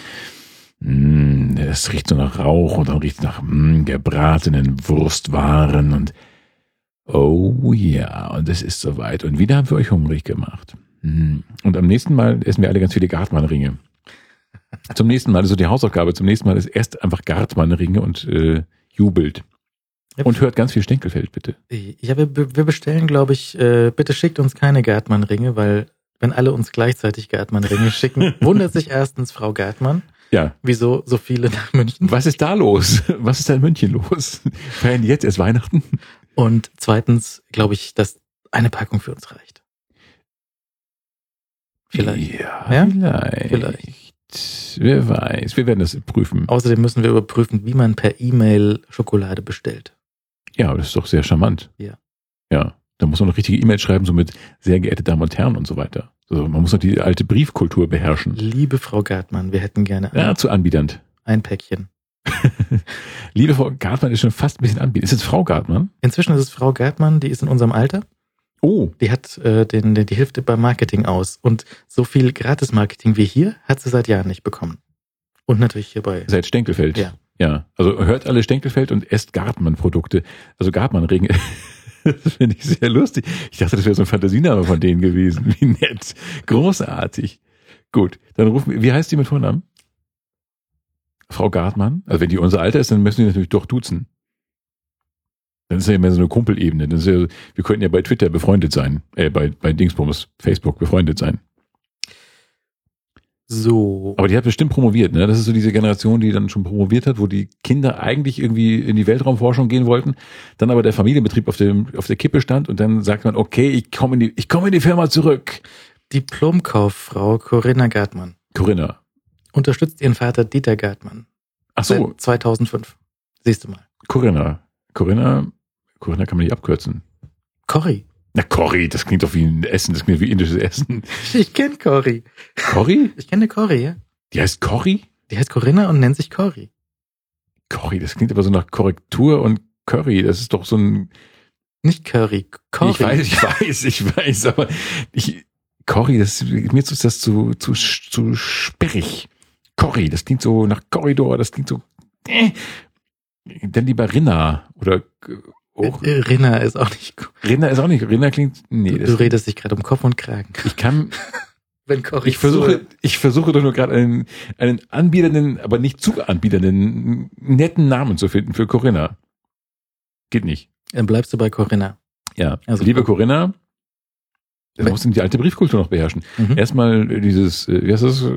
es riecht so nach Rauch und dann riecht es nach gebratenen Wurstwaren und oh ja, und es ist soweit. Und wieder haben wir euch hungrig gemacht. Und am nächsten Mal essen wir alle ganz viele Gartmann-Ringe. Zum nächsten Mal, also die Hausaufgabe, zum nächsten Mal ist erst einfach Gartmann-Ringe und jubelt. Und hört ganz viel Stenkelfeld, bitte. Ja, wir bestellen, glaube ich, bitte schickt uns keine Gartmann-Ringe, weil wenn alle uns gleichzeitig Gartmann-Ringe schicken, wundert sich erstens Frau Gartmann, wieso so viele nach München. Was ist da los? Was ist da in München los? Feiern die jetzt erst Weihnachten? Und zweitens glaube ich, dass eine Packung für uns reicht. Vielleicht. Ja, vielleicht. Wer weiß, wir werden das prüfen. Außerdem müssen wir überprüfen, wie man per E-Mail Schokolade bestellt. Ja, aber das ist doch sehr charmant. Ja. Ja, da muss man noch richtige E-Mails schreiben, so mit sehr geehrte Damen und Herren und so weiter. Also man muss noch die alte Briefkultur beherrschen. Liebe Frau Gartmann, wir hätten gerne zu anbiedernd. Ein Päckchen. Liebe Frau Gartmann ist schon fast ein bisschen anbiedernd. Ist es Frau Gartmann? Inzwischen ist es Frau Gartmann, die ist in unserem Alter. Oh. Die hat die hilft beim Marketing aus. Und so viel Gratis-Marketing wie hier hat sie seit Jahren nicht bekommen. Und natürlich hierbei. Seit Stenkelfeld. Ja. Ja, also hört alle Stenkelfeld und esst Gartmann-Produkte. Also Gartmann-Regen. Das finde ich sehr lustig. Ich dachte, das wäre so ein Fantasiename von denen gewesen. Wie nett. Großartig. Gut, dann rufen wir, wie heißt die mit Vornamen? Frau Gartmann? Also wenn die unser Alter ist, dann müssen die natürlich doch duzen. Dann ist ja mehr so eine Kumpelebene. Das ist ja, wir könnten ja bei Twitter befreundet sein. Bei Dingsbums, Facebook befreundet sein. So. Aber die hat bestimmt promoviert, ne? Das ist so diese Generation, die dann schon promoviert hat, wo die Kinder eigentlich irgendwie in die Weltraumforschung gehen wollten, dann aber der Familienbetrieb auf der Kippe stand und dann sagt man, okay, ich komme in die Firma zurück. Diplomkauffrau Corinna Gartmann. Corinna. Unterstützt ihren Vater Dieter Gartmann. Ach so. Seit 2005. Siehst du mal. Corinna kann man nicht abkürzen. Corrie. Na, Corrie, das klingt doch wie ein Essen, das klingt wie indisches Essen. Ich kenne Corrie. Corrie? Ich kenne Corrie, ja. Die heißt Corrie? Die heißt Corinna und nennt sich Corrie. Corrie, das klingt aber so nach Korrektur und Curry, das ist doch so ein... Nicht Curry, Corrie. Ich weiß, aber Corrie, mir ist das zu sperrig. Corrie, das klingt so nach Korridor, das klingt so... Dann lieber Rinna oder... Rinna ist auch nicht gut. Rinna klingt... Nee, du redest dich gerade um Kopf und Kragen. Ich kann... Wenn Corrie ich versuche doch nur gerade einen anbietenden, aber nicht zu anbietenden, netten Namen zu finden für Corinna. Geht nicht. Dann bleibst du bei Corinna. Ja, also liebe Corinna, wir mussten die alte Briefkultur noch beherrschen. Erstmal dieses, wie heißt das,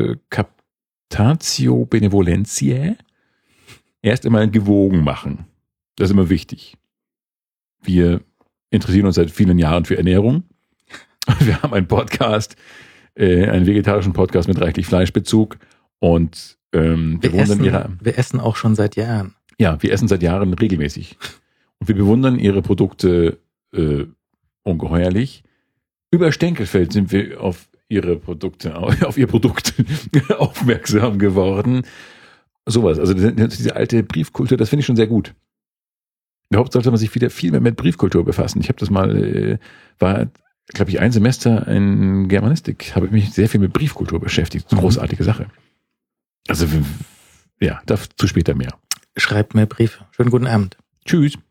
Captatio Benevolentiae. Erst einmal gewogen machen. Das ist immer wichtig. Wir interessieren uns seit vielen Jahren für Ernährung. Wir haben einen Podcast, einen vegetarischen Podcast mit reichlich Fleischbezug und wir essen auch schon seit Jahren. Ja, wir essen seit Jahren regelmäßig. Und wir bewundern ihre Produkte ungeheuerlich. Über Stenkelfeld sind wir auf ihr Produkt aufmerksam geworden. Sowas, also diese alte Briefkultur, das finde ich schon sehr gut. Überhaupt sollte man sich wieder viel mehr mit Briefkultur befassen. Ich habe das mal, war, glaube ich, ein Semester in Germanistik, habe ich mich sehr viel mit Briefkultur beschäftigt. Großartige Sache. Also, ja, dazu später mehr. Schreibt mehr Briefe. Schönen guten Abend. Tschüss.